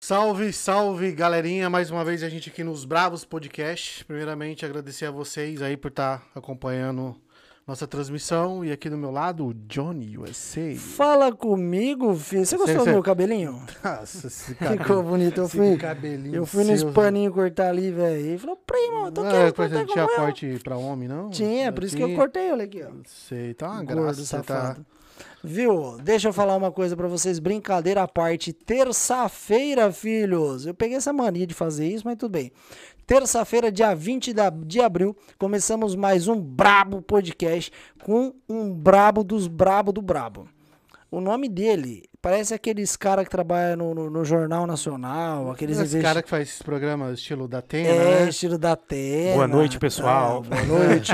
Salve, salve, galerinha. Mais uma vez a gente aqui nos Bravos Podcast. Primeiramente, agradecer a vocês aí por estar acompanhando nossa transmissão. E aqui do meu lado, o Johnny USA. Fala comigo, filho. Você gostou do meu cabelinho? Nossa, esse Ficou bonito. Eu fui nos paninhos cortar ali, velho. Ele falou, primo, eu tô querendo cortar não tinha corte pra homem, não? Tinha, por isso que eu cortei ele aqui, ó. Sei, tá uma Gordo, graça. safado. Tá... Viu? Deixa eu falar uma coisa pra vocês, brincadeira à parte. Terça-feira, filhos. Eu peguei essa mania de fazer isso, mas tudo bem. Terça-feira, dia 20 de abril, começamos mais um Brabo Podcast com um brabo dos brabo do brabo. O nome dele parece aqueles caras que trabalham no Jornal Nacional, aqueles... Esse cara que faz esse programa estilo da Atena, né? Estilo da Atena. Boa noite, pessoal. Boa noite.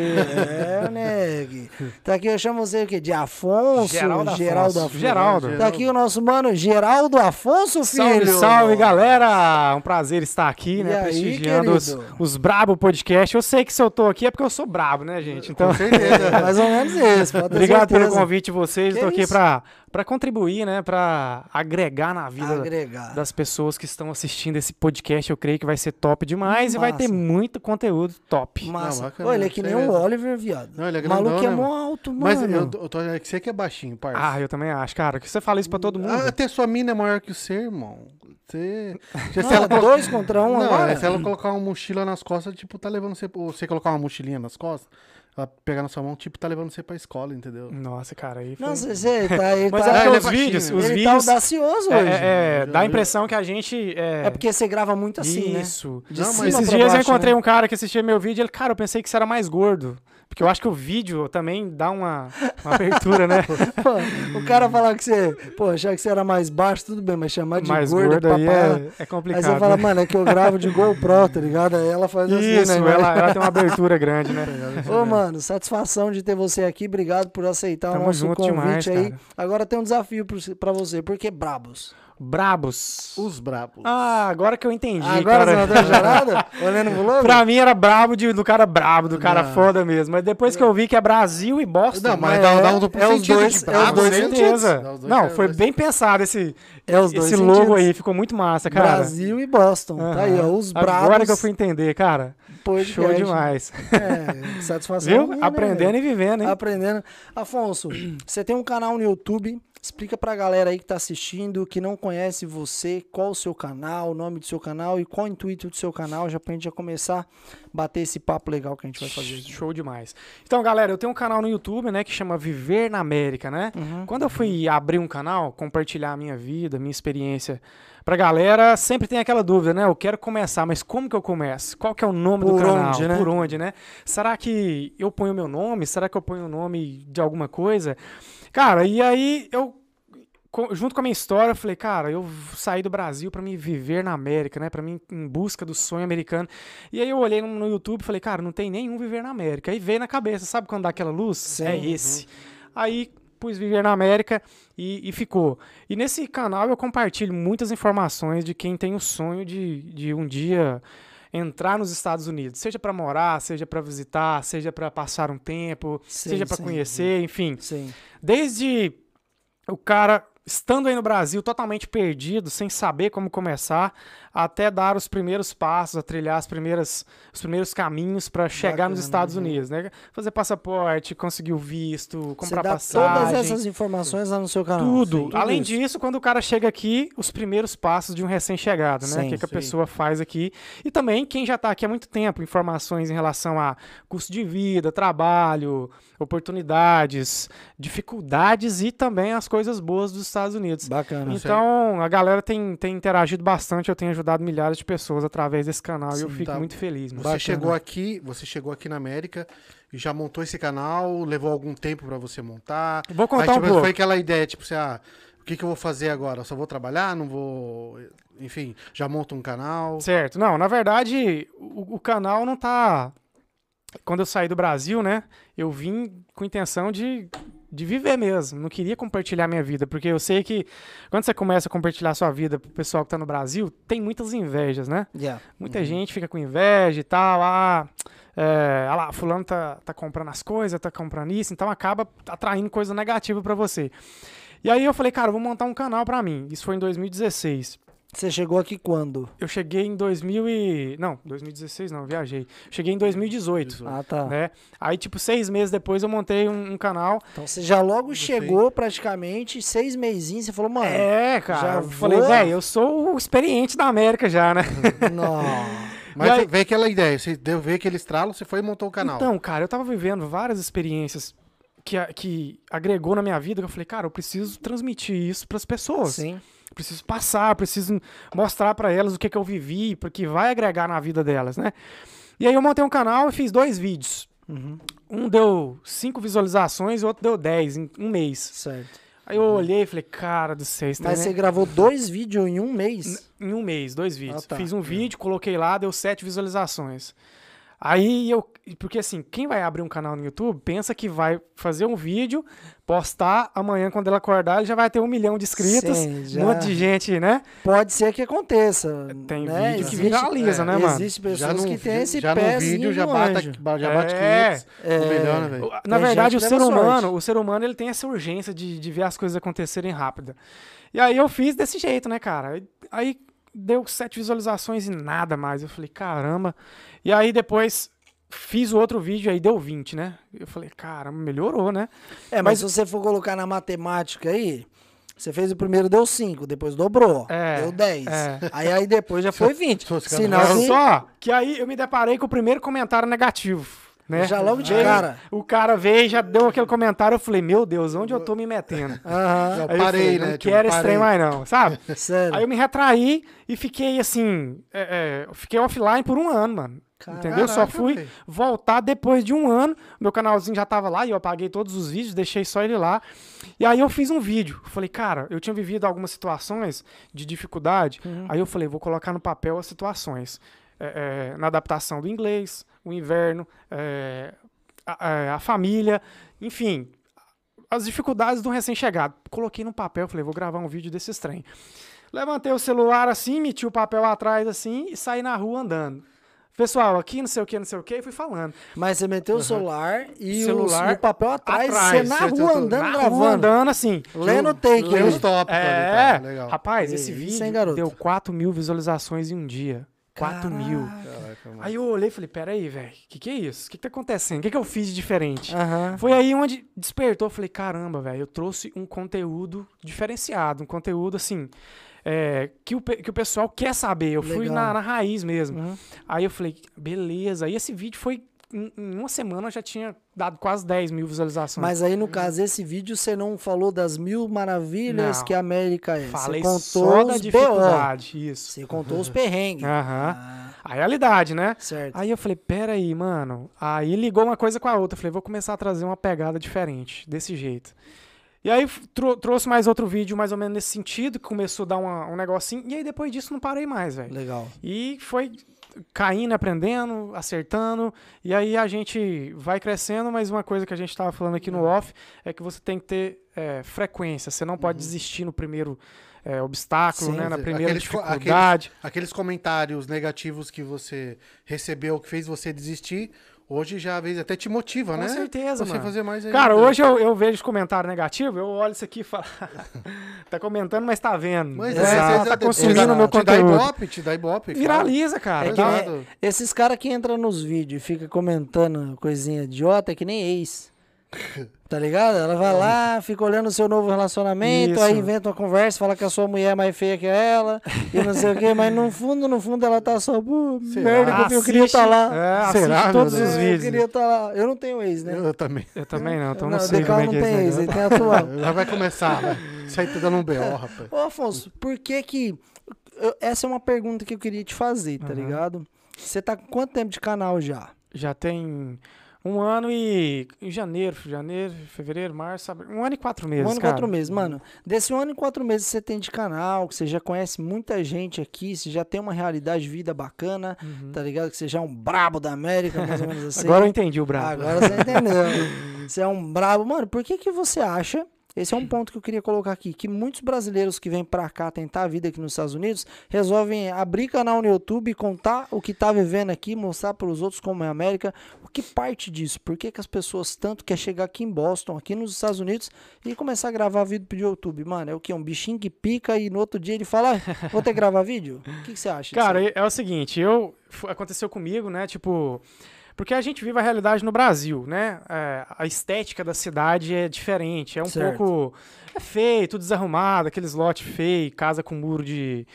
Neg. Tá aqui, eu chamo você o quê? De Afonso? Geraldo Afonso. Geraldo. Tá aqui o nosso mano Geraldo Afonso, filho. Salve, salve, galera. Um prazer estar aqui, né? E aí, prestigiando os Brabo Podcast. Eu sei que se eu tô aqui é porque eu sou brabo, né, gente? Então, com certeza. Mais ou menos isso. Obrigado pelo convite de vocês. Estou aqui para contribuir, né, para agregar na vida das pessoas que estão assistindo esse podcast. Eu creio que vai ser top demais. Massa. E vai ter muito conteúdo top. Massa. Não, ele é que nem o Oliver, viado. Não, ele é grandão, maluco é né? mó alto, mano. Mas eu tô achando que você que é baixinho, parça. Ah, eu também acho, cara. Que você fala isso pra todo mundo. Até sua mina é maior que o seu, irmão. Você... Não, se ela 2 contra 1 agora? Se ela colocar uma mochila nas costas, tipo, tá levando você... Você colocar uma mochilinha nas costas... Ela pegar na sua mão, tipo, tá levando você pra escola, entendeu? Nossa, cara, aí foi... Nossa, você tá... Mas é porque os vídeos... Ele tá audacioso hoje. Dá a impressão que a gente... É porque você grava muito assim, Isso. Né? Não, mas esses dias eu encontrei um cara que assistia meu vídeo e ele, cara, eu pensei que você era mais gordo. Porque eu acho que o vídeo também dá uma abertura, né? Pô, o cara falar que você... Pô, achar que você era mais baixo, tudo bem, mas chamar de mais gordo aí é complicado. Aí você fala, mano, é que eu gravo de GoPro, tá ligado? Aí ela faz assim, né? Isso, ela tem uma abertura grande, né? Ô, mano, satisfação de ter você aqui. Obrigado por aceitar o nosso convite demais, aí. cara. Agora tem um desafio pra você. Por que brabos? Brabos. Os brabos. Ah, agora que eu entendi, agora cara. Você não deu jarada? Olhando pro logo? Pra mim era brabo do cara brabo, do cara foda mesmo. Mas depois que eu vi que é Brasil e Boston... Não, mas dá um duplo sentido de brabo. É os dois certeza. Não, foi bem pensado esse logo aí. Ficou muito massa, cara. Brasil e Boston. Tá aí, ó. Os brabos... Agora que eu fui entender, cara. Show demais. Satisfação. Viu? Aprendendo e vivendo, hein? Aprendendo. Afonso, você tem um canal no YouTube... Explica pra galera aí que tá assistindo, que não conhece você, qual o seu canal, o nome do seu canal e qual o intuito do seu canal, já pra gente já começar a bater esse papo legal que a gente vai fazer aqui. Show demais. Então, galera, eu tenho um canal no YouTube, né, que chama Viver na América, né? Quando eu fui abrir um canal, compartilhar a minha vida, minha experiência pra galera, sempre tem aquela dúvida, né? Eu quero começar, mas como que eu começo? Qual que é o nome do canal? Onde, né? Por onde, né? Será que eu ponho o meu nome? Será que eu ponho o nome de alguma coisa? Cara, e aí eu, junto com a minha história, eu falei, cara, eu saí do Brasil pra me viver na América, né? Pra mim, em busca do sonho americano. E aí eu olhei no YouTube e falei, cara, não tem nenhum Viver na América. Aí veio na cabeça, sabe quando dá aquela luz? Sim. É esse. Aí pus Viver na América e ficou. E nesse canal eu compartilho muitas informações de quem tem o sonho de um dia entrar nos Estados Unidos, seja para morar, seja para visitar, seja para passar um tempo, seja para conhecer, enfim. Sim. Desde o cara estando aí no Brasil totalmente perdido, sem saber como começar, até dar os primeiros passos, a trilhar os primeiros caminhos para chegar nos Estados Unidos, né? Fazer passaporte, conseguir o visto, comprar passagem. Todas essas informações lá no seu canal. Tudo. Além disso, quando o cara chega aqui, os primeiros passos de um recém-chegado, né? O que a pessoa faz aqui. E também quem já está aqui há muito tempo, informações em relação a custo de vida, trabalho, oportunidades, dificuldades e também as coisas boas dos Estados Unidos. Bacana. Então, a galera tem interagido bastante, eu tenho ajudado milhares de pessoas através desse canal e eu fico muito feliz. Mano. Você chegou aqui na América e já montou esse canal, levou algum tempo pra você montar? Vou contar um pouco. Foi aquela ideia, tipo, você, o que eu vou fazer agora? Eu só vou trabalhar? Não vou... Enfim, já monto um canal? Certo. Não, na verdade, o canal não tá... Quando eu saí do Brasil, né, eu vim com intenção de viver mesmo. Não queria compartilhar minha vida, porque eu sei que quando você começa a compartilhar sua vida pro pessoal que tá no Brasil, tem muitas invejas, né? Muita gente fica com inveja e tal, lá, fulano tá comprando as coisas, tá comprando isso, então acaba atraindo coisa negativa pra você. E aí eu falei, cara, eu vou montar um canal pra mim. Isso foi em 2016. Você chegou aqui quando? Eu cheguei em 2016 não, viajei. Cheguei em 2018. Ah, tá. Né? Aí, tipo, 6 meses depois eu montei um canal. Então você já logo chegou praticamente, 6 mesinhos, você falou, mano... Cara, já eu falei, vou- velho, eu sou o experiente da América já, né? Não. Mas E aí- veio aquela ideia, você veio aquele estralo, você foi e montou o canal. Então, cara, eu tava vivendo várias experiências que agregou na minha vida, que eu falei, cara, eu preciso transmitir isso pras pessoas. Sim. Preciso passar, preciso mostrar pra elas o que eu vivi, porque vai agregar na vida delas, né? E aí eu montei um canal e fiz 2 vídeos. Uhum. Um deu 5 visualizações e o outro deu 10 em um mês. Certo. Aí eu olhei e falei, cara do céu, isso Mas tá, você né? gravou 2 vídeos em um mês? Em um mês, 2 vídeos. Ah, tá. Fiz um vídeo, coloquei lá, deu 7 visualizações. Aí porque assim, quem vai abrir um canal no YouTube pensa que vai fazer um vídeo, postar, amanhã quando ele acordar ele já vai ter 1 milhão de inscritos, Sim, já. um monte de gente, né? Pode ser que aconteça. Tem né? vídeo que Existe- viraliza, né, mano? Existe pessoas que têm esse já no pezinho vídeo já do bate, anjo. já bate É. 500, 1 milhão, né, velho? Na Tem verdade, gente que leva o ser humano ele tem essa urgência de ver as coisas acontecerem rápido. E aí eu fiz desse jeito, né, cara? Aí deu 7 visualizações e nada mais. Eu falei, caramba. E aí depois fiz o outro vídeo, aí deu 20, né? Eu falei, caramba, melhorou, né? Mas se você for colocar na matemática aí, você fez o primeiro, deu 5, depois dobrou, deu 10. Aí depois já foi 20. Sinal Olha que só, que aí eu me deparei com o primeiro comentário negativo, né? já logo de Aí cara. O cara veio e já deu aquele comentário, eu falei, meu Deus, onde eu tô me metendo? Aham, Eu parei, falei, né? não Tipo, quero esse trem mais não, sabe? sério. Aí eu me retraí e fiquei assim, eu fiquei offline por 1 ano, mano. Caraca, Entendeu? Só fui velho. voltar depois de 1 ano. Meu canalzinho já tava lá e eu apaguei todos os vídeos, deixei só ele lá. E aí eu fiz um vídeo. Falei, cara, eu tinha vivido algumas situações de dificuldade. Aí eu falei, vou colocar no papel as situações. Na adaptação do inglês, o inverno, a família, enfim, as dificuldades do recém-chegado. Coloquei no papel, falei, vou gravar um vídeo desses trem. Levantei o celular assim, meti o papel atrás assim e saí na rua andando. Pessoal, aqui não sei o que, e fui falando. Mas você meteu o celular e Celular o papel atrás, atrás, você na você rua tá andando, Na gravando. rua andando assim. Lendo o take. Leu os tópicos ali, tá? Legal. Rapaz, esse Isso, vídeo hein, garoto? deu 4.000 visualizações em um dia. 4.000. Caraca, mano. Aí eu olhei e falei, peraí, velho, que é isso? O que tá acontecendo? O que eu fiz de diferente? Aham. Foi aí onde despertou, eu falei, caramba, velho, eu trouxe um conteúdo diferenciado, um conteúdo assim, que o pessoal quer saber. Eu fui Legal. na raiz mesmo. Uhum. Aí eu falei, beleza. Aí esse vídeo foi, em 1 semana já tinha dado quase 10.000 visualizações. Mas aí, no caso, esse vídeo você não falou das 1000 maravilhas Não. que a América é. Falei Você contou só da os BO. dificuldade, isso. Você contou os perrengues. Aham. A realidade, né? Certo. Aí eu falei, pera aí, mano. Aí ligou uma coisa com a outra. Eu falei, vou começar a trazer uma pegada diferente, desse jeito. E aí trouxe mais outro vídeo mais ou menos nesse sentido, que começou a dar um negocinho. E aí depois disso não parei mais, velho. Legal. E foi caindo, aprendendo, acertando. E aí a gente vai crescendo, mas uma coisa que a gente tava falando aqui no off é que você tem que ter frequência. Você não pode desistir no primeiro obstáculo, Sim. né? Na primeira Aqueles- dificuldade. Aqueles comentários negativos que você recebeu, que fez você desistir, hoje já às vezes até te motiva, Com né? certeza, Você mano. fazer mais ainda. Cara, hoje eu vejo comentário negativo, eu olho isso aqui e falo, tá comentando, mas tá vendo. Mas Tá consumindo o meu te dá conteúdo. ibope, te dá ibope. Viraliza, cara. É que Tá? nem- esses caras que entram nos vídeos e ficam comentando coisinha idiota é que nem ex. Tá ligado? Ela vai lá, fica olhando o seu novo relacionamento, Isso. aí inventa uma conversa, fala que a sua mulher é mais feia que ela, e não sei o quê, mas no fundo ela tá só, pô, merda, que eu queria estar lá. Será, Assiste meu todos Deus? os Eu vídeos. queria estar lá. Eu não tenho ex, né? Eu também. Eu também não, então não, não o sei Decal como é não que é tem ex, esse ele negócio. tem atual. Já vai começar, né? Isso aí tá dando um BO, rapaz. Ô, Afonso, por que essa é uma pergunta que eu queria te fazer, tá ligado? Você tá com quanto tempo de canal já? Já tem 1 ano e... Em janeiro, fevereiro, março, abril, 1 ano e 4 meses, 1 ano e cara. 4 meses, mano. Desse 1 ano e 4 meses que você tem de canal, que você já conhece muita gente aqui, você já tem uma realidade de vida bacana, tá ligado? Que você já é um brabo da América, mais ou menos assim. Agora eu entendi o brabo. Agora você entendeu. Você é um brabo. Mano, por que você acha... Esse é um ponto que eu queria colocar aqui, que muitos brasileiros que vêm pra cá tentar a vida aqui nos Estados Unidos resolvem abrir canal no YouTube, contar o que tá vivendo aqui, mostrar pros outros como é a América. que parte disso? Por que as pessoas tanto querem chegar aqui em Boston, aqui nos Estados Unidos, e começar a gravar vídeo pro YouTube? Mano, é o quê? Um bichinho que pica e no outro dia ele fala, vou ter que gravar vídeo? O que você acha? Cara, é o seguinte, aconteceu comigo, né, tipo... Porque a gente vive a realidade no Brasil, né? A estética da cidade é diferente, é um pouco... É feio, tudo desarrumado, aqueles lotes feios, casa com muro de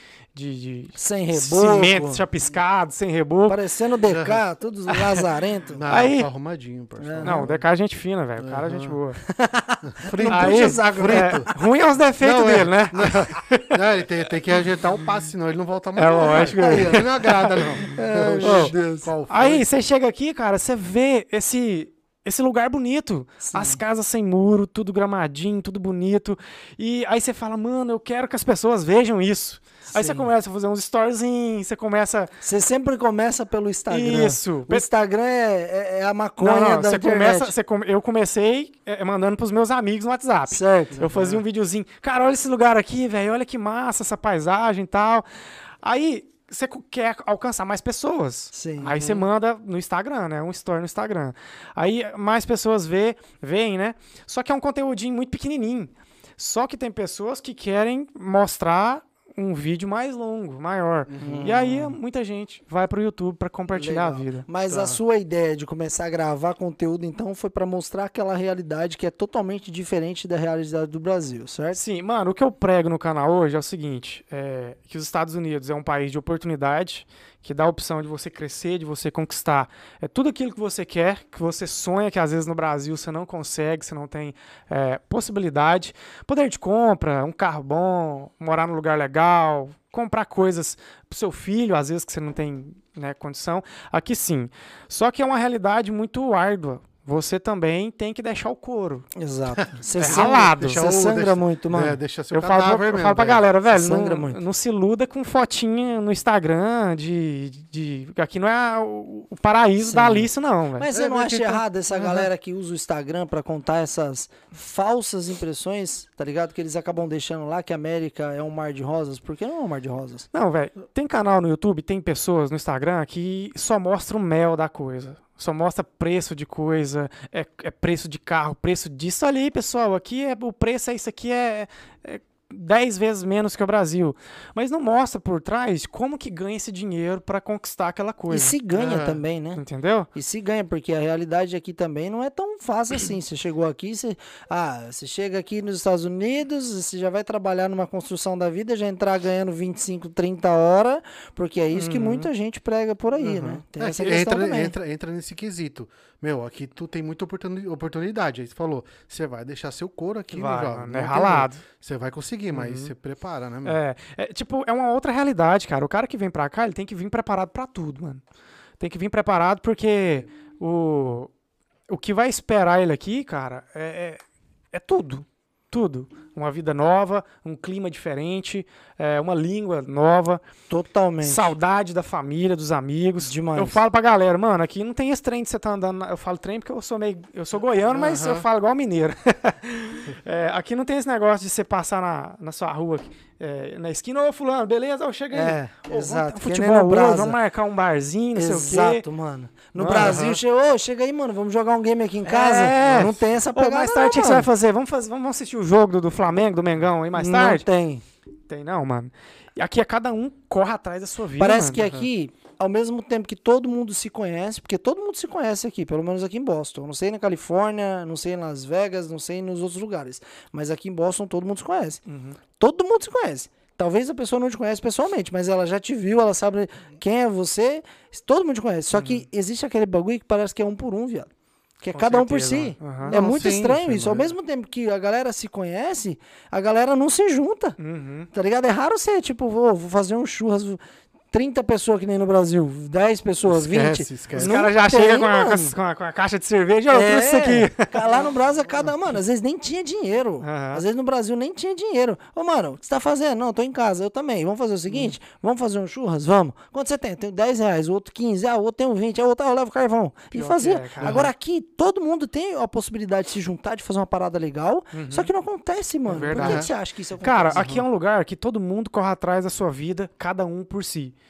sem reboco. Cimento chapiscado, sem reboco. Parecendo DK, tudo lazarento. Não, Aí... tá arrumadinho, parceiro. Não, o DK é gente fina, velho. O cara é gente boa. Frito. Não puxa saco, ruim é os defeitos dele, né? Não, ele tem que ajeitar o passe, senão ele não volta mais. É lógico. Aí, ele não agrada, não. Meu Deus. Aí, você chega aqui, cara, você vê esse lugar bonito. Sim. As casas sem muro, tudo gramadinho, tudo bonito. E aí você fala, mano, eu quero que as pessoas vejam isso. Aí você começa a fazer uns storyzinhos, você começa... Você sempre começa pelo Instagram. Isso. O Instagram é a maconha da internet. Eu comecei mandando pros meus amigos no WhatsApp. Certo. Eu fazia um videozinho. Cara, olha esse lugar aqui, velho. Olha que massa essa paisagem e tal. Aí... Você quer alcançar mais pessoas. Sim. Aí você manda no Instagram, né? Um story no Instagram. Aí mais pessoas veem, né? Só que é um conteúdinho muito pequenininho. Só que tem pessoas que querem mostrar um vídeo mais longo, maior. E aí muita gente vai pro YouTube para compartilhar Legal. a vida. Mas a sua ideia de começar a gravar conteúdo, então, foi para mostrar aquela realidade que é totalmente diferente da realidade do Brasil, certo? Sim, mano, o que eu prego no canal hoje é o seguinte, que os Estados Unidos é um país de oportunidade, que dá a opção de você crescer, de você conquistar tudo aquilo que você quer, que você sonha, que às vezes no Brasil você não consegue, você não tem possibilidade. Poder de compra, um carro bom, morar num lugar legal, comprar coisas pro seu filho, às vezes que você não tem, né, condição. Aqui sim. Só que é uma realidade muito árdua. Você também tem que deixar o couro. Exato. Você ralado. Você sangra muito, mano. Deixa seu Eu falo mesmo, pra velho. galera, velho, Sangra muito. não se iluda com fotinha no Instagram aqui não é o paraíso da Alice, não, velho. Mas você não acha porque errado essa galera que usa o Instagram pra contar essas falsas impressões, tá ligado? Que eles acabam deixando lá que a América é um mar de rosas. Por que não é um mar de rosas? Não, velho, tem canal no YouTube, tem pessoas no Instagram que só mostram o mel da coisa. Só mostra preço de coisa, preço de carro, preço disso ali, pessoal. Aqui o preço isso aqui é 10 vezes menos que o Brasil. Mas não mostra por trás como que ganha esse dinheiro para conquistar aquela coisa. E se ganha também, né? Entendeu? E se ganha, porque a realidade aqui também não é tão fácil assim. Você chegou aqui, você chega aqui nos Estados Unidos, você já vai trabalhar numa construção da vida, já entrar ganhando 25, 30 horas, porque é isso que muita gente prega por aí, né? Tem essa questão também. Entra nesse quesito. Meu, aqui tu tem muita oportunidade. Aí você falou, você vai deixar seu couro aqui, Vai, meu jovem. mano, Não tem ralado. jeito. Você vai conseguir, mas você prepara, né, meu? É uma outra realidade, cara. O cara que vem pra cá, ele tem que vir preparado pra tudo, mano. Tem que vir preparado porque o que vai esperar ele aqui, cara, é tudo. Tudo. Uma vida nova, um clima diferente, uma língua nova. Totalmente. Saudade da família, dos amigos. Demais. Eu falo pra galera, mano, aqui não tem esse trem de você tá andando. Eu falo trem porque eu sou goiano, mas eu falo igual mineiro. Aqui não tem esse negócio de você passar na sua rua, na esquina, ô fulano, beleza? Eu chego aí. Exato. Futebol hoje, vamos marcar um barzinho, não sei o quê. Exato, mano. No Brasil, chega aí, mano, vamos jogar um game aqui em casa. Não tem essa pegada. Mais tarde, o que você vai fazer? Vamos assistir o jogo do Flamengo, do Mengão aí mais tarde? Não tem. Tem não, mano. E aqui cada um corre atrás da sua vida, Parece mano. que aqui, ao mesmo tempo que todo mundo se conhece, porque todo mundo se conhece aqui, pelo menos aqui em Boston. Não sei na Califórnia, não sei em Las Vegas, não sei nos outros lugares. Mas aqui em Boston todo mundo se conhece. Todo mundo se conhece. Talvez a pessoa não te conhece pessoalmente, mas ela já te viu, ela sabe quem é você. Todo mundo te conhece. Só que existe aquele bagulho que parece que é um por um, viado. Que é Com cada um por certeza. si. Não, muito estranho isso. Ao mas- mesmo tempo que a galera se conhece, a galera não se junta. Tá ligado? É raro você, tipo, vou fazer um churras, 30 pessoas que nem no Brasil, 10 pessoas, 20. Esquece. Os Não caras já tem, chegam mano. com a caixa de cerveja, eu trouxe isso aqui. Lá no Brasil, mano, às vezes nem tinha dinheiro. Aham. Às vezes no Brasil nem tinha dinheiro. Ô, mano, o que você tá fazendo? Não, tô em casa, eu também. Vamos fazer o seguinte? Vamos fazer um churras? Vamos. Quanto você tem? Tenho 10 reais, o outro 15, o outro tem um 20, o outro, eu levo carvão. E Pior fazia. que é, cara. Agora aqui, todo mundo tem a possibilidade de se juntar, de fazer uma parada legal, só que não acontece, mano. Por verdade. que você acha que isso acontece? Cara, aqui é um lugar que todo mundo corre atrás da sua vida, cada um por si.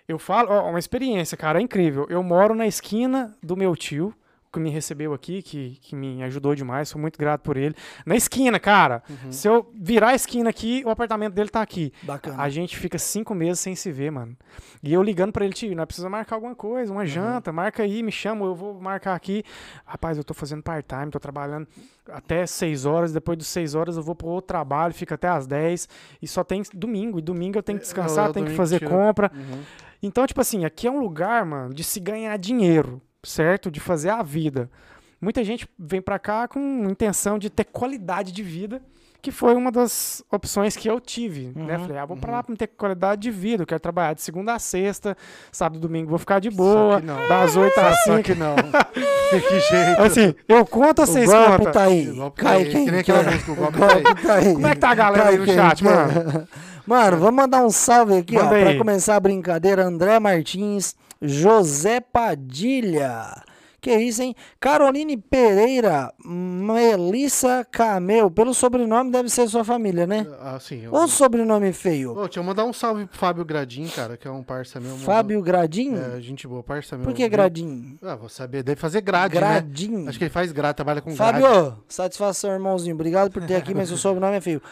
Eu falo, ó, uma experiência, cara, é incrível. Eu moro na esquina do meu tio, que me recebeu aqui, que me ajudou demais, sou muito grato por ele. Na esquina, cara. Se eu virar a esquina aqui, o apartamento dele tá aqui. Bacana. A gente fica 5 meses sem se ver, mano. E eu ligando pra ele, tio, nós precisamos marcar alguma coisa, uma janta, marca aí, me chama, eu vou marcar aqui. Rapaz, eu tô fazendo part-time, tô trabalhando até 6 horas, depois das 6 horas eu vou pro outro trabalho, fica até às 10, e só tem domingo, e domingo eu tenho que descansar, tenho que fazer compra. Então, tipo assim, aqui é um lugar, mano, de se ganhar dinheiro, certo? De fazer a vida. Muita gente vem pra cá com intenção de ter qualidade de vida, que foi uma das opções que eu tive, né? Falei, vou pra lá pra ter qualidade de vida, eu quero trabalhar de segunda a sexta, sábado e domingo vou ficar de boa, das 8 às 5. Só que não. Que jeito. Assim, eu conto, vocês contam. Tá aí. Cai quem que nem aquela música, o golpe tá aí. Como é que tá a galera aí no chat, mano? Mano, vamos mandar um salve aqui, Manda ó, pra aí. começar a brincadeira. André Martins, José Padilha. Que isso, hein? Caroline Pereira, Melissa Camel. Pelo sobrenome deve ser sua família, né? Ah, sim. Ou sobrenome feio? Ô, deixa eu mandar um salve pro Fábio Gradin, cara, que é um parça meu. Fábio Gradin? É, gente boa, parça meu. Por que Gradin? Ah, vou saber. Deve fazer grade, Gradin. né? Acho que ele faz grade, trabalha com Fábio, grade. satisfação, irmãozinho. Obrigado por ter aqui, mas o sobrenome é feio.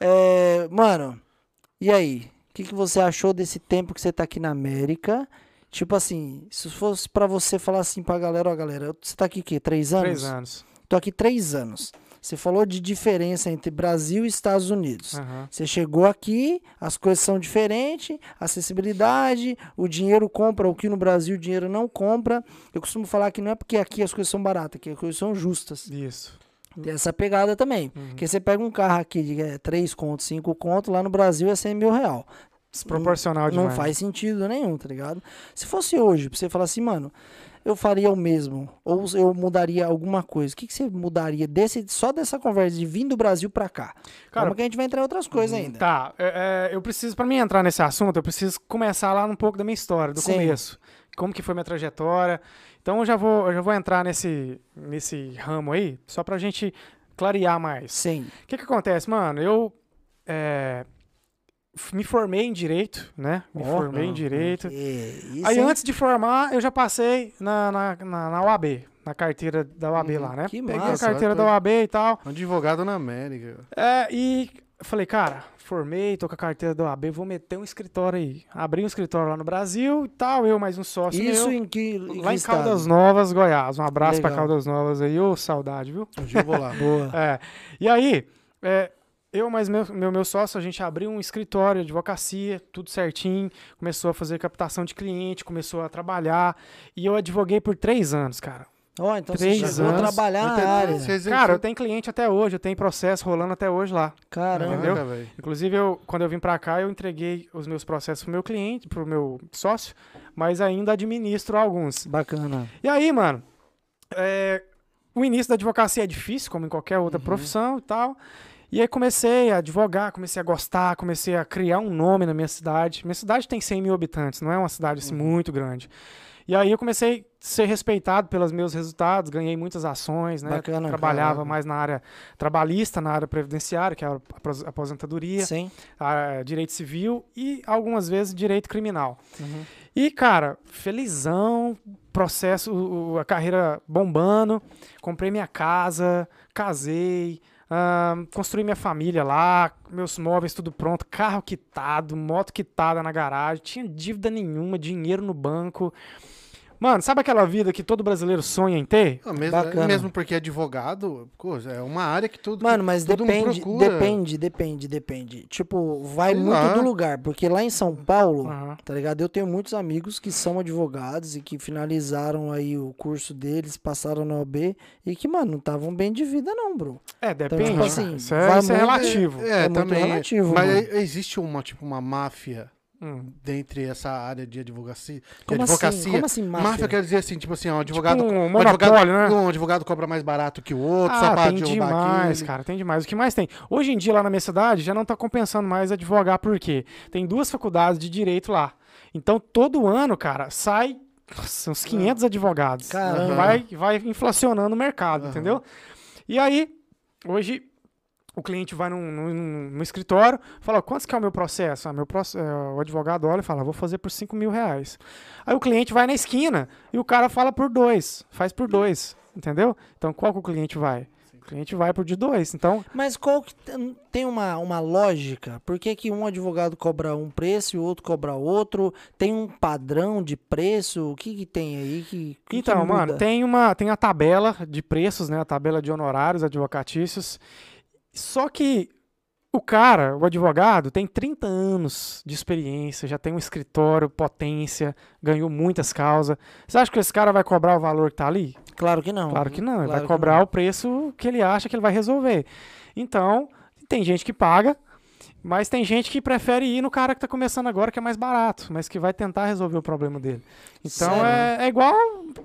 Mano, e aí? O que você achou desse tempo que você tá aqui na América? Tipo assim, se fosse pra você falar assim pra galera, ó, galera, você tá aqui o quê? 3 anos? 3 anos. Tô aqui 3 anos. Você falou de diferença entre Brasil e Estados Unidos. Você chegou aqui, as coisas são diferentes, acessibilidade, o dinheiro compra o que no Brasil o dinheiro não compra. Eu costumo falar que não é porque aqui as coisas são baratas, que as coisas são justas. Isso. Tem essa pegada também. Porque você pega um carro aqui de 3 contos, 5 contos, lá no Brasil é 100 mil real. Desproporcional demais. Não faz sentido nenhum, tá ligado? Se fosse hoje, pra você falar assim, mano, eu faria o mesmo, ou eu mudaria alguma coisa. O que você mudaria só dessa conversa de vir do Brasil pra cá? Cara, Calma que a gente vai entrar em outras coisas ainda. Tá, eu preciso, pra mim entrar nesse assunto, eu preciso começar lá um pouco da minha história, do começo. Como que foi minha trajetória. Então eu já vou entrar nesse ramo aí, só pra gente clarear mais. Sim. O que acontece, mano? Eu me formei em Direito, né? Formei em Direito. Aí antes de formar, eu já passei na UAB, na carteira da UAB lá, né? Que Peguei massa, a carteira da UAB e tal. Advogado na América. E eu falei, cara, formei, tô com a carteira da OAB, vou meter um escritório aí. Abri um escritório lá no Brasil e tal, eu mais um sócio Isso meu. em que Lá em estado? Caldas Novas, Goiás. Um abraço Legal. pra Caldas Novas aí, ô saudade, viu? Um dia eu vou lá. Boa. E aí, eu mais meu sócio, a gente abriu um escritório de advocacia, tudo certinho, começou a fazer captação de cliente, começou a trabalhar, e eu advoguei por 3 anos, cara. Ó, então 3 você chegou a anos. trabalhar na área. Cara, eu tenho cliente até hoje, eu tenho processo rolando até hoje lá. Caramba. Entendeu? Velho. Inclusive, quando eu vim pra cá, eu entreguei os meus processos pro meu cliente, pro meu sócio, mas ainda administro alguns. Bacana. E aí, mano, o início da advocacia é difícil, como em qualquer outra profissão e tal. E aí comecei a advogar, comecei a gostar, comecei a criar um nome na minha cidade. Minha cidade tem 100 mil habitantes, não é uma cidade assim, muito grande. E aí eu comecei a ser respeitado pelos meus resultados, ganhei muitas ações, né? Bacana, Trabalhava cara. mais na área trabalhista, na área previdenciária, que é a aposentadoria, Sim. direito civil e algumas vezes direito criminal. E, cara, felizão, processo, a carreira bombando, comprei minha casa, casei, construí minha família lá, meus móveis tudo pronto, carro quitado, moto quitada na garagem, tinha dívida nenhuma, dinheiro no banco. Mano, sabe aquela vida que todo brasileiro sonha em ter? Bacana. Mesmo porque advogado, é uma área que todo Mano, mas todo mundo procura. depende. Tipo, vai Sei muito lá. do lugar. Porque lá em São Paulo, Aham. tá ligado? Eu tenho muitos amigos que são advogados e que finalizaram aí o curso deles, passaram na OAB e que, mano, não estavam bem de vida não, bro. Depende. tipo assim, Isso vai é muito- relativo. É muito também. relativo, Mas mano. existe uma máfia dentre essa área de advocacia. Como assim? Como assim, máfia? quer dizer assim, tipo assim, um advogado. Tipo um advogado, monopólio, né? Um advogado cobra mais barato que o outro, só pra Tem derrubar demais, aquele. cara, tem demais. O que mais tem? Hoje em dia, lá na minha cidade, já não tá compensando mais advogar, por quê? Tem 2 faculdades de direito lá. Então, todo ano, cara, sai uns 500 advogados. Caramba. Vai inflacionando o mercado, entendeu? E aí, hoje, o cliente vai num escritório, fala, quanto que é o meu processo? O advogado olha e fala, vou fazer por R$5.000. Aí o cliente vai na esquina e o cara fala por 2, faz por 2, entendeu? Então qual que o cliente vai? O cliente vai por de 2, então... Mas qual que tem uma lógica? Por que que um advogado cobra um preço e o outro cobra outro? Tem um padrão de preço? O que que tem aí? Que Então, muda? mano, tem a tabela de preços, né? A tabela de honorários advocatícios. Só que o advogado, tem 30 anos de experiência, já tem um escritório, potência, ganhou muitas causas. Você acha que esse cara vai cobrar o valor que tá ali? Claro que não. Claro que não, ele Claro vai que cobrar não. o preço que ele acha que ele vai resolver. Então, tem gente que paga, mas tem gente que prefere ir no cara que tá começando agora, que é mais barato, mas que vai tentar resolver o problema dele. Então, Sério? é igual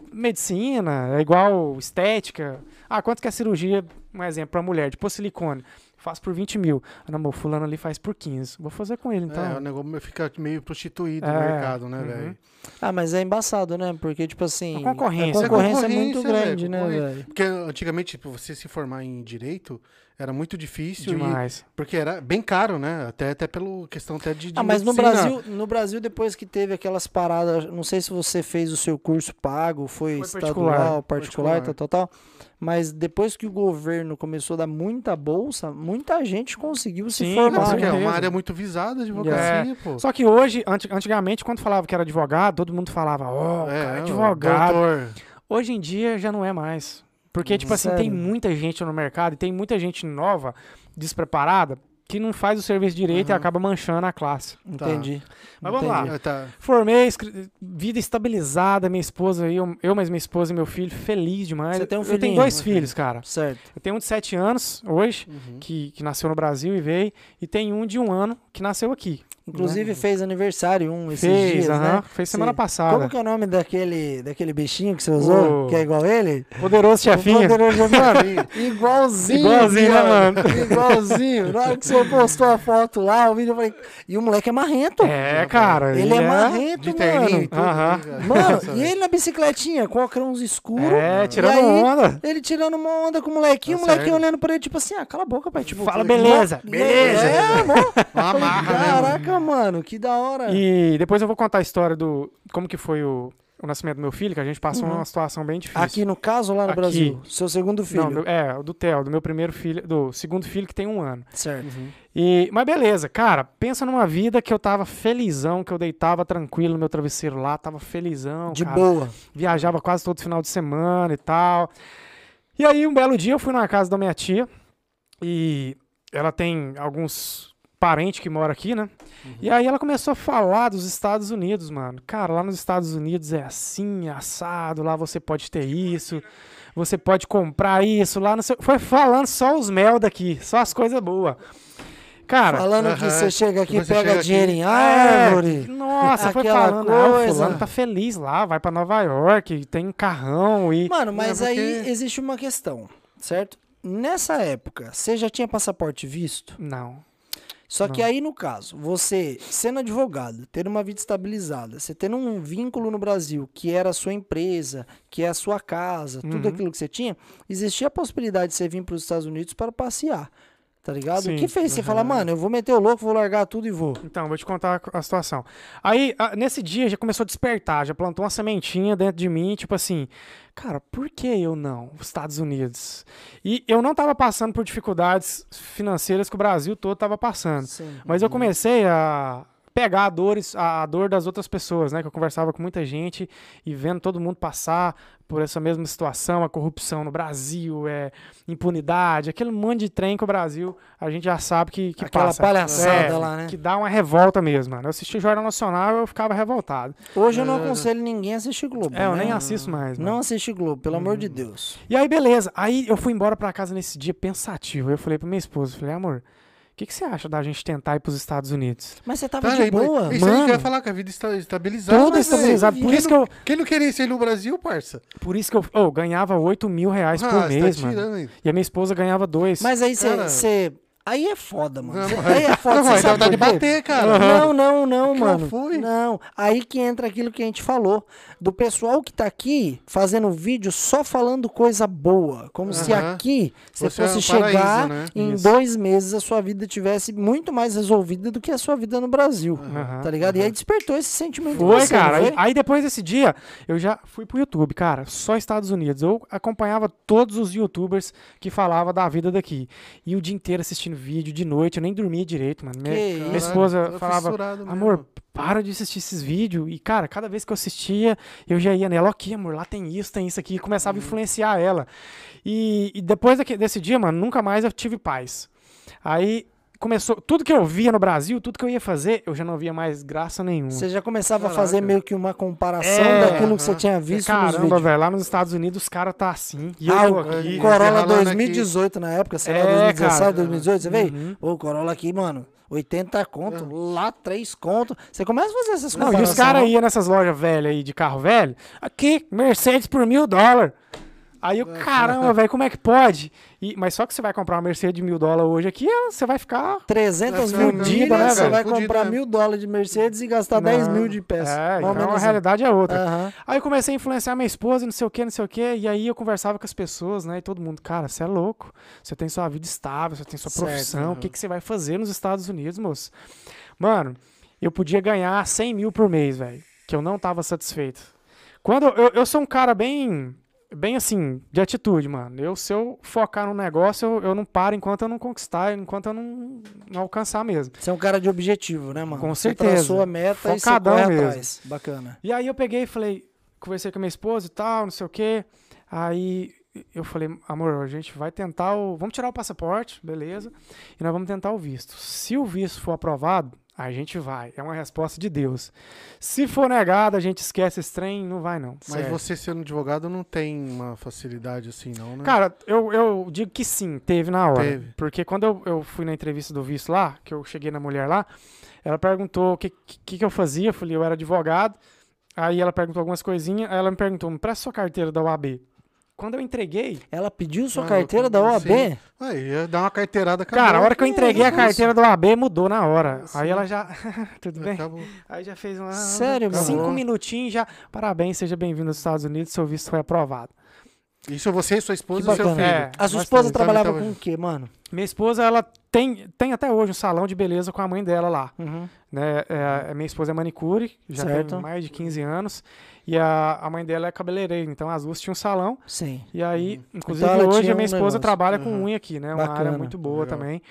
medicina, é igual estética. Ah, quanto que é cirurgia, um exemplo, pra mulher, de pôr silicone? Faço por 20 mil. Ah, não, o fulano ali faz por 15. Vou fazer com ele, então. O negócio fica meio prostituído no É, mercado, né, uhum. velho? Ah, mas é embaçado, né? Porque, tipo assim... A concorrência. A concorrência é É muito concorrência, grande, né, concorrência. velho? Porque antigamente, tipo, você se formar em direito era muito difícil. Demais. Porque era bem caro, né? Até pela questão até de Mas medicina. no Brasil, depois que teve aquelas paradas, não sei se você fez o seu curso pago, foi estadual, particular, tal. Mas depois que o governo começou a dar muita bolsa, muita gente conseguiu se Sim, Não, formar. porque é certeza. uma área muito visada, a advocacia, pô. Só que hoje, antigamente, quando falava que era advogado, todo mundo falava, ó, o cara é advogado. Doutor. Hoje em dia já não é mais. Porque, tipo assim, tem Sério? muita gente no mercado e tem muita gente nova, despreparada, que não faz o serviço direito e acaba manchando a classe. Entendi. Mas vamos lá. Tá. Formei, vida estabilizada, minha esposa, mais minha esposa e meu filho, feliz demais. Você tem um Eu tenho filhinho, 2 né, filhos, cara. Certo. Eu tenho um de 7 anos hoje, Uhum. que nasceu no Brasil e veio, e tem um de 1 ano que nasceu aqui. Inclusive fez aniversário esses Fez, dias, né? fez semana Você- passada. Como que é o nome daquele bichinho que você usou? O- Que é igual ele? Poderoso chefinho. O Poderoso Chefão. Igualzinho. Igualzinho, né, mano? mano? Igualzinho. Na hora que você postou a foto lá, o vídeo, eu falei... E o moleque é marrento. É, cara. Ele é marrento, De terninho e mano. tudo. Aham. né, cara? Mano, Nossa, e velho. ele na bicicletinha, com óculos escuro. É, tirando E aí, onda. Ele tirando uma onda com o molequinho, Tá o molequinho certo. olhando pra ele, tipo assim, cala a boca, pai. Tipo, Fala, beleza, "Não, beleza." É, mano. Uma amarra, né, mano? Caraca, mano, que da hora. E depois eu vou contar a história do... Como que foi o nascimento do meu filho, que a gente passou uma situação bem difícil. Aqui no caso, lá no Aqui. Brasil, seu segundo filho. Não, do Theo, do meu primeiro filho, do segundo filho que tem 1 ano. Certo. Mas beleza, cara, pensa numa vida que eu tava felizão, que eu deitava tranquilo no meu travesseiro lá, tava felizão, De cara. boa. Viajava quase todo final de semana e tal. E aí, um belo dia, eu fui na casa da minha tia, e ela tem alguns parentes que moram aqui, né? E aí ela começou a falar dos Estados Unidos, mano. Cara, lá nos Estados Unidos é assim, assado, lá você pode ter isso, você pode comprar isso, lá no seu... Foi falando só os mel daqui, só as coisas boas. Cara, Falando que aham. você chega aqui e Você pega chega dinheiro aqui- em árvore. nossa, foi aquela falando, o coisa. fulano tá feliz lá, vai pra Nova York, tem um carrão e... Mano, mas É, porque- aí existe uma questão, certo? Nessa época, você já tinha passaporte visto? Não. Só que aí, no caso, você sendo advogado, tendo uma vida estabilizada, você tendo um vínculo no Brasil, que era a sua empresa, que é a sua casa, tudo aquilo que você tinha, existia a possibilidade de você vir para os Estados Unidos para passear, tá ligado? Sim. O que fez você falar, mano, eu vou meter o louco, vou largar tudo e vou? Então, vou te contar a situação. Aí, nesse dia, já começou a despertar, já plantou uma sementinha dentro de mim, tipo assim, cara, por que eu não? Os Estados Unidos. E eu não tava passando por dificuldades financeiras que o Brasil todo tava passando. Sim. Mas eu comecei a pegar a dor das outras pessoas, né? Que eu conversava com muita gente e vendo todo mundo passar por essa mesma situação, a corrupção no Brasil, impunidade, aquele monte de trem que o Brasil, a gente já sabe que Aquela passa. palhaçada lá, né? Que dá uma revolta mesmo, mano. Eu assisti Jornal Nacional e eu ficava revoltado. Hoje eu não aconselho ninguém a assistir Globo. Eu né? nem assisto mais, mano. Não assiste Globo, pelo amor de Deus. E aí, beleza. Aí eu fui embora pra casa nesse dia pensativo. Eu falei pra minha esposa, falei, amor, o que você acha da gente tentar ir pros Estados Unidos? Mas você tava Tá, de aí, mas boa. isso aí mano. que eu ia falar, que a vida está estabilizada. Tudo mas, estabilizado. velho, Por isso que eu, Quem não queria isso aí no Brasil, parça? ganhava R$8.000 por Você mês, tá mano. tirando aí. E a minha esposa ganhava 2. Mas aí Cara- você Aí é foda, mano. Não, Aí é foda. não, Você mas sabe dá de por quê? bater, cara. Não, Que mano. foi? Não. Aí que entra aquilo que a gente falou. Do pessoal que tá aqui fazendo vídeo só falando coisa boa. Como se aqui você Fosse fosse um paraíso, chegar né? em Isso. 2 meses a sua vida tivesse muito mais resolvida do que a sua vida no Brasil. Tá ligado? E aí despertou esse sentimento. em Foi, você, cara. não Aí, aí depois desse dia, eu já fui pro YouTube, cara. Só Estados Unidos. Eu acompanhava todos os YouTubers que falavam da vida daqui. E o dia inteiro assistindo vídeo, de noite. Eu nem dormia direito, mano. Minha Que esposa Tá falava, fissurado mesmo. amor, para de assistir esses vídeos. E, cara, cada vez que eu assistia, eu já ia nela. Ok, amor, lá tem isso aqui. E começava a influenciar ela. E depois desse dia, mano, nunca mais eu tive paz. Aí começou, tudo que eu via no Brasil, tudo que eu ia fazer, eu já não via mais graça nenhuma. Você já começava a Caraca. fazer meio que uma comparação É, daquilo que você tinha visto nos Caramba, vídeos. velho, lá nos Estados Unidos os caras tá assim. E eu Ah, tô o aqui. Corolla ralando 2018 na época, sei lá, É, 2017, cara. 2018, você veio? Ô, o Corolla aqui, mano, 80 conto, lá 3 conto. Você começa a fazer essas Não, e comparações. os caras iam nessas lojas velhas aí de carro velho, aqui, Mercedes por $1.000. Aí eu, caramba, velho, como é que pode? Mas só que você vai comprar uma Mercedes de $1.000 hoje aqui, você vai ficar... 300 Vai mil ficar fudido, milhas, né, você velho? vai Fudido, comprar né? $1.000 de Mercedes e gastar 10 mil de peça. É, Mais ou então menos a assim. realidade é outra. Aham. Aí eu comecei a influenciar minha esposa, não sei o que, e aí eu conversava com as pessoas, né, e todo mundo, cara, você é louco, você tem sua vida estável, você tem sua Certo, profissão, o que você vai fazer nos Estados Unidos, moço? Mano, eu podia ganhar 100 mil por mês, velho, que eu não tava satisfeito. Quando eu sou um cara bem assim, de atitude, mano. Se eu focar no negócio, eu não paro enquanto eu não conquistar, enquanto eu não alcançar mesmo. Você é um cara de objetivo, né, mano? Com Você certeza. traçou a meta Focadão e você corre mesmo. atrás. Bacana. E aí eu peguei e falei, conversei com a minha esposa e tal, não sei o quê. Aí eu falei, amor, a gente vai tentar vamos tirar o passaporte, beleza, e nós vamos tentar o visto. Se o visto for aprovado, a gente vai. É uma resposta de Deus. Se for negado, a gente esquece esse trem, não vai não. Mas Certo. você sendo advogado não tem uma facilidade assim, não, né? Cara, eu digo que sim, teve na hora. Teve. Porque quando eu fui na entrevista do visto lá, que eu cheguei na mulher lá, ela perguntou o que eu fazia. Eu falei, eu era advogado. Aí ela perguntou algumas coisinhas. Aí ela me perguntou, me presta sua carteira da UAB. Quando eu entreguei... Ela pediu sua Ah, carteira da OAB? sim. Aí ia dar uma carteirada, acabou. Cara, a hora que eu entreguei a Nossa. carteira da OAB, mudou na hora. Sim. Aí ela já... Tudo bem? Acabou. Aí já fez uma... Sério, mano? 5 minutinhos já... Parabéns, seja bem-vindo aos Estados Unidos, seu visto foi aprovado. Isso você, sua esposa Que e seu bacana. filho. É. A sua Nós esposa três. trabalhava Também com o quê, mano? Minha esposa, ela tem até hoje um salão de beleza com a mãe dela lá. Uhum. Né? Minha esposa é manicure, já Certo. tem mais de 15 anos. E a mãe dela é cabeleireira, então as duas tinham um salão. Sim. E aí, inclusive Então ela hoje tinha a minha um esposa negócio. trabalha com Uhum. unha aqui, né? Uma área Bacana. muito boa Legal. também.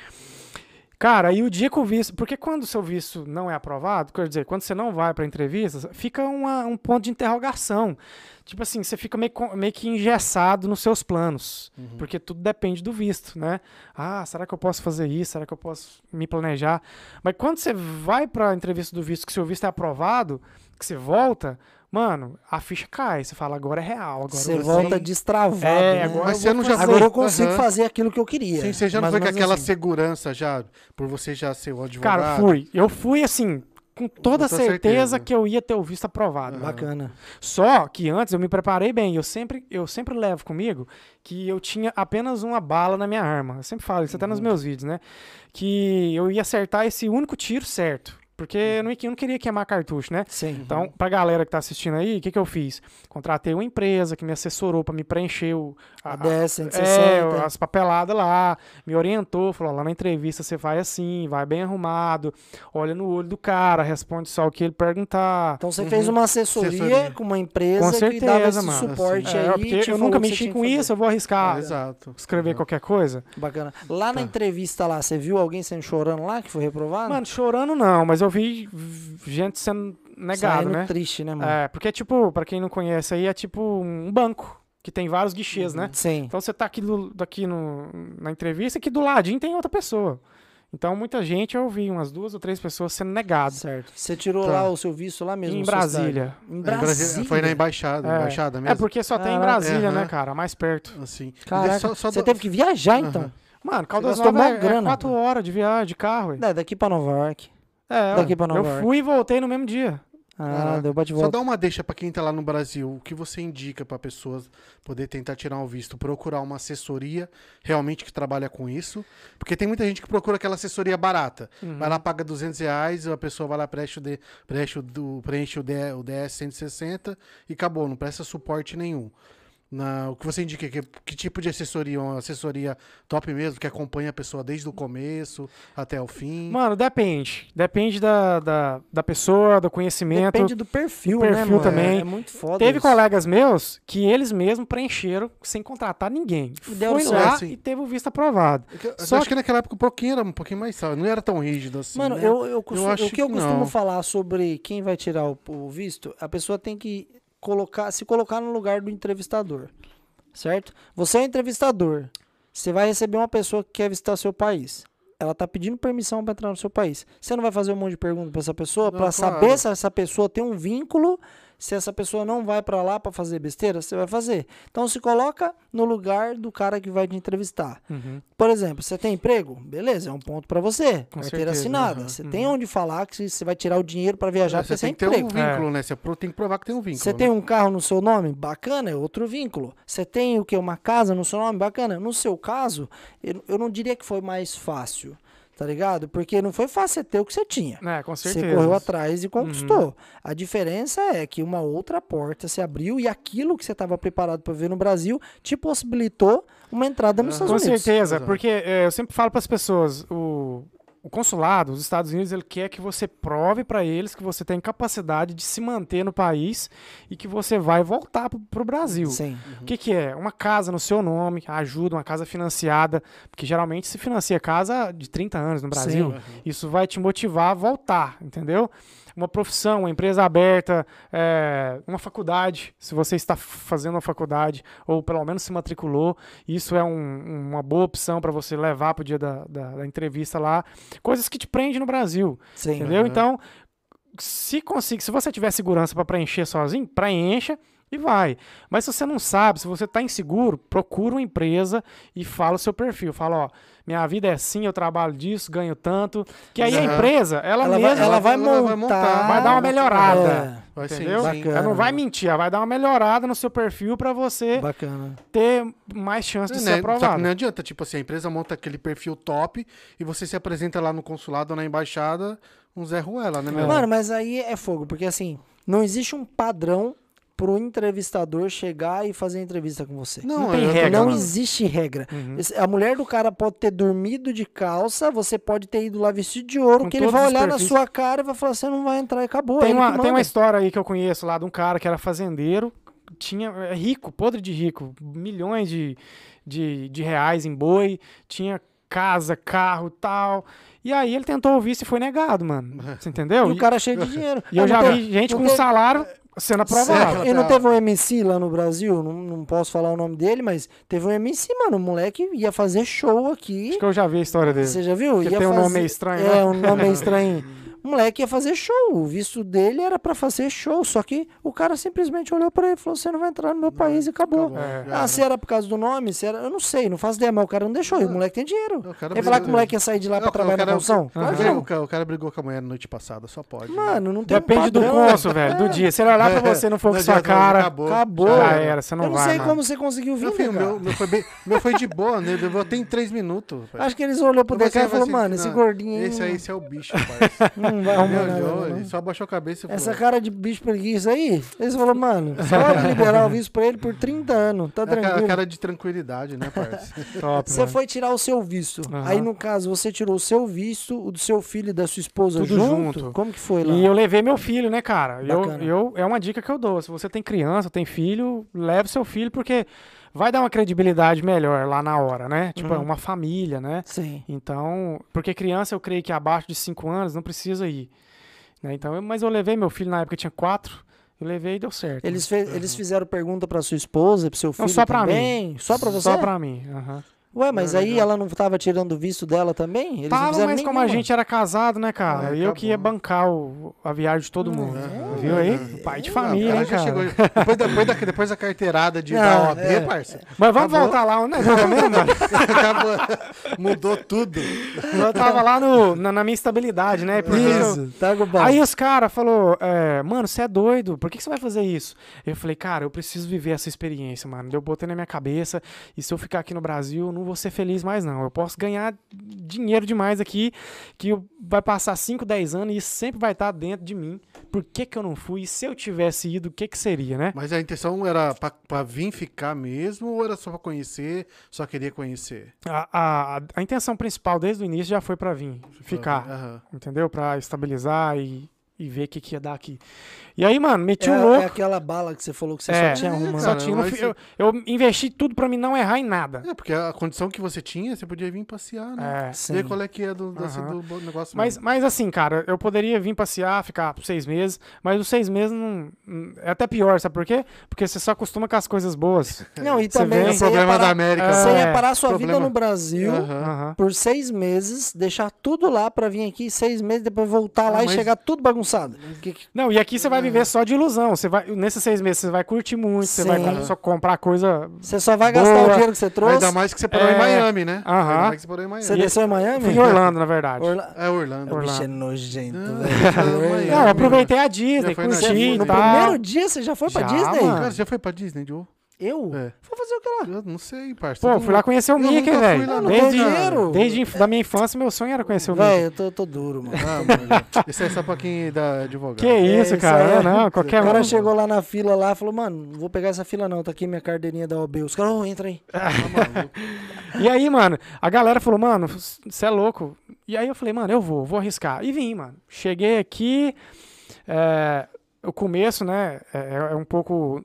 Cara, e o dia que o visto... Porque quando o seu visto não é aprovado, quer dizer, quando você não vai pra entrevista, fica um ponto de interrogação. Tipo assim, você fica meio que engessado nos seus planos. Porque tudo depende do visto, né? Ah, será que eu posso fazer isso? Será que eu posso me planejar? Mas quando você vai pra entrevista do visto, que seu visto é aprovado, que você volta... Mano, a ficha cai. Você fala, agora é real. Agora Você eu vou volta fazer- destravado, É, né? agora Mas eu você vou não já fazer. Agora foi- eu consigo Aham. fazer aquilo que eu queria. Sim, você já não Mais foi ou com menos aquela assim. segurança já, por você já ser o advogado? Cara, fui. Eu fui assim, com toda Com toda certeza certeza. que eu ia ter o visto aprovado. Bacana. Só que antes eu me preparei bem. Eu sempre levo comigo que eu tinha apenas uma bala na minha arma. Eu sempre falo isso até nos meus vídeos, né? Que eu ia acertar esse único tiro certo. Porque eu não queria queimar cartucho, né? Sim. Então, pra galera que tá assistindo aí, o que eu fiz? Contratei uma empresa que me assessorou pra me preencher A 10, 160. as papeladas lá, me orientou, falou, lá na entrevista você vai assim, vai bem arrumado, olha no olho do cara, responde só o que ele perguntar. Então você fez uma assessoria, Assessoria. com uma empresa Com que certeza, dava esse mano. suporte É, aí. porque te eu falou nunca o que você mexi tinha com que isso, fazer. eu vou arriscar Exato. escrever qualquer coisa. Bacana. Lá na Tá. entrevista lá, você viu alguém sendo chorando lá que foi reprovado? Mano, chorando não, mas eu vi gente sendo negado, Saindo né? triste, né, mano? É, porque tipo, pra quem não conhece aí, é tipo um banco, que tem vários guichês, né? Sim. Então você tá aqui na entrevista, que do ladinho tem outra pessoa. Então muita gente, eu vi umas 2 ou 3 pessoas sendo negadas. Certo. Você tirou Tá. lá o seu visto lá mesmo? Em na sua Brasília. cidade? Em Em Brasília? Foi na embaixada, embaixada mesmo? É porque só tem em Caraca. Brasília, né, Aham. cara? Mais perto. Assim. Caraca, Só você do- teve que viajar, então? Aham. Mano, Caldas gastou Novas mó grana, 4 horas de viagem, de carro. Ué. É, daqui pra Nova York. É, daqui pra Nova eu York. fui e voltei no mesmo dia. Ah, deu bate Só volta. dá uma deixa pra quem tá lá no Brasil. O que você indica pra pessoas poder tentar tirar um visto? Procurar uma assessoria realmente que trabalha com isso. Porque tem muita gente que procura aquela assessoria barata. Vai lá, paga R$200, a pessoa vai lá, preenche o DS 160 e acabou. Não presta suporte nenhum. O que você indica? Que tipo de assessoria? Uma assessoria top mesmo, que acompanha a pessoa desde o começo até o fim? Mano, depende. Depende da pessoa, do conhecimento. Depende do perfil, do né, perfil mano? também. É muito foda Teve isso. colegas meus que eles mesmos preencheram sem contratar ninguém. E deu Foi certo, lá sim. e teve o visto aprovado. Eu Só acho que naquela época era um pouquinho mais sábio. Não era tão rígido assim. Mano, né? acho o que eu que costumo não. falar sobre quem vai tirar o visto, a pessoa tem que se colocar no lugar do entrevistador, certo? Você é o entrevistador, você vai receber uma pessoa que quer visitar seu país. Ela tá pedindo permissão para entrar no seu país. Você não vai fazer um monte de perguntas para essa pessoa Não, para claro. saber se essa pessoa tem um vínculo, se essa pessoa não vai para lá para fazer besteira, você vai fazer. Então se coloca no lugar do cara que vai te entrevistar. Uhum. Por exemplo, você tem emprego? Beleza, é um ponto pra você. Com Carteira certeza, assinada. aham, Você tem onde falar que você vai tirar o dinheiro pra viajar porque Você você tem tem que ter um emprego. vínculo, né? Você tem que provar que tem um vínculo. Você né? tem um carro no seu nome? Bacana, é outro vínculo. Você tem o quê? Uma casa no seu nome? Bacana. No seu caso, eu não diria que foi mais fácil, tá ligado? Porque não foi fácil você ter o que você tinha. É, com certeza. Você correu atrás e conquistou. A diferença é que uma outra porta se abriu e aquilo que você estava preparado para ver no Brasil te possibilitou uma entrada nos Estados Com Unidos. certeza, Exato. porque eu sempre falo para as pessoas, o consulado, os Estados Unidos, ele quer que você prove para eles que você tem capacidade de se manter no país e que você vai voltar pro Brasil. Sim. O que é? Uma casa no seu nome, ajuda, uma casa financiada, porque geralmente se financia casa de 30 anos no Brasil. Sim. Isso vai te motivar a voltar, entendeu? Uma profissão, uma empresa aberta, uma faculdade, se você está fazendo uma faculdade ou pelo menos se matriculou, isso é uma boa opção para você levar para o dia da entrevista lá. Coisas que te prendem no Brasil, Sim. entendeu? Então, se você tiver segurança para preencher sozinho, preencha e vai. Mas se você não sabe, se você está inseguro, procura uma empresa e fala o seu perfil. Fala, ó, minha vida é assim, eu trabalho disso, ganho tanto. Que aí a Aham. empresa, ela vai mesma montar. vai dar uma melhorada. É, Vai sim, Entendeu? sim. Bacana. Ela não vai mentir, ela vai dar uma melhorada no seu perfil para você bacana. ter mais chance de ser Né? Só que aprovado. não adianta, tipo assim, a empresa monta aquele perfil top e você se apresenta lá no consulado ou na embaixada, um Zé Ruela, né, meu? Mano, mas aí é fogo, porque assim, não existe um padrão pro entrevistador chegar e fazer a entrevista com você. não tem eu tô regra, Não mano. existe regra. Uhum. A mulher do cara pode ter dormido de calça, você pode ter ido lá vestido de ouro, Com que ele todos vai os olhar na perfis. sua cara e vai falar, você não vai entrar e acabou. Tem é ele uma, que tem uma manda. história aí que eu conheço lá de um cara que era fazendeiro, tinha rico, podre de rico, milhões de reais em boi, tinha casa, carro, tal. E aí ele tentou o visto e foi negado, mano. Você entendeu? E o cara cheio de dinheiro. E eu Ah, já não vi tem- gente não com tem- salário sendo aprovado. E não teve um MC lá no Brasil, não posso falar o nome dele, mas teve um MC, mano, o moleque ia fazer show aqui. Acho que eu já vi a história dele. Você já viu? Que Ia tem um fazer... nome meio estranho, É, né? um nome meio estranho. O moleque ia fazer show. O visto dele era pra fazer show. Só que o cara simplesmente olhou pra ele e falou: você não vai entrar no meu país e acabou. É. Ah, se era por causa do nome, se era. Eu não sei, não faço ideia, mas o cara não deixou. E o moleque tem dinheiro. O cara Ele falar brigou- que o moleque ia sair de lá pra trabalhar na construção? Claro que não. O cara brigou com a mulher na noite passada, só pode. Mano, não tem Depende do padrão. cônsul, velho, do dia. Se ele olhar pra você e não for com sua adianta, cara, Acabou. já era, você não Eu não vai, sei mano. como você conseguiu vir, Meu filho, cara. meu foi de boa, né? Eu voltei em 3 minutos. pai. Acho que eles olhou pro Você DK e vai falou: assim, mano, esse não, gordinho aí. Esse é o bicho, parceiro. Não vai Ele arrumar nada, olhou, não. ele só abaixou a cabeça e Essa falou... cara de bicho preguiça aí, eles falaram, mano, só liberar o visto pra ele por 30 anos, tá É aquela tranquilo. cara de tranquilidade, né, parceiro? Top, Você mano. foi tirar o seu visto. Aham. Aí, no caso, você tirou o seu visto, o do seu filho e da sua esposa Tudo junto? junto. Como que foi lá? E eu levei meu filho, né, cara? Bacana. É uma dica que eu dou. Se você tem criança, tem filho, leve seu filho, porque vai dar uma credibilidade melhor lá na hora, né? Tipo, é uma família, né? Sim. Então, porque criança, eu creio que abaixo de 5 anos não precisa ir. Né? Então, mas eu levei meu filho na época, tinha 4, eu levei e deu certo. Eles fizeram pergunta pra sua esposa, pro seu filho Não, só pra também? mim. Só pra você? Só pra mim. Aham. Ué, mas Não, aí legal. ela não tava tirando o visto dela também? Eles não Tava, fizeram mas como a nenhuma. gente era casado, né, cara? Eu que ia acabou. bancar a viagem de todo mundo. Viu aí? Pai de família, Não, hein, já cara? chegou. Depois da carteirada de Não, da OAB, é. parça. Mas vamos Acabou. voltar lá, né? Tava mesmo, mano? Acabou. Mudou tudo. Eu tava lá na minha estabilidade, né? Porque Isso, tá com o pau. Aí os caras falaram, mano, você é doido, por que você vai fazer isso? Eu falei, cara, eu preciso viver essa experiência, mano. Eu botei na minha cabeça, e se eu ficar aqui no Brasil, eu não vou ser feliz mais, não. Eu posso ganhar dinheiro demais aqui, que vai passar 5, 10 anos, e isso sempre vai estar dentro de mim. Por que que eu não fui? E se eu tivesse ido, o que que seria, né? Mas a intenção era pra vir ficar mesmo ou era só pra conhecer, só queria conhecer? A intenção principal desde o início já foi pra vir, ficar, Aham. entendeu? Pra estabilizar e ver o que que ia dar aqui. E aí, mano, meti o louco. É aquela bala que você falou que você É, só tinha uma. Só cara, tinha, mas eu investi tudo pra mim não errar em nada. É, porque a condição que você tinha, você podia vir passear, né? É. Sim. Ver qual é que é do Aham. negócio Mas mesmo. assim, cara, eu poderia vir passear, ficar por 6 meses, mas os 6 meses não. É até pior, sabe por quê? Porque você só acostuma com as coisas boas. Não, e Você também vê? É o problema da América. Você É, ia parar sua problema- vida no Brasil Aham. Aham. por 6 meses, deixar tudo lá pra vir aqui 6 meses, depois voltar lá e mas- chegar tudo bagunçado. Não, e aqui você vai viver só de ilusão. Você vai, nesses 6 meses você vai curtir muito, você vai Sim. só comprar coisa. Você só vai gastar o Boa. dinheiro que você trouxe. Ainda mais que você parou em Miami, né? Aham. Ainda mais que você parou em Miami. Você desceu em Miami? Fui em Orlando, na verdade. É Orlando. O bicho é Orlando. nojento, Não, velho. Miami. Não, eu aproveitei a Disney, Já foi na curti Disney? e No tal. primeiro dia você já foi pra Já, Disney? mano. Cara, você já foi pra Disney, Joe? Eu? É. Vou fazer o que lá? Eu não sei, parça. Pô, fui lá conhecer o Eu Mickey, nunca fui velho. lá, não. Desde, Dinheiro. desde da minha infância, meu sonho era conhecer o Mickey. Velho, eu tô duro, mano. Ah, mano. Isso é só pra quem dá advogado. Que isso, isso cara? aí é- Não, qualquer O cara um. chegou lá na fila lá e falou, mano, não vou pegar essa fila não, tá aqui minha carteirinha da OB. Os caras, entra aí. Tá maluco. E aí, mano, a galera falou, mano, você é louco. E aí eu falei, mano, eu vou arriscar. E vim, mano. Cheguei aqui, o começo, né, é um pouco...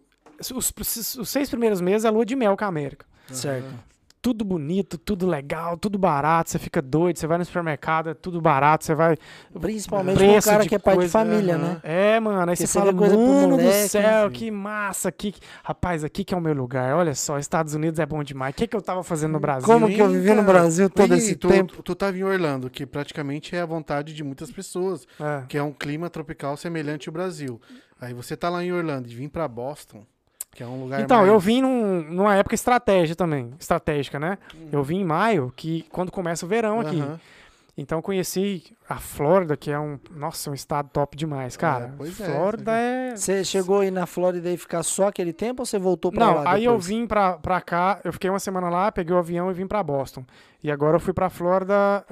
Os 6 primeiros meses é lua de mel com a América. Certo. Tudo bonito, tudo legal, tudo barato, você fica doido, você vai no supermercado, é tudo barato, você vai... Principalmente pro Preço cara de que é pai de coisa, família, aham. né? É, mano, aí Porque você você fala, vê coisa pro mano do moleque, céu, sim. que massa, aqui, rapaz, aqui que é o meu lugar, olha só, Estados Unidos é bom demais, o que que eu tava fazendo no Brasil? Como que eu vivi no cara. Brasil todo E esse tu, tempo? Tu tava em Orlando, que praticamente é a vontade de muitas pessoas, É. que é um clima tropical semelhante ao Brasil. Aí você tá lá em Orlando e vir pra Boston, que é um lugar Então, mais... eu vim numa época estratégica, né? Eu vim em maio, que quando começa o verão aqui. Aham. Então eu conheci a Flórida, que é um estado top demais, cara. pois é, Flórida é... Você chegou aí na Flórida e ficar só aquele tempo ou você voltou pra Não, lá aí eu depois? vim pra cá, eu fiquei uma semana lá, peguei o avião e vim pra Boston. E agora eu fui pra Flórida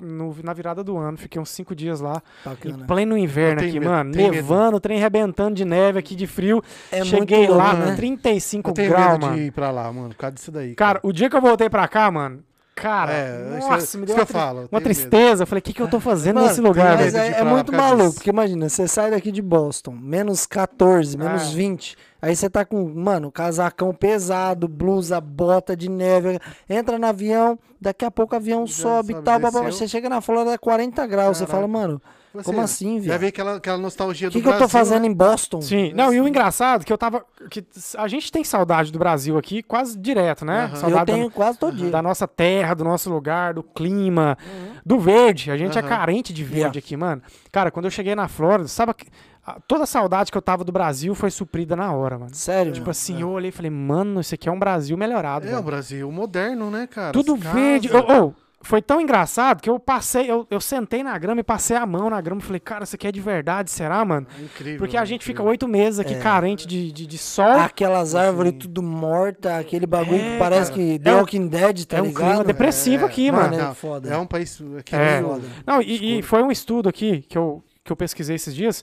na virada do ano, fiquei uns 5 dias lá, em Bacana. pleno inverno Eu tenho aqui, medo, mano, tenho medo. nevando, trem rebentando de neve aqui, de frio. É Cheguei muito lá, louco, né? 35 Eu tenho graus, medo mano. de ir pra lá, mano, por causa disso daí. Cara, o dia que eu voltei pra cá, mano, cara, nossa, me deu que eu falo. eu uma tenho tristeza. Eu falei, o que eu tô fazendo Mano, nesse lugar, mas velho? de ir é pra lá muito por causa maluco, disso. porque imagina, você sai daqui de Boston, menos 14, menos É. 20, aí você tá com, mano, casacão pesado, blusa, bota de neve, entra no avião, daqui a pouco o avião sobe e sobe, tal, babá, desceu. você chega na Flórida a 40 graus, você Caraca. fala, mano, Você como assim, Já velho? veio aquela nostalgia O do que eu Brasil. tô fazendo né? em Boston? Sim, não, e o engraçado que que a gente tem saudade do Brasil aqui quase direto, né? Aham. Eu Saudade tenho quase todo dia. da nossa terra, do nosso lugar, do clima, do verde. A gente é Aham. carente de verde Yeah. aqui, mano. Cara, quando eu cheguei na Flórida, sabe toda a saudade que eu tava do Brasil foi suprida na hora, mano. Sério? Tipo assim, eu olhei e falei, mano, isso aqui é um Brasil melhorado, É, velho. o Brasil moderno, né, cara? Tudo As verde. casas. Foi tão engraçado que eu sentei na grama e passei a mão na grama e falei, cara, isso aqui é de verdade, será, mano? Incrível. Porque a gente incrível. fica 8 meses aqui carente de sol. Aquelas árvores tudo mortas, aquele bagulho que parece cara. que The Walking Dead, tá é um ligado? clima depressivo aqui, Mano, mano. é Não, foda. É um país que É. meio- Foda. Não, e foi um estudo aqui que eu pesquisei esses dias.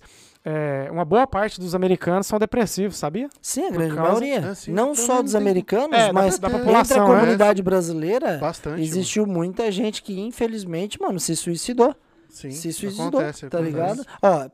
Uma boa parte dos americanos são depressivos, sabia? Sim, a grande causa- maioria. É, sim, não também só dos tem- americanos, É, da- mas da entre população, a né? comunidade brasileira, Bastante. existiu muita gente que, infelizmente, mano, se suicidou. mano. Sim, Se suicidou, acontece, tá acontece. ligado? Ó,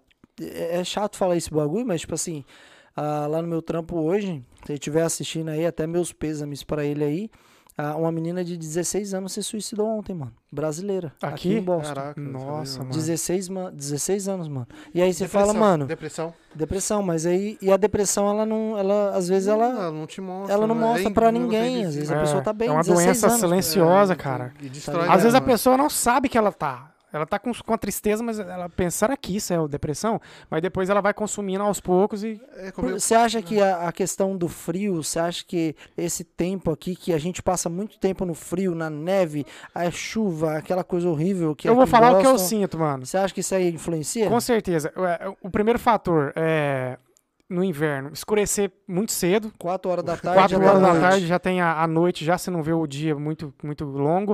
é chato falar esse bagulho, mas, tipo assim, lá no meu trampo hoje, se ele estiver assistindo aí, até meus pêsames pra ele aí, Uma menina de 16 anos se suicidou ontem, mano. Brasileira. Aqui? Em Boston. Caraca, Nossa, mano. 16 anos, mano. E aí você Depressão, fala, mano, Depressão. depressão, mas aí, e a depressão, às vezes ela não te mostra. ela não né? mostra É pra não ninguém, tem às vezes visível. a pessoa tá bem, É uma 16 doença anos. silenciosa, É, cara. E destrói Tá Às vezes a ela. pessoa não sabe que ela tá. Ela tá com a tristeza, mas ela pensa, será que isso é depressão? Mas depois ela vai consumindo aos poucos e... É como eu- Você acha que a questão do frio, você acha que esse tempo aqui, que a gente passa muito tempo no frio, na neve, a chuva, aquela coisa horrível que Eu vou aqui em falar o que eu Boston, sinto, mano. Você acha que isso aí influencia? Com certeza. O primeiro fator é, no inverno, escurecer muito cedo. 4 horas da tarde. 4 já tá horas da noite. tarde já tem a noite, já você não vê o dia muito, muito longo.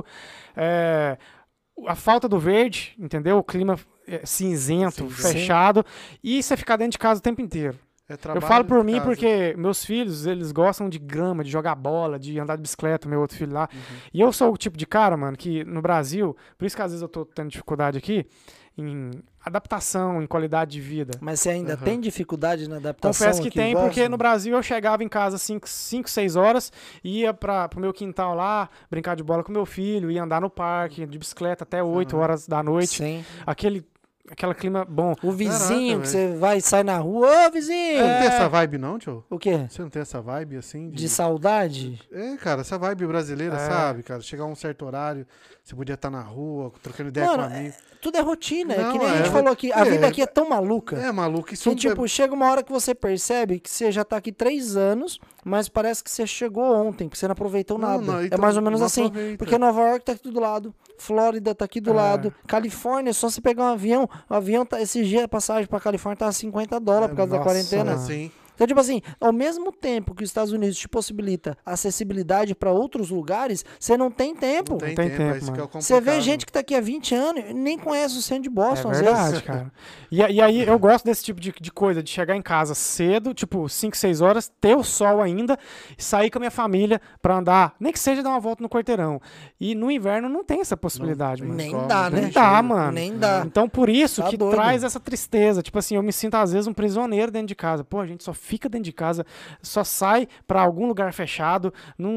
A falta do verde, entendeu? O clima cinzento, Cinzento. fechado. E você ficar dentro de casa o tempo inteiro. É Eu trabalho falo por de mim casa. porque meus filhos, eles gostam de grama, de jogar bola, de andar de bicicleta, meu outro filho lá. E eu sou o tipo de cara, mano, que no Brasil, por isso que às vezes eu tô tendo dificuldade aqui, em adaptação, em qualidade de vida. Mas você ainda Aham. tem dificuldade na adaptação? Confesso que aqui em tem, porque Boston? no Brasil eu chegava em casa 5, 6 horas, ia pro meu quintal lá, brincar de bola com meu filho, ia andar no parque, de bicicleta até 8 horas da noite. Sim. Aquele clima bom. O vizinho Caraca, que você vai e sai na rua, ô vizinho! Você não tem essa vibe, não, tio? O quê? Você não tem essa vibe assim? De saudade? É, cara, essa vibe brasileira, É. sabe, cara? Chegar a um certo horário, você podia estar na rua, trocando ideia Mano, com um amigo. tudo é rotina. É Não, que nem a é gente falou aqui. A é- vida aqui é tão maluca. É, maluco, isso Que, tipo, chega uma hora que você percebe que você já tá aqui 3 anos, mas parece que você chegou ontem, que você não aproveitou Não, nada. não, É então mais ou menos não assim. aproveita. Porque Nova York tá aqui do lado, Flórida tá aqui do É. lado, Califórnia, é só você pegar um avião. O avião, esses dias, a passagem pra Califórnia tá $50 por causa da nossa, quarentena. mano. Assim, Então, tipo assim, ao mesmo tempo que os Estados Unidos te possibilita acessibilidade pra outros lugares, você não tem tempo. não tem, tem tempo, tempo, é isso que é o complicado. Você vê gente que tá aqui há 20 anos e nem conhece o centro de Boston, É às verdade, vezes. cara. E aí eu gosto desse tipo de coisa, de chegar em casa cedo, tipo 5, 6 horas, ter o sol ainda, e sair com a minha família pra andar, nem que seja dar uma volta no quarteirão. E no inverno não tem essa possibilidade, tem mano. Nem como, dá, não né? Não tem dá, jeito. mano. Nem dá. Então por isso Tá que doido. traz essa tristeza. Tipo assim, eu me sinto às vezes um prisioneiro dentro de casa. Pô, a gente só fica dentro de casa, só sai pra algum lugar fechado.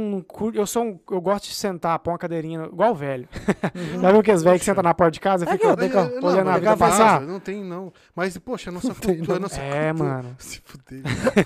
Eu gosto de sentar, pôr uma cadeirinha, igual o velho. Já viu aqueles velhos que sentam na porta de casa e ficam olhando a vida beleza, passar? Não tem, não. Mas, poxa, a nossa cultura, a nossa É, cultura- mano. Se fuder.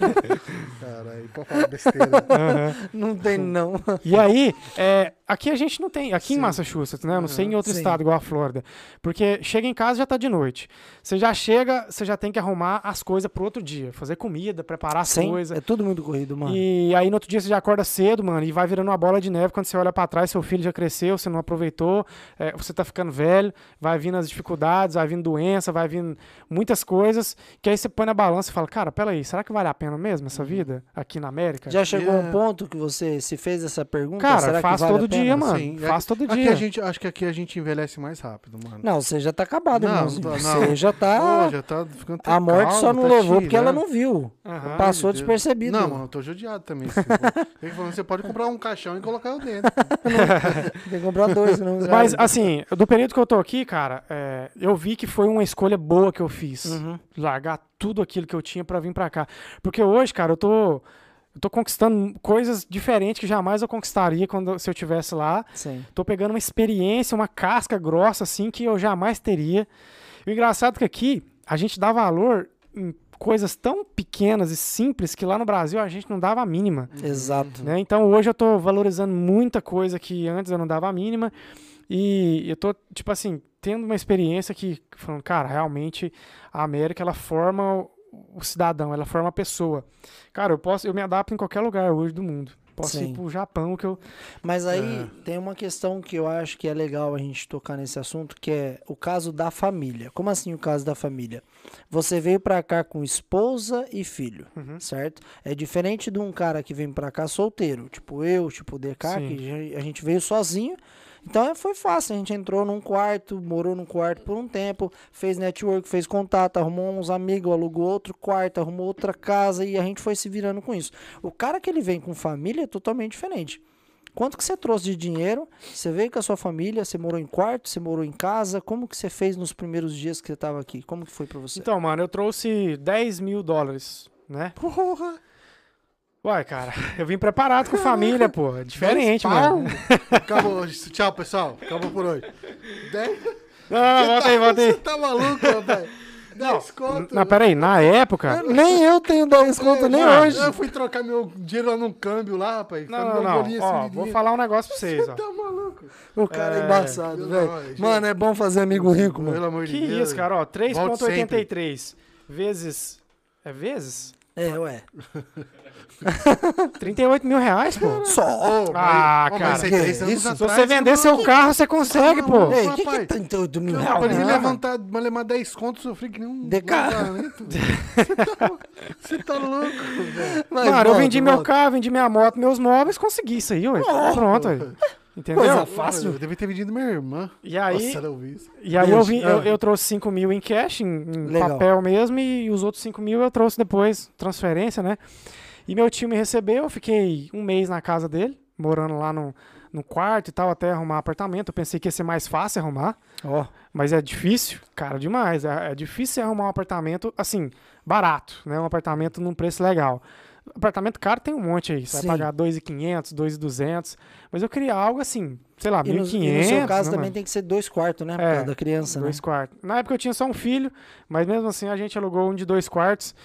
Caralho, pode falar besteira. Não tem, não. E aí, aqui a gente não tem, aqui em Sim. Massachusetts, né? Eu não sei em outro Sim. estado igual a Flórida. Porque chega em casa já tá de noite. Você já chega, você já tem que arrumar as coisas pro outro dia. Fazer comida, preparar as Sim, coisas. é tudo muito corrido, mano. E aí no outro dia você já acorda cedo, mano, e vai virando uma bola de neve. Quando você olha pra trás, seu filho já cresceu, você não aproveitou, você tá ficando velho, vai vindo as dificuldades, vai vindo doença, vai vindo muitas coisas, que aí você põe na balança e fala, cara, peraí, será que vale a pena mesmo essa vida aqui na América? Já chegou a um É. ponto que você se fez essa pergunta? Cara, Será faz que vale todo a pena? dia, mano. Sim, Faz todo Aqui dia. acho que aqui a gente envelhece mais rápido, mano. Não, você já tá acabado, Não, irmãozinho. não. Você já tá... Pô, já tá ficando A morte só calmo, não tá levou porque ela tirando. não viu. Aham. Passou Meu Deus. despercebido. Não, mano, eu tô judiado também. Assim, pô. Falando, você pode comprar um caixão e colocar eu dentro. Tem que comprar 2, senão... Mas, assim, do período que eu tô aqui, cara, eu vi que foi uma escolha boa que eu fiz. Uhum. Largar tudo aquilo que eu tinha pra vir pra cá. Porque hoje, cara, eu tô conquistando coisas diferentes que jamais eu conquistaria se eu estivesse lá. Sim. Tô pegando uma experiência, uma casca grossa, assim, que eu jamais teria. E o engraçado é que aqui a gente dá valor em coisas tão pequenas e simples que lá no Brasil a gente não dava a mínima. Exato. Né? Então hoje eu tô valorizando muita coisa que antes eu não dava a mínima. E eu tô, tipo assim, tendo uma experiência que, falando, cara, realmente a América, ela forma o cidadão, ela forma a pessoa. Cara, eu me adapto em qualquer lugar hoje do mundo. Posso Sim. ir pro Japão, que eu... Mas aí tem uma questão que eu acho que é legal a gente tocar nesse assunto, que é o caso da família. Como assim o caso da família? Você veio pra cá com esposa e filho, certo? É diferente de um cara que vem pra cá solteiro, tipo eu, tipo o DK, Sim. que a gente veio sozinho. Então foi fácil, a gente entrou num quarto, morou num quarto por um tempo, fez network, fez contato, arrumou uns amigos, alugou outro quarto, arrumou outra casa e a gente foi se virando com isso. O cara que ele vem com família é totalmente diferente. Quanto que você trouxe de dinheiro? Você veio com a sua família, você morou em quarto, você morou em casa, como que você fez nos primeiros dias que você estava aqui? Como que foi pra você? Então, mano, eu trouxe $10 mil, né? Porra! Uai, cara, eu vim preparado com família, pô. É diferente, mano. Acabou. Tchau, pessoal. Acabou por hoje. 10... Não, volta aí. Você tá maluco, rapaz? 10 conto. Não, peraí, na época... Nem eu tenho 10 conto, nem Mano, hoje. Eu fui trocar meu dinheiro lá num câmbio lá, rapaz. Não. Ó, vou falar um negócio pra vocês, ó. Tá maluco? O cara é embaçado, velho. Não, Mano, é bom fazer amigo rico, mano. Pelo amor de Que Deus. isso, cara, ó. Volte 3,83 vezes... É vezes? É, ué. 38 mil reais, pô. Só. Ah, Mas cara. isso aí, que 3 anos isso? Se atrás, você vender seu carro, você consegue, pô. Ei, o que é rapaz, 38 mil Não, reais? pra ele né, levantar, levar 10 contos, sofri que nem um De carro. vazamento. Você tá louco, velho. Mas Mano, eu volta, vendi meu volta. carro, vendi minha moto, meus móveis, consegui isso aí, ué. Pronto, ué. Entendeu? Coisa fácil. Eu devia ter vendido minha irmã. E aí, Nossa, ela ouviu isso. e aí eu trouxe 5 mil em cash, em Legal. papel mesmo, e os outros 5 mil eu trouxe depois, transferência, né? E meu tio me recebeu, eu fiquei um mês na casa dele, morando lá no quarto e tal, até arrumar apartamento. Eu pensei que ia ser mais fácil arrumar, Ó, mas é difícil, cara, demais. É difícil arrumar um apartamento, assim, barato, né? Um apartamento num preço legal. Apartamento caro tem um monte aí, você Sim. vai pagar 2.500, 2.200, mas eu queria algo assim, sei lá, e no 1.500. seu caso né, também mano? tem que ser 2 quartos, né? Por É, causa da criança, né? 2 quartos. Na época eu tinha só um filho, mas mesmo assim a gente alugou um de 2 quartos.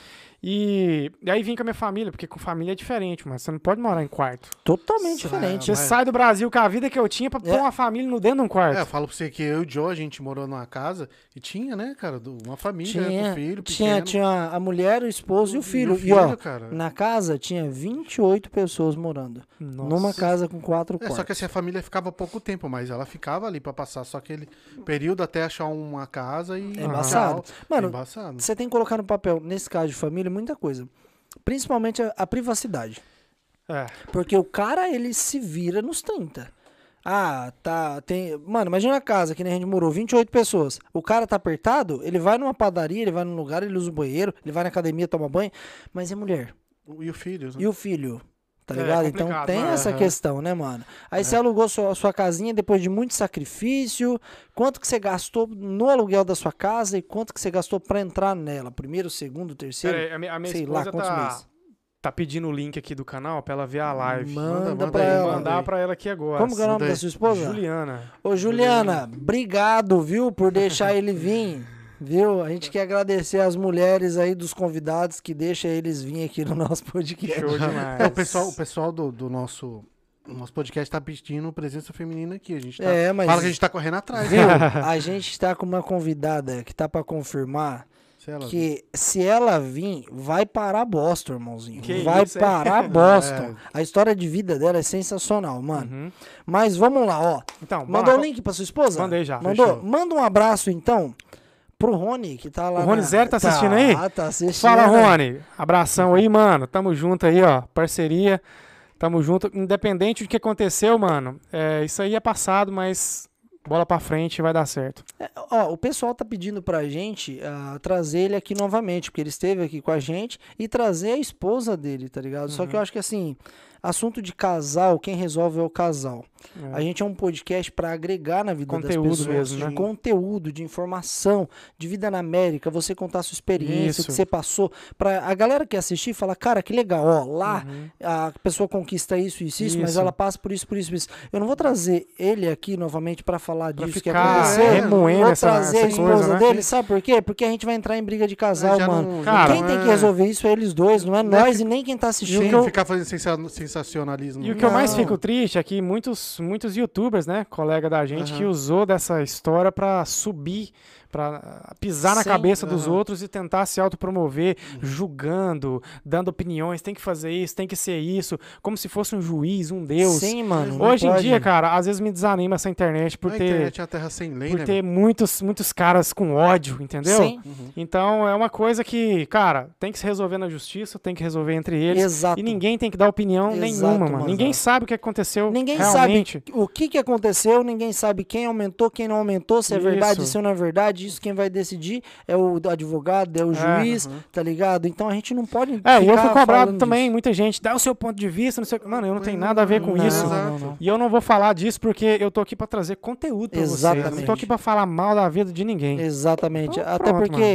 E aí vim com a minha família, porque com família é diferente, mas você não pode morar em quarto. Totalmente diferente. Você mas- sai do Brasil com a vida que eu tinha pra pôr uma família no dentro de um quarto. É, eu falo pra você que eu e o Joe, a gente morou numa casa e tinha, né, cara, uma família, né, com filho pequeno. Tinha a mulher, o esposo e o filho. E o ó, filho, cara. na casa tinha 28 pessoas morando. Nossa. Numa casa com 4 É, quartos. só que assim, a família ficava pouco tempo, mas ela ficava ali pra passar só aquele período até achar uma casa e... É embaçado. tchau. Mano, É embaçado. Você tem que colocar no papel, nesse caso de família, muita coisa. Principalmente a privacidade. É. Porque o cara, ele se vira nos 30. Ah, tá. Mano, imagina uma casa que nem a gente morou, 28 pessoas. O cara tá apertado, ele vai numa padaria, ele vai num lugar, ele usa o banheiro, ele vai na academia, toma banho. Mas é mulher. E o filho, né? E o filho? Tá É, ligado? complicado, Então tem né? essa questão, né, mano? Aí você alugou sua casinha depois de muito sacrifício. Quanto que você gastou no aluguel da sua casa e quanto que você gastou pra entrar nela? Primeiro, segundo, terceiro? Pera aí, a minha sei lá esposa quantos meses. tá pedindo o link aqui do canal pra ela ver a live. Manda manda pra aí, ela. Vou manda mandar aí. pra ela aqui agora. Como que é o nome Manda da aí. sua esposa? Juliana. Ô, Juliana, obrigado, viu, por deixar ele vir. Viu? A gente quer agradecer as mulheres aí dos convidados que deixam eles vir aqui no nosso podcast. Show demais. É, o pessoal do nosso podcast tá pedindo presença feminina aqui. A gente tá, É, mas- fala que a gente tá correndo atrás. Viu? Né? A gente tá com uma convidada que tá pra confirmar Se ela- que se ela vir, vai parar Boston, irmãozinho. Que Vai isso, hein? parar Boston. É. A história de vida dela é sensacional, mano. Uhum. Mas vamos lá, ó. Então, bora Mandou lá. o link pra sua esposa? Mandei já, Mandou? fechou. Manda um abraço, então, pro Rony, que tá lá O Rony Zero tá assistindo aí? Tá assistindo. Fala, Rony. Abração aí, mano. Tamo junto aí, ó. Parceria. Tamo junto. Independente do que aconteceu, mano. Isso aí é passado, mas bola pra frente vai dar certo. Ó, o pessoal tá pedindo pra gente trazer ele aqui novamente, porque ele esteve aqui com a gente, e trazer a esposa dele, tá ligado? Só que eu acho que assim, assunto de casal, quem resolve é o casal. A gente é um podcast pra agregar na vida Conteúdo das pessoas, mesmo, né? de conteúdo, de informação, de vida na América, você contar a sua experiência, o que Isso. você passou, pra a galera que assistir falar, cara, que legal, ó, lá a pessoa conquista isso, mas Isso. ela passa por isso. Eu não vou trazer ele aqui novamente pra falar Pra disso que ficar aconteceu. remoendo Vou essa trazer a esposa coisa, né? dele, sabe por quê? Porque a gente vai entrar em briga de casal, Já não- mano. Cara, Quem tem que resolver isso é eles dois, não é nós e nem quem tá assistindo. Sem ficar fazendo sensacionalismo. E o que eu mais Não. fico triste é que muitos youtubers, né, colega da gente, que usou dessa história pra subir, pra pisar na Sim. cabeça dos outros e tentar se autopromover, julgando, dando opiniões, tem que fazer isso, tem que ser isso, como se fosse um juiz, um deus. Sim, mano. não Hoje em pode. dia, cara, às vezes me desanima essa internet por A ter, internet é a terra sem lei, por né? ter muitos caras com ódio, entendeu? Sim, Então é uma coisa que, cara, tem que se resolver na justiça, tem que resolver entre eles. exato. E ninguém tem que dar opinião Exato, nenhuma, mano. mano. Ninguém sabe o que aconteceu Ninguém realmente. sabe o que aconteceu, ninguém sabe quem aumentou, quem não aumentou, se é verdade, Isso. se não é verdade. Isso quem vai decidir é o advogado, é o juiz, tá ligado? Então a gente não pode E eu fui ficar cobrado falando também, disso. muita gente, dá o seu ponto de vista, não sei o que. Mano, eu não tenho nada a ver com Não, isso. não. E eu não vou falar disso porque eu tô aqui pra trazer conteúdo pra vocês. Eu não Exatamente. tô aqui pra falar mal da vida de ninguém. Exatamente. Então, Até pronto, porque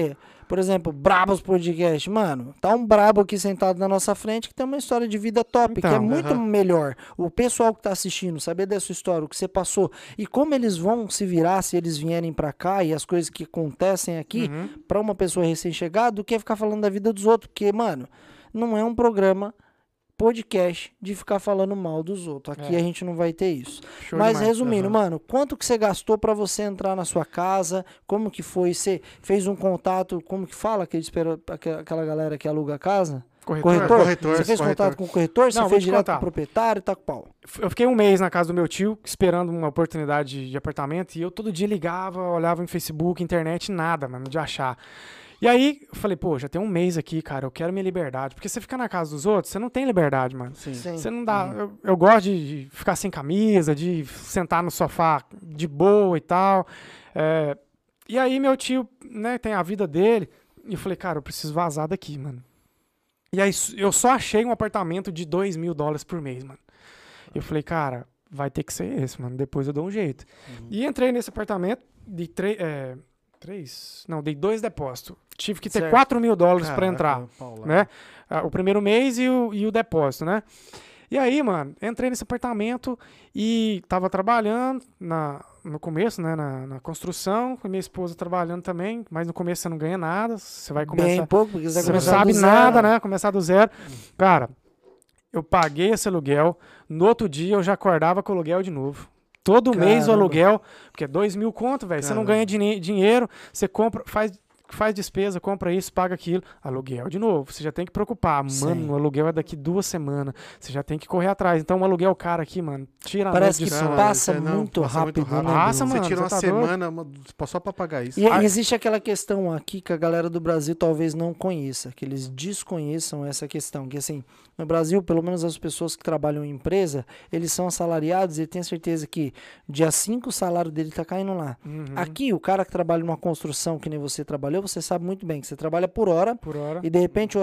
Por exemplo, Brabos Podcast. Mano, tá um brabo aqui sentado na nossa frente que tem uma história de vida top, que é Então, muito melhor. O pessoal que tá assistindo, saber da sua história, o que você passou e como eles vão se virar se eles vierem pra cá e as coisas que acontecem aqui pra uma pessoa recém-chegada, do que ficar falando da vida dos outros. Porque, mano, não é um programa podcast de ficar falando mal dos outros. Aqui a gente não vai ter isso. Show Mas demais. resumindo, mano, quanto que você gastou pra você entrar na sua casa? Como que foi? Você fez um contato, como que fala aquela galera que aluga a casa? Corretor? Você fez contato com o corretor? Você Não, vou fez te direto contar. com o proprietário? Tá com pau. Eu fiquei um mês na casa do meu tio, esperando uma oportunidade de apartamento, e eu todo dia ligava, olhava em Facebook, internet, nada, mano, de achar. E aí, eu falei, pô, já tem um mês aqui, cara, eu quero minha liberdade. Porque você fica na casa dos outros, você não tem liberdade, mano. Sim. Você não dá. Eu gosto de ficar sem camisa, de sentar no sofá de boa e tal. E aí, meu tio, né, tem a vida dele. E eu falei, cara, eu preciso vazar daqui, mano. E aí, eu só achei um apartamento de $2.000 por mês, mano. Eu falei, cara, vai ter que ser esse, mano. Depois eu dou um jeito. E entrei nesse apartamento de dei 2 depósitos. Tive que ter Certo. $4.000 pra entrar, Paula. né? O primeiro mês e o depósito, né? E aí, mano, entrei nesse apartamento e tava trabalhando no começo, né? Na construção, com minha esposa trabalhando também, mas no começo você não ganha nada, você vai começar... Bem pouco, porque Você vai não começar sabe do zero. nada, né? Começar do zero. Cara, eu paguei esse aluguel, no outro dia eu já acordava com o aluguel de novo. Todo mês o Caramba. aluguel, porque é 2.000 conto, velho. Você não ganha dinheiro, você compra, faz despesa, compra isso, paga aquilo. Aluguel de novo. Você já tem que preocupar. Mano, Sim. o aluguel é daqui 2 semanas. Você já tem que correr atrás. Então, um aluguel caro aqui, mano, tira a Parece noite que de sono. passa Não, muito passa muito rápido, rápido. né, Passa, Bruno? mano. Você tira uma você tá doido? semana só pra pagar isso. E existe aquela questão aqui que a galera do Brasil talvez não conheça, que eles desconheçam essa questão, que assim, no Brasil, pelo menos as pessoas que trabalham em empresa, eles são assalariados e tem certeza que dia 5 o salário dele tá caindo lá. Aqui, o cara que trabalha numa construção que nem você trabalhou, você sabe muito bem que você trabalha por hora, Por hora. e de repente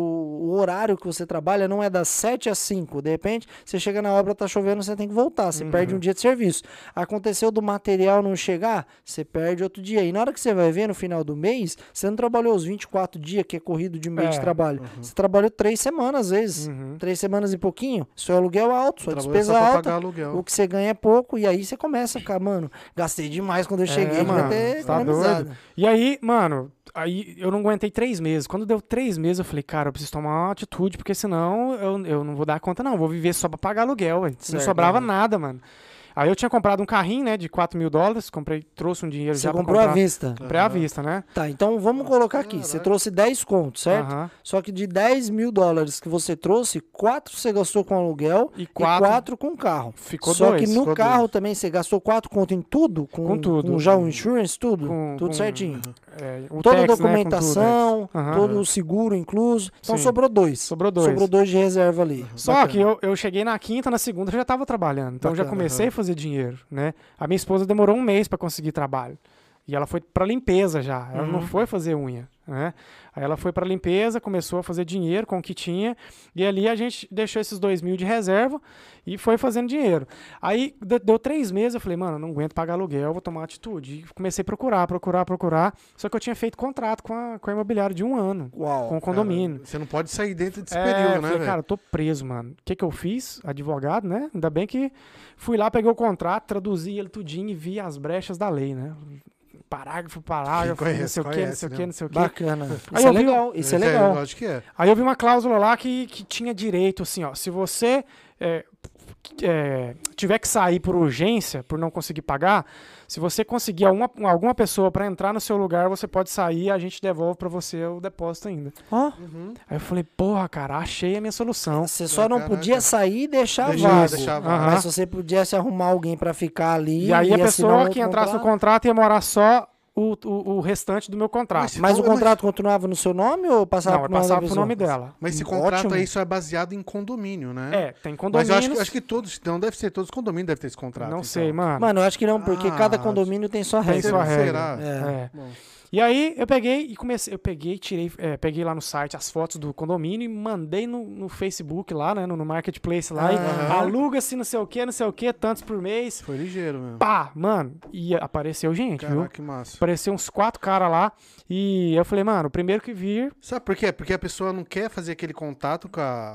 o horário que você trabalha não é das 7 às 5. De repente, você chega na obra, tá chovendo, você tem que voltar. Você perde um dia de serviço. Aconteceu do material não chegar, você perde outro dia. E na hora que você vai ver no final do mês, você não trabalhou os 24 dias, que é corrido de mês de trabalho. Você trabalhou 3 semanas, às vezes. 3 semanas e pouquinho. Seu aluguel é alto, sua Trabalha despesa só pra alta. pagar aluguel. O que você ganha é pouco. E aí você começa a ficar, mano, gastei demais quando eu cheguei. Devia mano, ter tá economizado. doido. E aí, mano, aí eu não aguentei 3 meses. Quando deu 3 meses, eu falei, cara, eu preciso tomar uma atitude, porque senão eu não vou dar conta, não. Eu vou viver só pra pagar aluguel, velho. Não Certo. sobrava nada, mano. Aí eu tinha comprado um carrinho, né, de $4.000. Trouxe um dinheiro Você já pra comprou à comprar. vista. Comprei à vista, né? Tá, então vamos colocar aqui. Você trouxe 10 contos, certo? Aham. Só que de $10.000 que você trouxe, 4 você gastou com aluguel E e quatro 4 com carro. Ficou Só 2. que no ficou carro dois. também você gastou 4 conto em tudo? Com tudo. Com já o insurance, tudo? Com- tudo com- certinho. O Toda a Tex, né, com documentação, tudo. Aham. todo o seguro incluso. Então Sim. sobrou 2. Sobrou 2. Sobrou 2 de reserva ali. Só Bacana. que eu cheguei na quinta, na segunda eu já tava trabalhando. Então eu já Bacana, comecei a fazer dinheiro, né? A minha esposa demorou um mês pra conseguir trabalho. E ela foi pra limpeza já. Ela não foi fazer unha, né? Aí ela foi pra limpeza, começou a fazer dinheiro com o que tinha. E ali a gente deixou esses 2.000 de reserva e foi fazendo dinheiro. Aí deu 3 meses, eu falei, mano, eu não aguento pagar aluguel, vou tomar atitude. E comecei a procurar. Só que eu tinha feito contrato com a imobiliária de 1 ano. Uau. Com o condomínio. Você não pode sair dentro desse É, período, eu né, falei, velho? cara, eu tô preso, mano. O que eu fiz? Advogado, né? Ainda bem que fui lá, peguei o contrato, traduzi ele tudinho e vi as brechas da lei, né? Parágrafo, Quem não sei o conhece, que, né? não sei o que. Bacana. Aí Isso é eu vi- legal. Isso é legal. Lógico que é. Aí eu vi uma cláusula lá que tinha direito, assim, ó, se você tiver que sair por urgência, por não conseguir pagar, se você conseguir alguma pessoa pra entrar no seu lugar, você pode sair e a gente devolve pra você o depósito ainda. Ó, Aí eu falei, porra, cara, achei a minha solução. você só não Caraca. podia sair e deixar Deixar- vago. deixar vago. Aham. Mas se você pudesse arrumar alguém pra ficar ali. E aí a assinar pessoa outro que entrasse no contrato. contrato ia morar só o restante do meu contrato. Mas o Então, contrato continuava no seu nome ou passava Não, pro vai nome da passar pro pessoa? nome dela. Mas esse Ótimo. contrato aí só é baseado em condomínio, né? É, tem Mas condomínios. eu acho que todos, não deve ser todos os condomínios devem ter esse contrato. Não então. sei, mano. Mano, eu acho que não, porque Ah, cada condomínio tem sua Tem regra. sua regra. Será? É. É. Bom. E aí eu peguei e comecei, peguei lá no site as fotos do condomínio e mandei no Facebook lá, né, no Marketplace lá, e aluga-se não sei o que, tantos por mês. Foi ligeiro mesmo. Pá, mano, e apareceu gente, Caraca, viu? que massa. Apareceu uns 4 caras lá e eu falei, mano, o primeiro que vir... Sabe por quê? Porque a pessoa não quer fazer aquele contato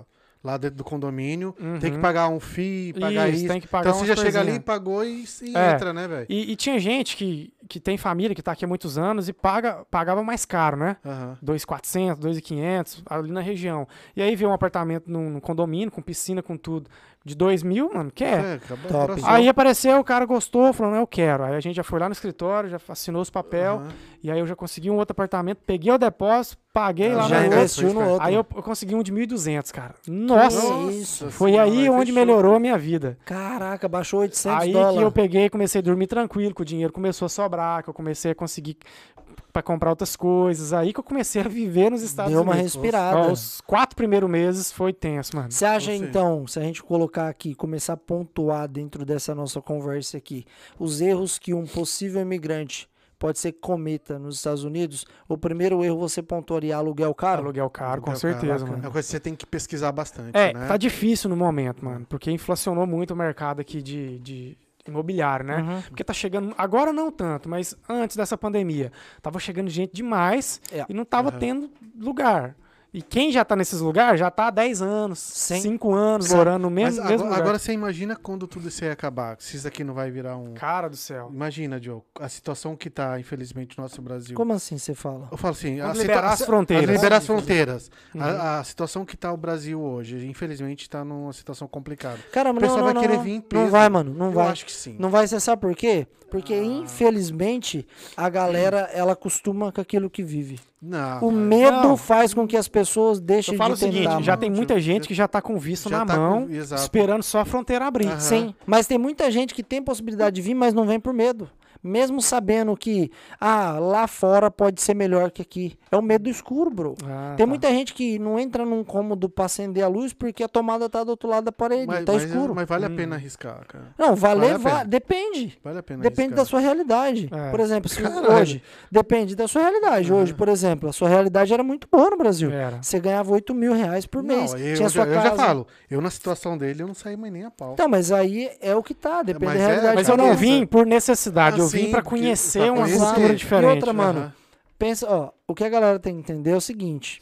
lá dentro do condomínio, tem que pagar um FII, pagar isso. Tem que pagar então você já chega coisinhas. ali, pagou e entra, né, velho? E tinha gente que tem família, que tá aqui há muitos anos e pagava mais caro, né? 2.400, 2.500 ali na região. E aí veio um apartamento num condomínio, com piscina, com tudo, de 2.000, mano, quer? Top. Aí apareceu, o cara gostou, falou, não, eu quero. Aí a gente já foi lá no escritório, já assinou os papel, e aí eu já consegui um outro apartamento, peguei o depósito, paguei lá já no investiu no outro. Aí eu consegui um de 1.200, cara. Nossa, isso. foi aí onde melhorou a minha vida. Caraca, baixou 800 aí dólares. que eu peguei e comecei a dormir tranquilo, que o dinheiro começou a sobrar, que eu comecei a conseguir pra comprar outras coisas. Aí que eu comecei a viver nos Estados Deu Unidos. uma respirada. Os 4 primeiros meses foi tenso, mano. Você acha, então, se a gente colocar aqui, começar a pontuar dentro dessa nossa conversa aqui, os erros que um possível imigrante pode ser que cometa nos Estados Unidos, o primeiro erro você pontuaria aluguel caro? Aluguel caro, com Aluguel certeza, caro. mano. É uma coisa que você tem que pesquisar bastante, É, né? tá difícil no momento, mano, porque inflacionou muito o mercado aqui de imobiliário, né? Porque tá chegando, agora não tanto, mas antes dessa pandemia, tava chegando gente demais e não tava tendo lugar. E quem já tá nesses lugares já tá há 10 anos, 5 anos, morando no mesmo lugar. Agora você imagina quando tudo isso aí acabar, se isso aqui não vai virar um... Cara do céu. Imagina, Diogo, a situação que tá, infelizmente, no nosso Brasil. Como assim você fala? Eu falo assim... Quando liberar as fronteiras. Liberar as fronteiras. A situação que tá o Brasil hoje, infelizmente, tá numa situação complicada. Cara, O pessoal vai querer vir em peso. Não vai, mano, não vai. Eu acho que sim. Não vai, você sabe por quê? Porque, infelizmente, a galera, ela costuma com aquilo que vive. Não. O medo faz com que as pessoas deixem Eu falo o de tentar. seguinte, já mano. tem muita gente que já tá com visto Já na tá mão, com- exato. esperando só a fronteira abrir. Sim, mas tem muita gente que tem possibilidade de vir, mas não vem por medo. Mesmo sabendo que lá fora pode ser melhor que aqui. É o medo do escuro, bro. Tem muita gente que não entra num cômodo pra acender a luz porque a tomada tá do outro lado da parede, tá escuro. Mas vale a pena arriscar, cara. Não, Vale a pena. depende. Vale a pena Depende da arriscar. sua realidade. É. Por exemplo, se Caralho. hoje, depende da sua realidade. Hoje, por exemplo, a sua realidade era muito boa no Brasil. Era. Você ganhava 8 mil reais por mês. Não, Tinha sua eu casa. já falo, eu na situação dele, eu não saí mais nem a pau. Então, mas aí é o que tá, depende Mas da realidade. Mas de eu não cada um. vim por necessidade, eu sim, vim pra porque- conhecer pra uma conhecer. cultura E diferente. E outra, mano, Aham. pensa, ó, o que a galera tem que entender é o seguinte.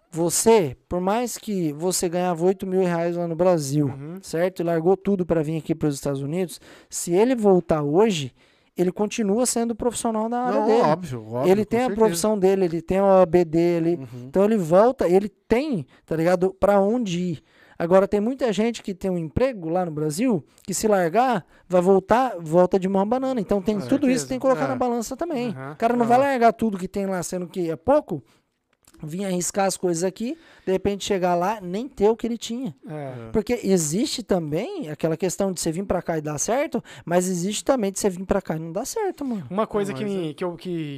Você, por mais que você ganhava 8 mil reais lá no Brasil, certo? E largou tudo pra vir aqui pros Estados Unidos, se ele voltar hoje, ele continua sendo profissional da área Não, dele. óbvio, Ele com tem a certeza. profissão dele, ele tem a OAB dele. Então ele volta, ele tem, tá ligado? Pra onde ir. Agora tem muita gente que tem um emprego lá no Brasil, que se largar, vai volta de mão a banana. Então tem tudo isso que tem que colocar na balança também. Uhum. O cara não vai largar tudo que tem lá, sendo que é pouco, vir arriscar as coisas aqui, de repente chegar lá, nem ter o que ele tinha. É. Porque existe também aquela questão de você vir pra cá e dar certo, mas existe também de você vir pra cá e não dar certo, mano. Uma coisa Não, que, mas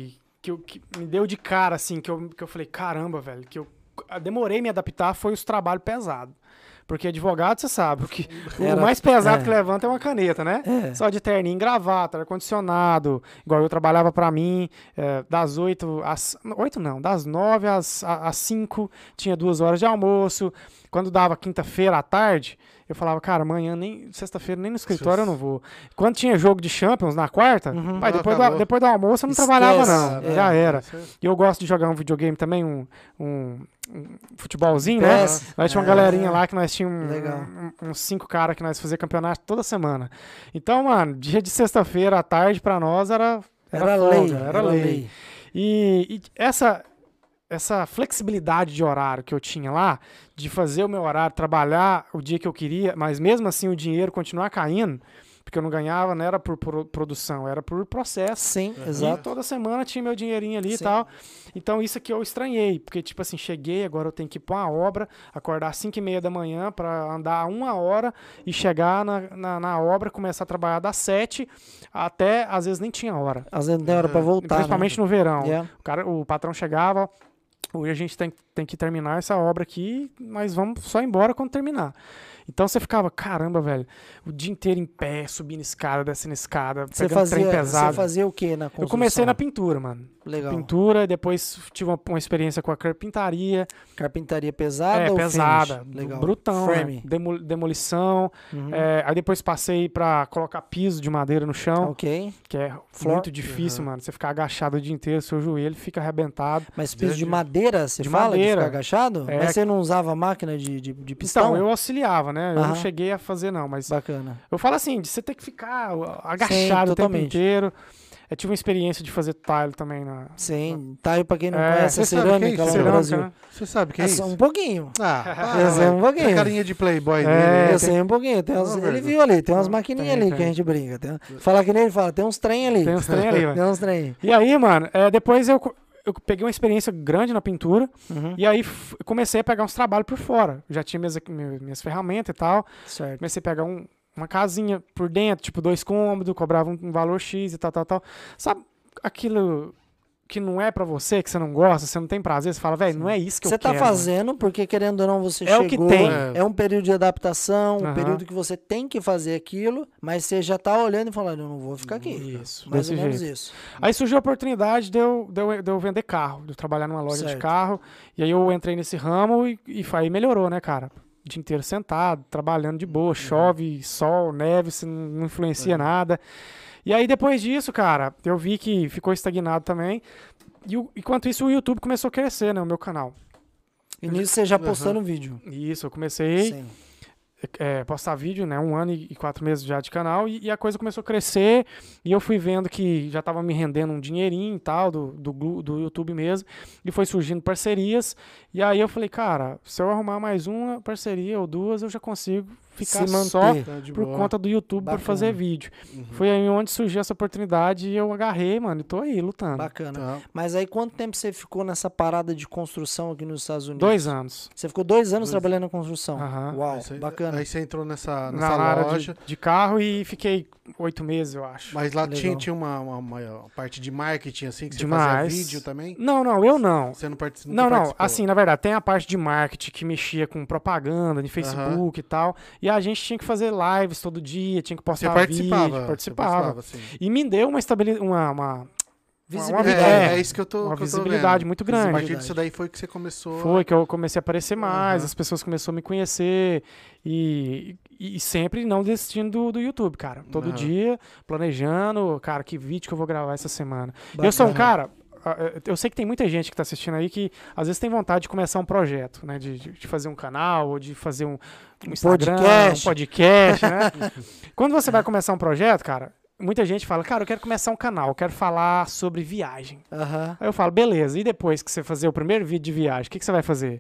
que me deu de cara, assim, que eu falei, caramba, velho, que eu demorei a me adaptar foi os trabalhos pesados. Porque advogado, você sabe, o mais pesado que levanta é uma caneta, né? Só de terninho, gravata, ar-condicionado. Igual eu trabalhava pra mim, das 8 às... 8 não, das 9 às 5, tinha 2 horas de almoço. Quando dava quinta-feira à tarde, eu falava, cara, amanhã, sexta-feira, nem no escritório eu não vou. Quando tinha jogo de Champions na quarta, pai, depois do almoço eu não trabalhava, não. Já era. E eu gosto de jogar um videogame também, um futebolzinho, né? Nós tinha uma galerinha lá que nós tínhamos uns 5 caras que nós fazia campeonato toda semana. Então, mano, dia de sexta-feira à tarde pra nós era lei. E essa flexibilidade de horário que eu tinha lá, de fazer o meu horário, trabalhar o dia que eu queria, mas mesmo assim o dinheiro continuar caindo, porque eu não ganhava, não era por produção, era por processo. Sim, E exato. toda semana tinha meu dinheirinho ali e tal. Então isso aqui eu estranhei, porque tipo assim, cheguei, agora eu tenho que ir pra uma obra, acordar às 5:30 da manhã pra andar 1 hora e chegar na obra, começar a trabalhar das 7 até, às vezes nem tinha hora. Às vezes não tem hora pra voltar. Principalmente né? no verão. Yeah. O patrão chegava, Hoje a gente tem que terminar essa obra aqui, mas vamos só embora quando terminar. Então você ficava, caramba, velho, o dia inteiro em pé, subindo escada, descendo escada, pegando trem pesado. Você fazia o que na construção? Eu comecei na pintura, mano. Legal. Pintura, depois tive uma experiência com a carpintaria. Carpintaria pesada ou pesada. finish? Legal. Brutão, Frame. né? Demolição. Aí depois passei pra colocar piso de madeira no chão. Ok. Que é muito difícil, mano. Você ficar agachado o dia inteiro, seu joelho fica arrebentado. Mas piso de madeira, você de fala madeira. de ficar agachado? É. Mas você não usava máquina de pistão? Então, eu auxiliava, né? Eu não cheguei a fazer, não, mas... Bacana. Eu falo assim, de você ter que ficar agachado o tempo inteiro. Eu tive uma experiência de fazer tile também. Sim, tile, pra quem não conhece, é cerâmica lá no Brasil. Né? Você sabe o que é isso? Um pouquinho. Eu sei um pouquinho. A carinha de playboy dele. Eu sei um pouquinho. Ele viu ali, tem umas maquininhas ali que a gente brinca. Fala que nem ele fala, tem uns trem ali. Tem uns trem ali, mano. Tem uns trem. E aí, mano, depois eu peguei uma experiência grande na pintura. E aí comecei a pegar uns trabalhos por fora. Já tinha minhas ferramentas e tal. Certo. Comecei a pegar uma casinha por dentro, tipo 2 cômodos, cobrava um valor X e tal. Sabe aquilo que não é pra você, que você não gosta, você não tem prazer, você fala, velho, não é isso que eu quero. Você tá fazendo porque, querendo ou não, você é chegou. O que tem. É um período de adaptação, um período que você tem que fazer aquilo, mas você já tá olhando e falando, eu não vou ficar aqui. Isso, mais ou menos jeito. isso. Aí surgiu a oportunidade de eu vender carro, de eu trabalhar numa loja de carro, e aí eu entrei nesse ramo e aí melhorou, né, cara? O dia inteiro sentado, trabalhando de boa, chove, sol, neve, você não influencia nada. E aí, depois disso, cara, eu vi que ficou estagnado também. E enquanto isso, o YouTube começou a crescer, né? O meu canal. E nisso você já postando vídeo. Isso, eu comecei a postar vídeo, né? 1 ano e 4 meses já de canal. E a coisa começou a crescer. E eu fui vendo que já tava me rendendo um dinheirinho e tal, do YouTube mesmo. E foi surgindo parcerias. E aí eu falei, cara, se eu arrumar mais uma parceria ou 2, eu já consigo ficar só por conta do YouTube por fazer vídeo. Foi aí onde surgiu essa oportunidade e eu agarrei, mano, e tô aí lutando. Bacana. Mas aí quanto tempo você ficou nessa parada de construção aqui nos Estados Unidos? 2 anos. Você ficou 2 anos trabalhando na construção? Uau, bacana. Aí você entrou nessa loja de carro e fiquei 8 meses, eu acho. Mas lá tinha uma parte de marketing, assim, que você fazia vídeo também? Não, eu não. Você não participou? Não, assim, na verdade, tem a parte de marketing que mexia com propaganda de Facebook e tal, e a gente tinha que fazer lives todo dia, tinha que postar vídeo, participava. E me deu uma estabilidade, uma visibilidade. É isso que eu tô uma visibilidade muito grande. A partir disso daí foi que você começou... Foi que eu comecei a aparecer mais, as pessoas começaram a me conhecer e sempre não desistindo do YouTube, cara. Todo dia, planejando, cara, que vídeo que eu vou gravar essa semana. Bacana. Eu sou um cara... Eu sei que tem muita gente que tá assistindo aí que às vezes tem vontade de começar um projeto, né? De fazer um canal ou de fazer um Instagram, um podcast, né? Quando você vai começar um projeto, cara, muita gente fala, cara, eu quero começar um canal, eu quero falar sobre viagem. Aí eu falo, beleza, e depois que você fazer o primeiro vídeo de viagem, o que você vai fazer?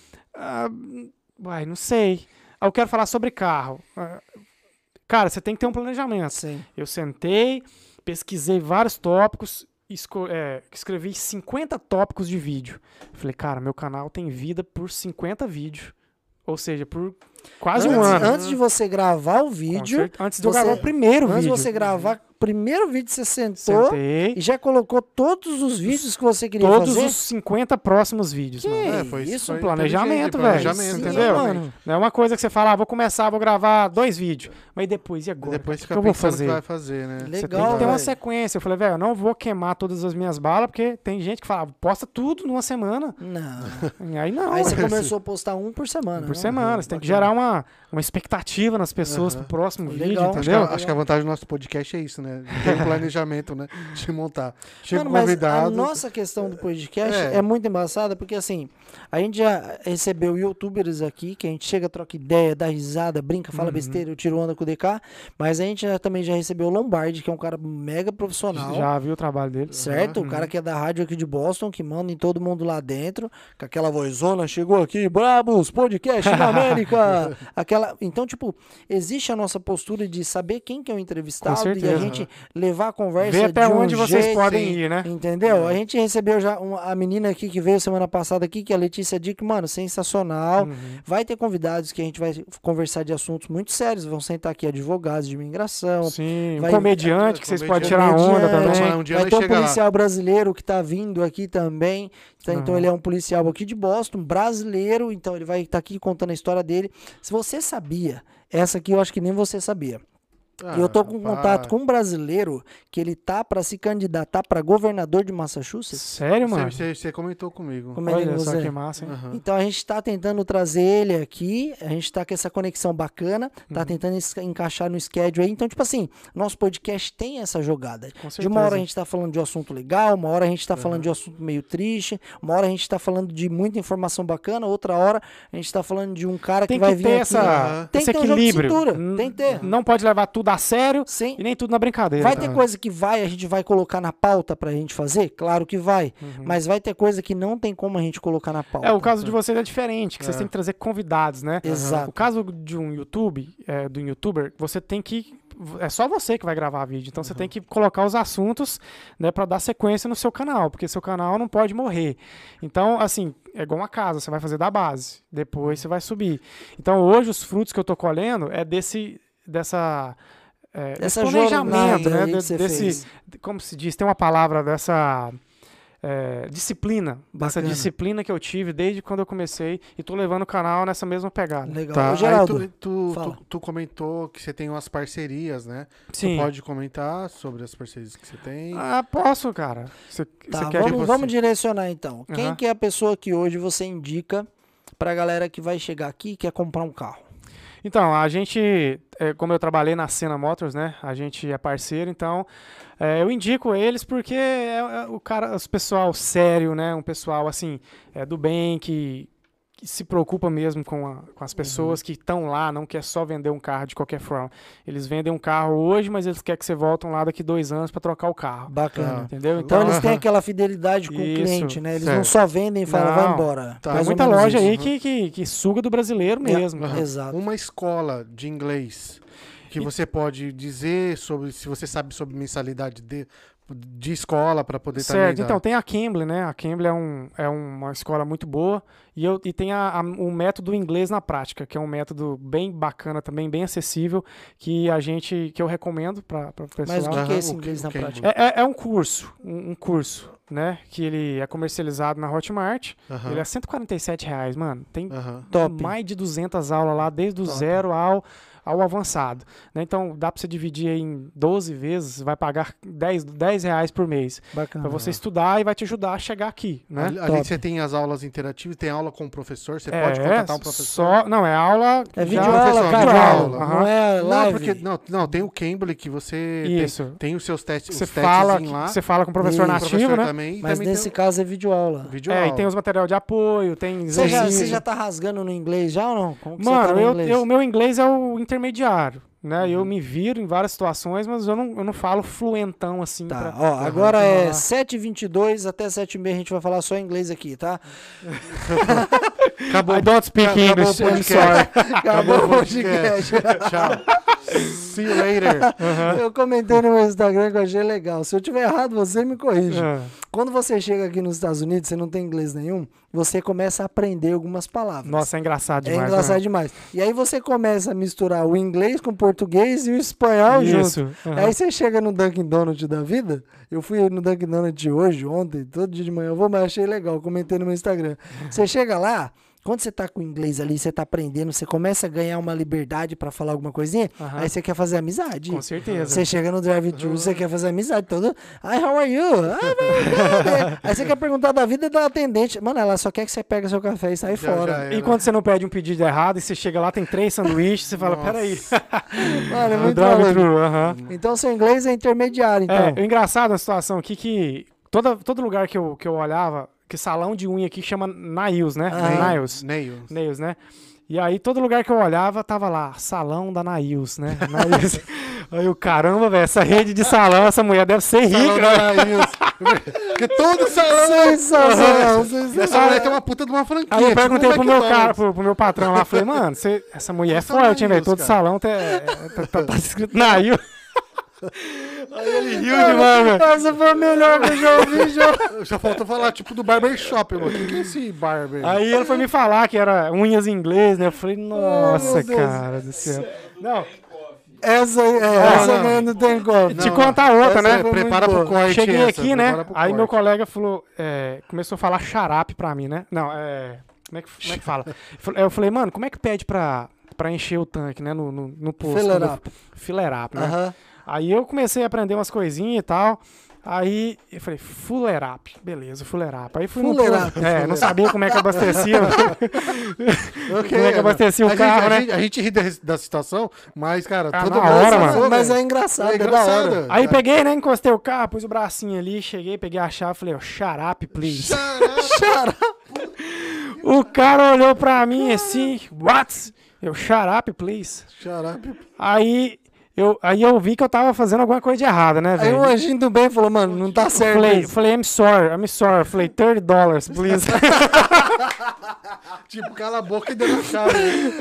Não sei. Eu quero falar sobre carro. Cara, você tem que ter um planejamento. Sim. Eu sentei, pesquisei vários tópicos, escrevi 50 tópicos de vídeo. Falei, cara, meu canal tem vida por 50 vídeos. Ou seja, por quase um ano. Antes de você gravar o vídeo... Antes de eu gravar o primeiro vídeo. Antes de você gravar o primeiro vídeo, você sentou e já colocou todos os vídeos que você queria fazer? Todos os 50 próximos vídeos, mano. Foi isso, um planejamento, velho. Entendeu? Mano. Não é uma coisa que você fala, vou começar, vou gravar 2 vídeos. Mas depois, e agora? Depois o que eu vou fazer? Que vai fazer, né? Legal, você tem que ter uma sequência. Eu falei, velho, eu não vou queimar todas as minhas balas, porque tem gente que fala, posta tudo numa semana. Não. Aí não. Aí você começou a postar um por semana. Por semana. Você tem que gerar uma expectativa nas pessoas pro próximo vídeo, entendeu? Acho que a vantagem do nosso podcast é isso, né? Tem um planejamento, né? De montar. Chega Mano, convidado. Mas a nossa questão do podcast é muito embaçada, porque assim, a gente já recebeu youtubers aqui, que a gente chega, troca ideia, dá risada, brinca, fala besteira, eu tiro onda com o DK, mas a gente também já recebeu o Lombardi, que é um cara mega profissional. Já viu o trabalho dele. Certo? O cara que é da rádio aqui de Boston, que manda em todo mundo lá dentro, com aquela vozona, chegou aqui, Brabos, podcast na América. aquela... Então, tipo, existe a nossa postura de saber quem que é o entrevistado e a certeza. gente levar a conversa Ver até de um onde vocês jeito, podem ir, né? entendeu? A gente recebeu já a menina aqui que veio semana passada aqui, que é a Letícia Dick, mano, sensacional. Vai ter convidados que a gente vai conversar de assuntos muito sérios, vão sentar aqui advogados de imigração. Sim, vai- um comediante que vocês podem tirar comediante, onda também. Um dia vai vai ter um chegar lá. policial brasileiro que tá vindo aqui também. Então ele é um policial aqui de Boston, brasileiro. Então ele vai estar aqui contando a história dele. Se você sabia, essa aqui eu acho que nem você sabia. Eu tô com contato com um brasileiro que ele tá para se candidatar para governador de Massachusetts. Sério, mano? Você comentou comigo. Comentei com Olha só você. que massa, hein? Aham. Então a gente tá tentando trazer ele aqui, a gente tá com essa conexão bacana, tá tentando encaixar no schedule aí. Então, tipo assim, nosso podcast tem essa jogada. Com De uma hora certeza. a gente tá falando de um assunto legal, uma hora a gente tá falando de um assunto meio triste, uma hora a gente tá falando de muita informação bacana, outra hora a gente tá falando de um cara Tem que vai que vir ter aqui. essa, Tem esse que ter um jogo de equilíbrio. cintura, tem que ter. Não pode levar tudo a sério Sim. e nem tudo na brincadeira. Vai ter coisa que a gente vai colocar na pauta pra gente fazer? Claro que vai. Mas vai ter coisa que não tem como a gente colocar na pauta. O caso de vocês é diferente, que vocês têm que trazer convidados, né? Exato. O caso de um do youtuber, você tem que... É só você que vai gravar vídeo, então você tem que colocar os assuntos, né, para dar sequência no seu canal, porque seu canal não pode morrer. Então, assim, é igual uma casa, você vai fazer da base, depois você vai subir. Então, hoje os frutos que eu tô colhendo é desse Essa planejamento, jornada né? aí que você fez. Como se diz, tem uma palavra dessa disciplina. Dessa Bacana. disciplina que eu tive desde quando eu comecei e tô levando o canal nessa mesma pegada. Legal. Tá, Ô, aí Geraldo, tu fala. comentou que você tem umas parcerias, né? Sim. Tu pode comentar sobre as parcerias que você tem? Ah, posso, cara. Você tá, quer vamos direcionar então. Quem Aham. que é a pessoa que hoje você indica pra galera que vai chegar aqui e quer comprar um carro? Então, a gente, como eu trabalhei na Sena Motors, né? A gente é parceiro, então eu indico eles porque os pessoal sério, né? Um pessoal assim do bem que se preocupa mesmo com as pessoas que estão lá, não quer só vender um carro de qualquer forma. Eles vendem um carro hoje, mas eles querem que você volte lá daqui 2 anos para trocar o carro. Bacana. Entendeu? Então eles têm Aham. aquela fidelidade com o Isso, cliente, né? Eles não certo. só vendem e falam, vai Não. embora. Tá. Mais Tem ou muita menos loja isso. aí que suga do brasileiro mesmo. Aham. Exato. Uma escola de inglês que você pode dizer sobre, se você sabe sobre mensalidade de escola para poder Certo, também então tem a Cambly, né? A Cambly é uma escola muito boa e tem o método inglês na prática, que é um método bem bacana também, bem acessível, que eu recomendo para o pessoal. Mas o que é Aham, esse o inglês que- na o que- prática? É um curso, né? Que ele é comercializado na Hotmart. Aham. Ele é R$147, mano. Tem Aham. Top. mais de 200 aulas lá, desde o Top. zero ao avançado, né? Então dá para você dividir aí em 12 vezes, você vai pagar R$10 por mês Bacana. para você estudar e vai te ajudar a chegar aqui, né? Ali Top. você tem as aulas interativas, tem aula com o professor, você pode contratar um professor. é aula. É já- videoaula, professor, cara. videoaula. Não é Não, live. porque não, tem o Cambly que você Isso. tem os seus testes, Você os fala, testezinhos lá. você fala com o professor Isso. nativo, professor né? também, e Mas também nesse tem caso é videoaula. o videoaula. E tem os materiais de apoio, tem Você exercício. já tá rasgando no inglês já ou não? Como que você tá Mano, no inglês? o meu inglês é o intermediário, né? Eu me viro em várias situações, mas eu não falo fluentão assim. Tá, pra- ó, agora é falar. 7h22 até 7h30 a gente vai falar só inglês aqui, tá? Acabou. I don't speak Acabou o English, I'm podcast. sorry. Acabou o podcast. Tchau. See you later. Eu comentei no meu Instagram que eu achei legal. Se eu tiver errado, você me corrige. É. Quando você chega aqui nos Estados Unidos, você não tem inglês nenhum, você começa a aprender algumas palavras. Nossa, é engraçado É demais. engraçado né? demais. E aí você começa a misturar o inglês com o português e o espanhol junto. Isso. aham. Aí você chega no Dunkin' Donuts da vida. Eu fui no Dunkin' Donuts hoje, ontem, todo dia de manhã eu vou, mas achei legal, comentei no meu Instagram. Você chega lá, quando você tá com o inglês ali, você tá aprendendo, você começa a ganhar uma liberdade pra falar alguma coisinha, Aham. aí você quer fazer amizade. Com certeza. Você chega no drive-thru, você quer fazer amizade. Todo, hi, how are you? Aí você quer perguntar da vida da atendente. Mano, ela só quer que você pegue seu café e sai Já fora. era. E quando você não pede um pedido errado e você chega lá, tem 3 sanduíches, você fala, Nossa. peraí. Mano, é No muito maluco. drive-thru, aham. Então seu inglês é intermediário, então. É, o engraçado da situação aqui que todo lugar que eu olhava, que salão de unha aqui chama Nails, né? Nails. Nails, né? E aí todo lugar que eu olhava tava lá, salão da Nails, né? Nails. Aí o caramba, velho, essa rede de salão, essa mulher deve ser Salão rica. da Laís. Porque todo salão... Sensacional, Essa mulher tem uma puta de uma franquia. Aí eu tipo perguntei um pro meu McDonald's. cara, pro meu patrão lá, falei, mano, essa mulher é forte, hein, velho? Todo cara. salão tá escrito Nail. Aí ele riu demais, velho. Essa foi a melhor que eu já ouvi, já. Já faltou falar, tipo, do barbershop, mano. O que é esse barber? Aí ele foi me falar que era unhas em inglês, né? Eu falei, nossa, meu Deus. cara do céu. Não, Essa não. não tem como. te contar outra, essa né? foi Prepara muito pro boa. corte Cheguei essa, aqui, né? prepara pro Aí meu corte. colega falou, começou a falar xarape pra mim, né? Não, como é que fala? Eu falei, mano, como é que pede pra encher o tanque, né? No posto. Fill it up. Fill it up, né? Aham. Aí eu comecei a aprender umas coisinhas e tal. Aí eu falei, full it up. Beleza, full it up. Aí fui no Full it posto. up. Não sabia como é que abastecia. Ok, Como é que abastecia o carro, né? A gente ri da situação, mas, cara, Ah, todo na mundo hora, passou, mano. Mas velho. é engraçado, É é da engraçado. hora. Aí peguei, né? Encostei o carro, pus o bracinho ali, cheguei, peguei a chave, falei, shut up, please. O cara olhou pra mim assim, what? Eu, shut up, please. Xarape. Aí eu vi que eu tava fazendo alguma coisa de errada, né, Aí o velho? anjinho do bem falou, mano, não tá certo isso. Falei, I'm sorry. Falei, $30, please. Tipo, cala a boca e deu na chave.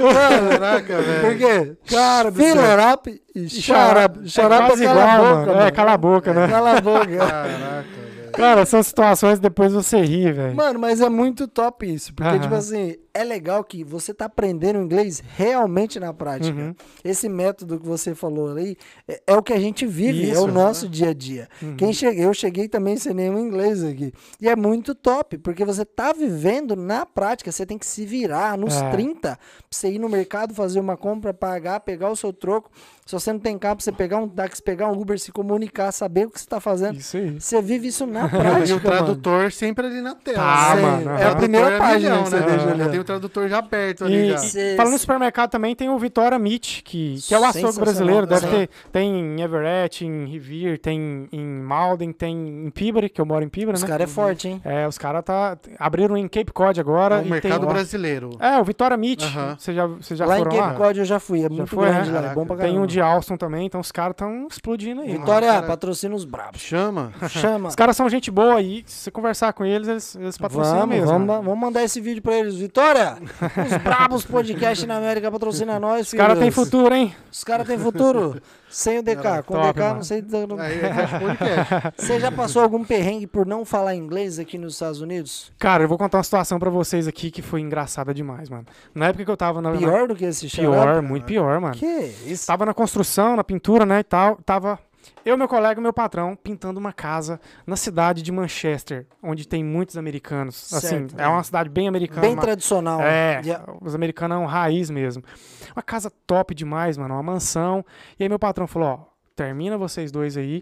Caraca, velho. Por quê? Cara do Fill céu. it up e shut up. Shut up quase é cala igual, a boca, mano. mano. Cala a boca, né? Cala a boca. Caraca, velho. Cara, são situações que depois você ri, velho. Mano, mas é muito top isso. Porque, Aham. tipo assim, é legal que você tá aprendendo inglês realmente na prática. Uhum. Esse método que você falou ali é o que a gente vive, é Isso, o nosso dia a dia. Eu cheguei também sem nenhum inglês aqui. E é muito top, porque você tá vivendo na prática. Você tem que se virar nos 30 pra você ir no mercado, fazer uma compra, pagar, pegar o seu troco. Se você não tem carro, pra você pegar um táxi, pegar um Uber, se comunicar, saber o que você tá fazendo. Isso aí. Você vive isso na E prática, o tradutor sempre ali na tela. Tá, né? mano. O É a tradutor primeira página milhão, que você né? deixa ali. Já tem o tradutor já aberto ali. E, já. Cê- falando no supermercado também tem o Vitória Meat, que é o açougue Sensacional, brasileiro. Deve né? ter. Tem em Everett, em Revere, tem em Malden, tem em Peabody, que eu moro em Peabody, Os né? caras é forte, hein? Os caras abriram em Cape Cod agora. O e mercado tem, brasileiro. o Vitória Meat. Aham. Vocês já Lá em foram Cape lá? Cod eu já fui, é muito foi, grande né? lá, é bom pra Tem caramba. um de Alston também, então os caras estão explodindo aí. mano. Vitória, Cara- patrocina os brabos. Chama. Chama. Os caras são gente boa aí. Se você conversar com eles patrocinam mesmo. Vamos, mano. vamos mandar esse vídeo pra eles. Vitória, os brabos podcast na América patrocina nós, Os caras têm filhos. futuro, hein? Os caras têm futuro. Sem o DK. Com o top, DK, mano. não sei. Aí é podcast. Você já passou algum perrengue por não falar inglês aqui nos Estados Unidos? Cara, eu vou contar uma situação pra vocês aqui que foi engraçada demais, mano. Na época que eu tava na... Pior do que esse Pior, xarope? muito pior, mano. Que isso? Tava na construção, na pintura, né, e tal. Tava eu, meu colega e meu patrão pintando uma casa na cidade de Manchester, onde tem muitos americanos. Assim, Certo. é uma cidade bem americana. Bem tradicional. Yeah. Os americanos são raiz mesmo. Uma casa top demais, mano, uma mansão. E aí meu patrão falou, ó, termina vocês dois aí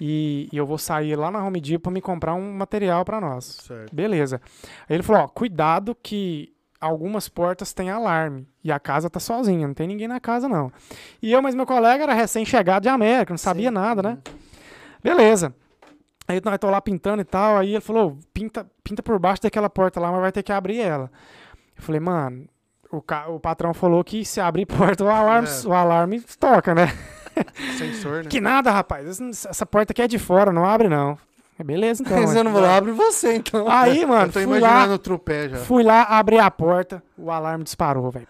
e eu vou sair lá na Home Depot pra me comprar um material pra nós. Certo. Beleza. Aí ele falou, ó, cuidado que algumas portas têm alarme e a casa tá sozinha, não tem ninguém na casa não. E eu, mas meu colega era recém-chegado de América, não sabia nada, né? Beleza. Aí nós tô lá pintando e tal, aí ele falou, pinta por baixo daquela porta lá, mas vai ter que abrir ela. Eu falei, mano, o patrão falou que se abrir porta o alarme toca, né? Sensor, né? Que nada, rapaz, essa porta aqui é de fora, não abre não. Beleza, então. Mas né? eu não vou abre você, então. Aí, mano, Eu tô fui imaginando lá, o trupé já. fui lá, abri a porta, o alarme disparou, velho.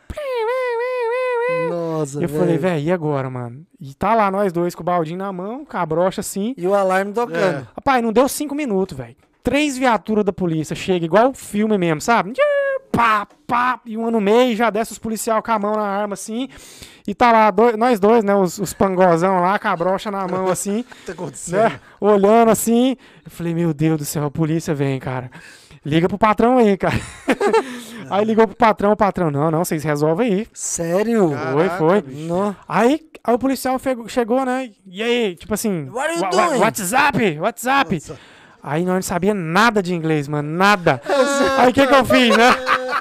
Nossa, Eu falei, velho, e agora, mano? E tá lá nós dois com o baldinho na mão, com a brocha assim. E o alarme tocando. Rapaz, não deu 5 minutos, velho. 3 viaturas da polícia chegam, igual o filme mesmo, sabe? Pá, pá, e uma no meio, já desce os policiais com a mão na arma assim. E tá lá, nós dois, né, os pangozão lá, com a brocha na mão assim. O que tá acontecendo? Né, olhando assim. Eu falei, meu Deus do céu, a polícia vem, cara. Liga pro patrão aí, cara. Aí ligou pro patrão, o patrão, não, vocês resolvem aí. Sério? Caraca, Foi. bicho. Não. Aí o policial chegou, né? E aí, tipo assim, What are you doing? WhatsApp? Aí nós não sabia nada de inglês, mano, nada. Aí o que eu fiz, né?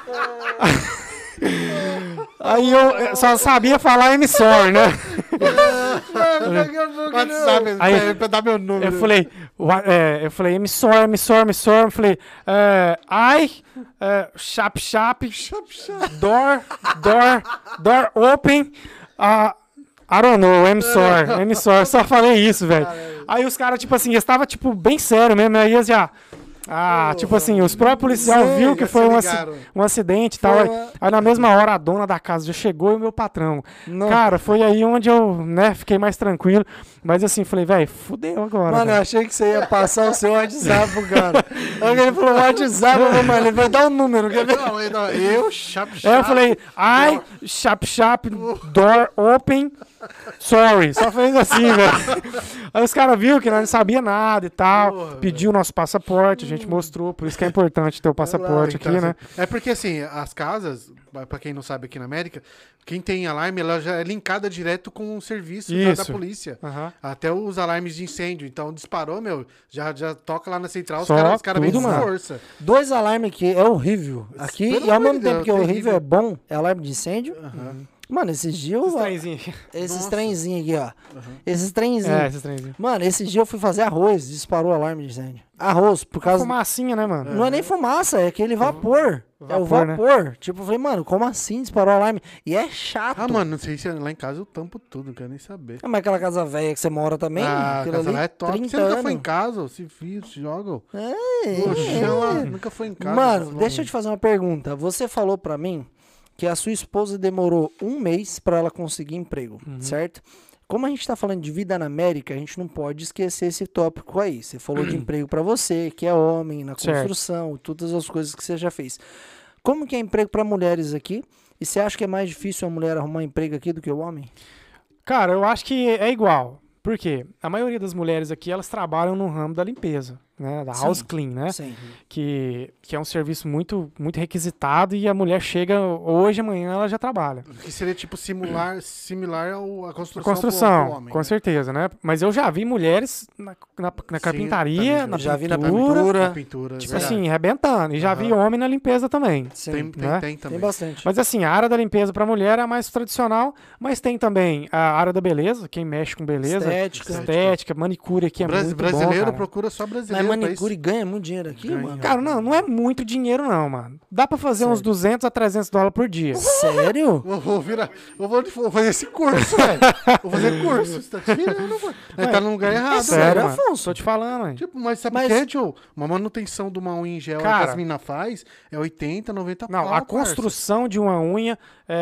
Aí eu só sabia falar I'm sorry, né? WhatsApp, Aí- pra dar meu número. Eu falei, I'm sorry. Eu falei, shop, door open, I don't know, I'm sorry, só falei isso, velho. Aí os caras, tipo assim, eles estavam, tipo, bem sério mesmo, aí eles já... tipo assim, os próprios policiais viu que foi um acidente e tal. Aí na mesma hora a dona da casa já chegou e o meu patrão. Não. Cara, foi aí onde eu, né, fiquei mais tranquilo. Mas assim, falei, velho, fudeu agora. Mano, véio. eu achei que você ia passar o seu WhatsApp pro cara. Aí ele falou WhatsApp, mano, ele vai dar um número, quer ver? Não, eu, chap. Aí eu falei, chap, door open, sorry. Só fez assim, velho. Aí os caras viram que nós não sabia nada e tal. Porra, pediu o nosso passaporte, a gente mostrou. Por isso que é importante ter o passaporte aqui, né? É porque assim, as casas, pra quem não sabe aqui na América, quem tem alarme, ela já é linkada direto com o serviço da Isso. polícia. Aham. Até os alarmes de incêndio. Então disparou, meu, já toca lá na central, Só os caras vêm tudo, com mano. força. 2 alarmes aqui é horrível. Aqui, Pelo e ao amor mesmo de tempo Deus, que é horrível, terrível. é bom, é alarme de incêndio. Mano, esses dias Esses trenzinhos. esses Nossa. trenzinhos aqui, ó. Esses trenzinhos. É, esses trenzinhos. Mano, esses dias eu fui fazer arroz, disparou o alarme de incêndio. Arroz, por causa... Fumacinha, né, mano? Não é nem fumaça, é aquele vapor. É o Vapor, né? vapor. Tipo, eu falei, mano, como assim disparou o alarme? E é chato. Ah, mano, não sei se lá em casa eu tampo tudo, não quero nem saber. Mas aquela casa velha que você mora também, Ah, aquilo casa ali, lá é top. 30 Você nunca anos. foi em casa, se joga. É. Poxa, lá, nunca foi em casa. Mano, vocês deixa eu vão- te fazer uma pergunta. Você falou pra mim que a sua esposa demorou 1 mês pra ela conseguir emprego, certo? Como a gente tá falando de vida na América, a gente não pode esquecer esse tópico aí. Você falou de emprego pra você, que é homem, na Certo. construção, todas as coisas que você já fez. Como que é emprego pra mulheres aqui? E você acha que é mais difícil a mulher arrumar emprego aqui do que o homem? Cara, eu acho que é igual. Por quê? A maioria das mulheres aqui, elas trabalham no ramo da limpeza, né? Da Sim. house clean, né? Sim. Que é um serviço muito, muito requisitado e a mulher chega hoje, amanhã ela já trabalha. Que seria tipo similar à construção, A construção, pro homem, com né? certeza, né? Mas eu já vi mulheres na carpintaria, também na já vi na pintura, Na pintura, tipo verdade. assim, arrebentando. E já vi Aham. homem na limpeza também. Sim. Tem, né? tem também. Tem bastante. Mas assim, a área da limpeza para mulher é a mais tradicional, mas tem também a área da beleza, quem mexe com beleza, estética, manicure aqui é muito Brasileiro bom, cara. procura só Mas brasileiro. pra manicure isso. ganha muito dinheiro aqui, Ganha. mano? Cara, não é muito dinheiro não, mano. Dá pra fazer uns Sério? 200 a 300 dólares por dia. Sério? Vou fazer esse curso, velho. Vou fazer curso. Você tá tirando, mano. Ele tá no lugar errado, sério, velho. Afonso? Tô te falando, hein. Tipo, mas sabe o Mas- que é, tio? Uma manutenção de uma unha em gel Cara, que as minas faz é 80, 90 Não, pau, a parça. construção de uma unha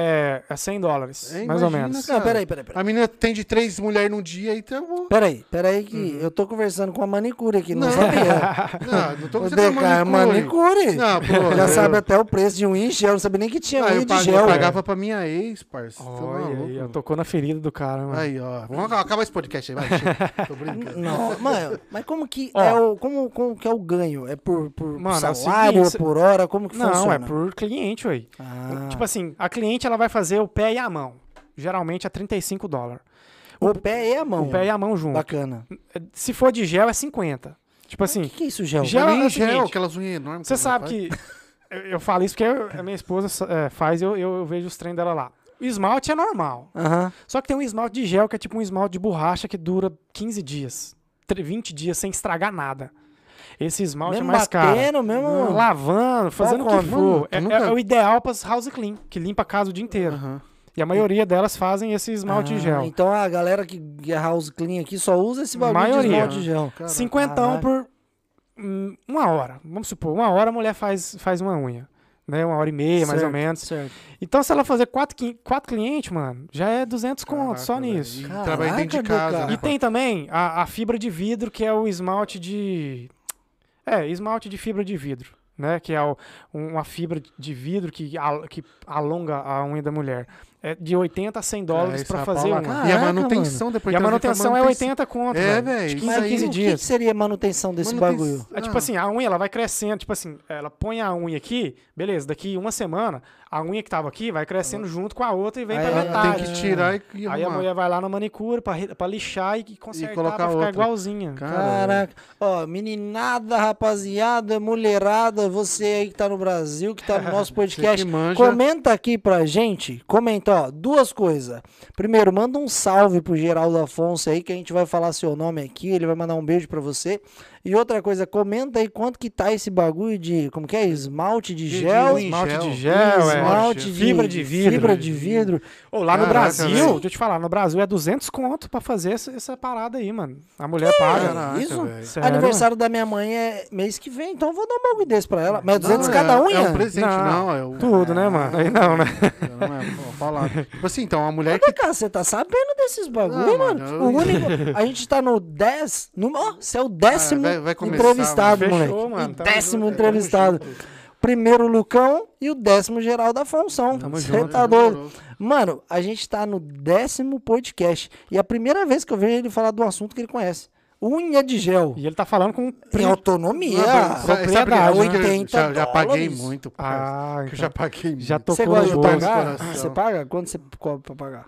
é 100 dólares, É, mais ou imagina, menos. cara. Não, peraí. A menina atende 3 mulheres num dia e tá bom. Peraí que eu tô conversando com a manicure aqui, não, Não. sabia. Não tô O com você DK é manicure. Não, pô. Já sabe até o preço de um unha em gel, não sabia nem que tinha unha Eu de gel. pagava pra minha ex, parça. Tô Olha aí, maluco. ó, tocou na ferida do cara, mano. Aí, ó. Vamos acabar esse podcast aí, vai. Chega. Tô brincando. Não, mano, mas como que Ó. é o como que é o ganho? É por Mano, é o salário, seguinte, é por hora? Como que Não, funciona? é por cliente, ué. Ah, Tipo assim, a cliente ela vai fazer o pé e a mão. Geralmente é 35 dólares. o pé e a mão. O pé e a mão junto. Bacana. Se for de gel é 50. Tipo assim, O que é isso, gel? Gel- Pra mim, é o gel, seguinte, aquelas unhas enormes. você que sabe ela faz. que eu falo isso porque a minha esposa faz e eu vejo os treinos dela lá. O esmalte é normal. Aham. Só que tem um esmalte de gel que é tipo um esmalte de borracha que dura 15 dias, 20 dias sem estragar nada. Esse esmalte Mesmo é mais caro. batendo, mesmo... Lavando, fazendo o que como? for. Mano, tu nunca- É o ideal para house clean, que limpa a casa o dia inteiro. Aham. E a maioria delas fazem esse esmalte de gel. Então a galera que é house clean aqui só usa esse bagulho Maioria. de esmalte de gel. Cara, 50 caralho. por 1 hora. Vamos supor, 1 hora a mulher faz uma unha. Né? 1 hora e meia, mais ou Certo, menos. Certo. Então, se ela fazer 4 clientes, mano, já é 200 conto só Caraca, nisso. velho. E Caraca, trabalha dentro de DK. casa. né, E tem também a fibra de vidro, que é o esmalte de... esmalte de fibra de vidro, né? Que é uma fibra de vidro que alonga a unha da mulher. É de 80 a 100 dólares isso, pra rapaz, fazer lá. uma. Caraca, E a manutenção depois E a tem que manutenção é 80 conto, É, velho. velho, De isso 15 a aí, 15 O que dias. seria manutenção desse bagulho? É tipo assim, a unha ela vai crescendo, tipo assim, ela põe a unha aqui, beleza, daqui uma semana, a unha que tava aqui vai crescendo junto com a outra e vem Aí pra ela metade. Tem que tirar e Aí a arrumar. mulher vai lá na manicure pra lixar e consertar colocar pra ficar outra. igualzinha. Caraca. Ó, meninada, rapaziada, mulherada, você aí que tá no Brasil, que tá no nosso Você podcast, que manja. comenta aqui pra gente, comenta ó, duas coisas. Primeiro, manda um salve pro Geraldo Afonso aí, que a gente vai falar seu nome aqui, ele vai mandar um beijo pra você. E outra coisa, comenta aí quanto que tá esse bagulho de, como que é? Esmalte de gel? Esmalte de gel, esmalte de fibra de vidro. Fibra de vidro. Ô, lá no Caraca, Brasil, velho. deixa eu te falar, no Brasil é 200 conto pra fazer essa parada aí, mano. A mulher paga. Caraca, Isso? velho. Sério? Aniversário da minha mãe é mês que vem, então eu vou dar um bagulho desse pra ela. Mas é Não, 200 cada unha? É um presente, Não, não. É o, Tudo, né, mano? Aí não, né? Não é, vou falar. Tipo assim, então, a mulher Mas, que. cara, você tá sabendo desses bagulho, Não, mano? mano, O único... A gente tá no 10... Ó, você é o 10º vai começar, entrevistado, mano. moleque. Fechou, mano. O Tamo 10º junto, entrevistado. Primeiro o Lucão e o 10º Geraldo Afonso. Tamo Você junto. tá doido? Mano, a gente tá no 10º podcast. E é a primeira vez que eu vejo ele falar de um assunto que ele conhece. Unha de gel. E ele tá falando com... Em autonomia. propriedade, né? 80 já paguei dólares. muito. Ah, Eu então. já paguei muito. Já tocou Você gosta de no bolso. pagar? coração. Você paga? Quanto você cobra pra pagar?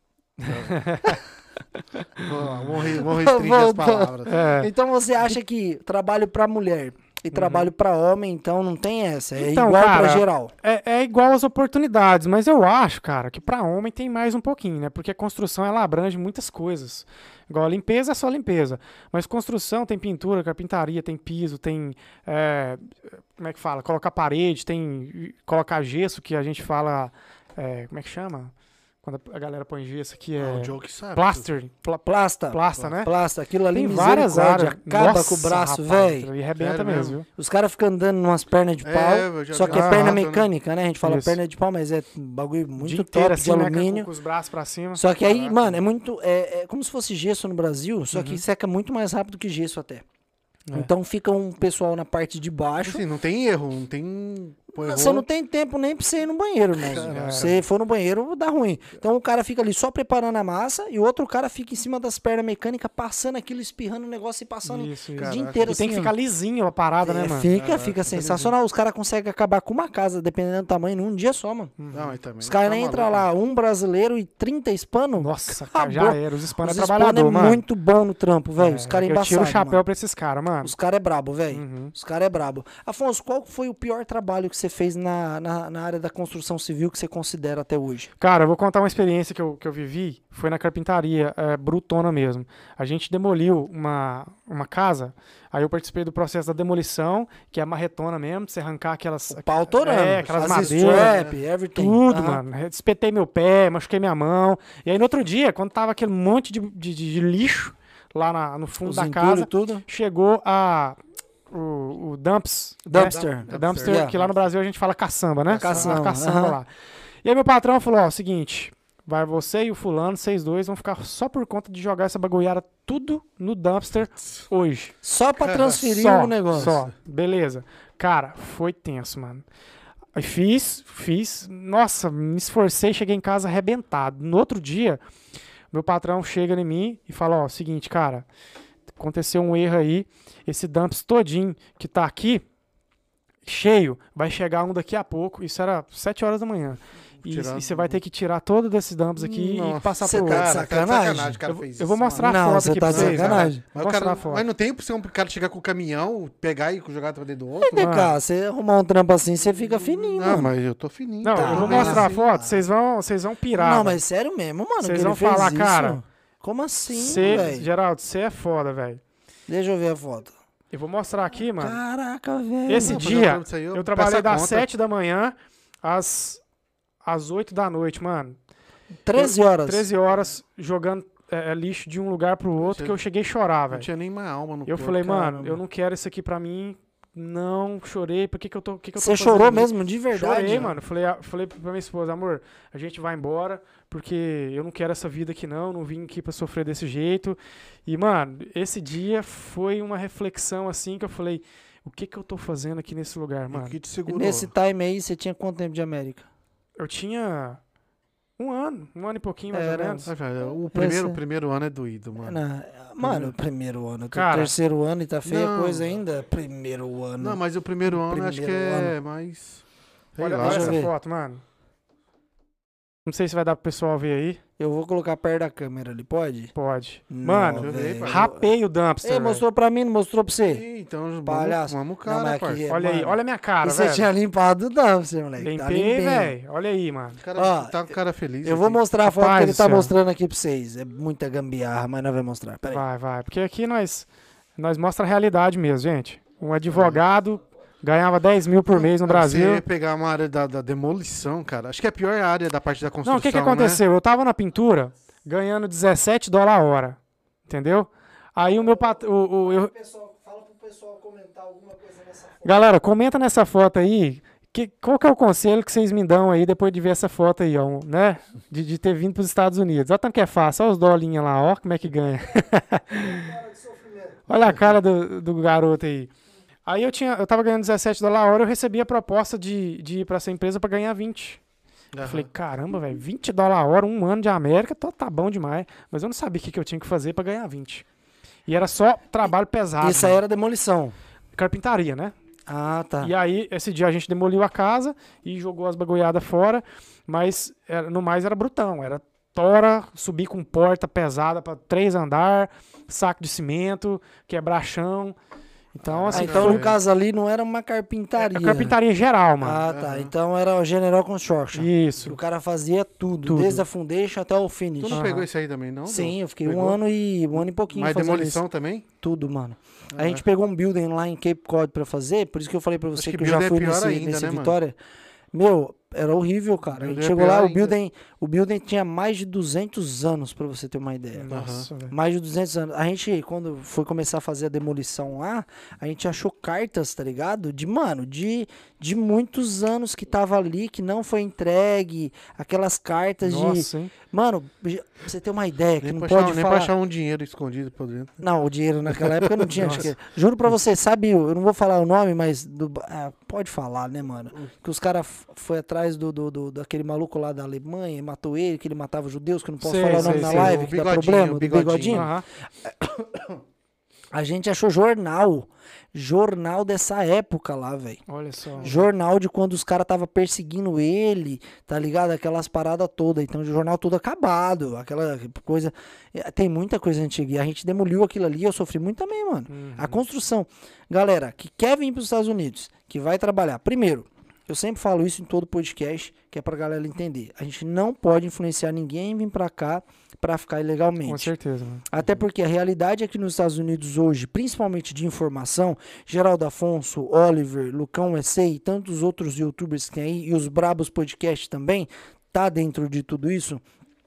Vou restringir as palavras. É. Então você acha que trabalho pra mulher e trabalho pra homem, então não tem essa? É Então, igual pra cara, geral. É igual as oportunidades, mas eu acho, cara, que pra homem tem mais um pouquinho, né? Porque a construção, ela abrange muitas coisas. Igual a limpeza é só limpeza. Mas construção tem pintura, carpintaria, tem piso, tem... como é que fala? Colocar parede, tem... Colocar gesso, que a gente fala... como é que chama? Quando a galera põe gesso aqui é... O Joe que sabe. Plaster. Plasta, né? Plasta, aquilo ali, Tem várias misericórdia, áreas. acaba Nossa, com o braço, rapaz, velho. E arrebenta Sério mesmo, mesmo? viu? Os caras ficam andando numas pernas de pau, eu já só vi que é umas perna fotos, né? mecânica, né? A gente fala Isso. perna de pau, mas é um bagulho O muito dia top inteiro de assim, né, alumínio. com os braços pra cima. Só que aí, Caraca. mano, é muito. É como se fosse gesso no Brasil, só Uhum. que seca muito mais rápido que gesso até. É. Então fica um pessoal na parte de baixo. Assim, não tem erro, não tem... Pô, Você errou. não tem tempo nem pra você ir no banheiro, né? Caralho. Se você for no banheiro, dá ruim. Então o cara fica ali só preparando a massa e o outro cara fica em cima das pernas mecânicas, passando aquilo, espirrando o negócio e passando Isso, o isso. dia inteiro E tem que assim, ficar ó. lisinho a parada, né, mano? Fica sensacional. Os caras conseguem acabar com uma casa, dependendo do tamanho, num dia só, mano. Não, aí também. Os caras tá nem entram maluco. lá, um brasileiro e 30 hispanos. Nossa, Acabou. cara, já era. Os hispanos Os é hispanos trabalhador, é mano. muito bom no trampo, velho. Os caras eu tiro o embaçados, chapéu mano. pra esses caras, mano. Os caras é brabo, velho. Uhum. Os caras é brabo. Afonso, qual foi o pior trabalho que você fez na área da construção civil que você considera até hoje? Cara, eu vou contar uma experiência que eu vivi. Foi na carpintaria, brutona mesmo. A gente demoliu uma casa. Aí eu participei do processo da demolição, que é a marretona mesmo, de você arrancar aquelas... O pau torando. aquelas as madeiras. strap, everything. Tudo, Aham. mano. Espetei meu pé, machuquei minha mão. E aí no outro dia, quando tava aquele monte de lixo lá no fundo Os da entulhos, casa, tudo. chegou o dumps. Dumpster. Né? Dumpster, Yeah. que lá no Brasil a gente fala caçamba, né? Caçamba, A caçamba aham. lá. E aí meu patrão falou, ó, seguinte, vai você e o fulano, vocês dois vão ficar só por conta de jogar essa bagulhada tudo no dumpster hoje. Só pra transferir Só, o negócio. Só, beleza. Cara, foi tenso, mano. Aí fiz. Nossa, me esforcei, cheguei em casa arrebentado. No outro dia, meu patrão chega em mim e fala, ó, seguinte, cara, aconteceu um erro aí, esse dumpster todinho que tá aqui, cheio, vai chegar um daqui a pouco, isso era 7 horas da manhã. E Tirar- você vai ter que tirar todo desses dumps aqui e Nossa, passar você pro tá de outro. sacanagem? o cara fez Eu vou isso, mostrar Não, a foto você aqui tá pra de vocês. sacanagem. Mas, Vou o cara, mostrar a foto. mas não tem opção pro cara chegar com o caminhão, pegar e jogar pra dentro do outro? Vem cá, você arrumar um trampo assim, você fica fininho, Não, mano. mas eu tô fininho. Não, Tá, eu vou mas mostrar a assim, foto, vocês vão pirar. Não, velho. mas sério mesmo, mano. Vocês que vão ele fez falar, isso? cara, Como assim, Cê, velho? Geraldo, você é foda, velho. Deixa eu ver a foto. Eu vou mostrar aqui, mano. Caraca, velho. Esse Não, fazer dia, um trampo disso aí, eu eu trabalhei peço a das conta. 7 da manhã às 8 da noite, mano. 13 horas. 13 horas jogando lixo de um lugar pro outro, Você- que eu cheguei a chorar, Não velho. tinha nem uma alma no Eu corpo. falei, mano, caramba. eu não quero isso aqui pra mim. Não, chorei. Por que eu tô Você fazendo chorou isso? mesmo, de verdade? Chorei, mano. Falei pra minha esposa, amor, a gente vai embora, porque eu não quero essa vida aqui não vim aqui pra sofrer desse jeito. E, mano, esse dia foi uma reflexão assim que eu falei, o que eu tô fazendo aqui nesse lugar, O mano? que te E segurou? nesse time aí, você tinha quanto tempo de América? Eu tinha um ano e pouquinho mais ou Era. menos. Ah, velho, o Esse- primeiro ano é doído, mano. Mano, primeiro ano. Cara, Terceiro ano e tá feia a não. coisa ainda. Primeiro ano. Não, mas o primeiro ano acho que Primeiro é mais... Sei Olha, lá, olha deixa eu essa ver. foto, mano. Não sei se vai dar pro pessoal ver aí. Eu vou colocar perto da câmera ali, pode? Pode. Não, Mano, velho. rapei o dumpster. Ei, velho. mostrou pra mim, não mostrou pra você? Ih, então Palhaço. vamos o Não, cara, mas aqui parça. é- Olha aí, mano. olha a minha cara, E você velho. tinha limpado o dumpster, moleque. Tá Limpei, limpinho. velho. Olha aí, mano. O cara Ó, tá com o cara feliz. Eu vou aqui. mostrar a foto Rapaz que ele do tá céu. mostrando aqui pra vocês. É muita gambiarra, mas nós vamos mostrar. Peraí. Vai. Porque aqui nós mostra a realidade mesmo, gente. Um advogado ganhava 10 mil por mês no Brasil. Você pegar uma área da demolição, cara. Acho que é a pior área da parte da construção. Não, o que né? aconteceu? Eu tava na pintura ganhando $17 a hora. Entendeu? Aí o meu patrão. Fala pro pessoal comentar alguma coisa nessa foto. Galera, comenta nessa foto aí. Qual que é o conselho que vocês me dão aí depois de ver essa foto aí, ó, né? De ter vindo pros Estados Unidos. Olha tanto que é fácil. Olha os dolinhos lá, ó. Como é que ganha. Olha a cara do garoto aí. Aí eu tava ganhando $17 a hora, eu recebi a proposta de ir pra essa empresa pra ganhar 20. Eu falei, caramba, velho, $20 a hora, um ano de América, tá bom demais. Mas eu não sabia o que eu tinha que fazer pra ganhar 20. E era só trabalho pesado. Isso aí era demolição. Carpintaria, né? Ah, tá. E aí, esse dia a gente demoliu a casa e jogou as bagulhadas fora, mas no mais era brutão, era tora, subir com porta pesada pra 3 andar, saco de cimento, quebrar chão. Então, assim, então, foi no caso ali, não era uma carpintaria. a carpintaria geral, mano. Ah, tá. Então era o General Construction. Que Isso. o cara fazia tudo, Tudo. desde a foundation até o finish. Tu não Aham. pegou isso aí também, não? Sim, eu fiquei Pegou? um ano e pouquinho Mas fazendo demolição isso. também? Tudo, mano. A gente pegou um building lá em Cape Cod pra fazer, por isso que eu falei pra você Acho que que eu já building fui é pior nesse, ainda, nesse né, mano? Vitória. Meu, era horrível, cara. A Building gente é chegou pior lá, ainda. o building tinha mais de 200 anos, pra você ter uma ideia. Nossa, velho. Mais de 200 anos. A gente, quando foi começar a fazer a demolição lá, a gente achou cartas, tá ligado? De muitos anos que tava ali, que não foi entregue. Aquelas cartas Nossa, hein? Mano, pra você ter uma ideia, que Nem não pra, pode achar, nem falar... pra achar um dinheiro escondido por dentro. Não, o dinheiro naquela época não tinha. Acho que... Juro pra você, sabe, eu não vou falar o nome, mas... pode falar, né, mano? Que os caras foi atrás daquele maluco lá da Alemanha, matou ele, que ele matava judeus, que eu não posso Sei, falar o nome sei, na sei. live, O que dá bigodinho, problema, o do bigodinho. bigodinho. Aham. A gente achou jornal dessa época lá, velho. Olha só. Jornal de quando os caras tava perseguindo ele, tá ligado? Aquelas paradas todas. Então, o jornal todo acabado, aquela coisa. Tem muita coisa antiga. E a gente demoliu aquilo ali, eu sofri muito também, mano. A construção. Galera, que quer vir pros Estados Unidos, que vai trabalhar. Primeiro, eu sempre falo isso em todo podcast, que é pra galera entender. A gente não pode influenciar ninguém a vir pra cá pra ficar ilegalmente. Com certeza, mano. Até porque a realidade é que nos Estados Unidos hoje, principalmente de informação, Geraldo Afonso, Oliver, Lucão SA e tantos outros youtubers que tem aí, e os Brabos Podcast também, tá dentro de tudo isso,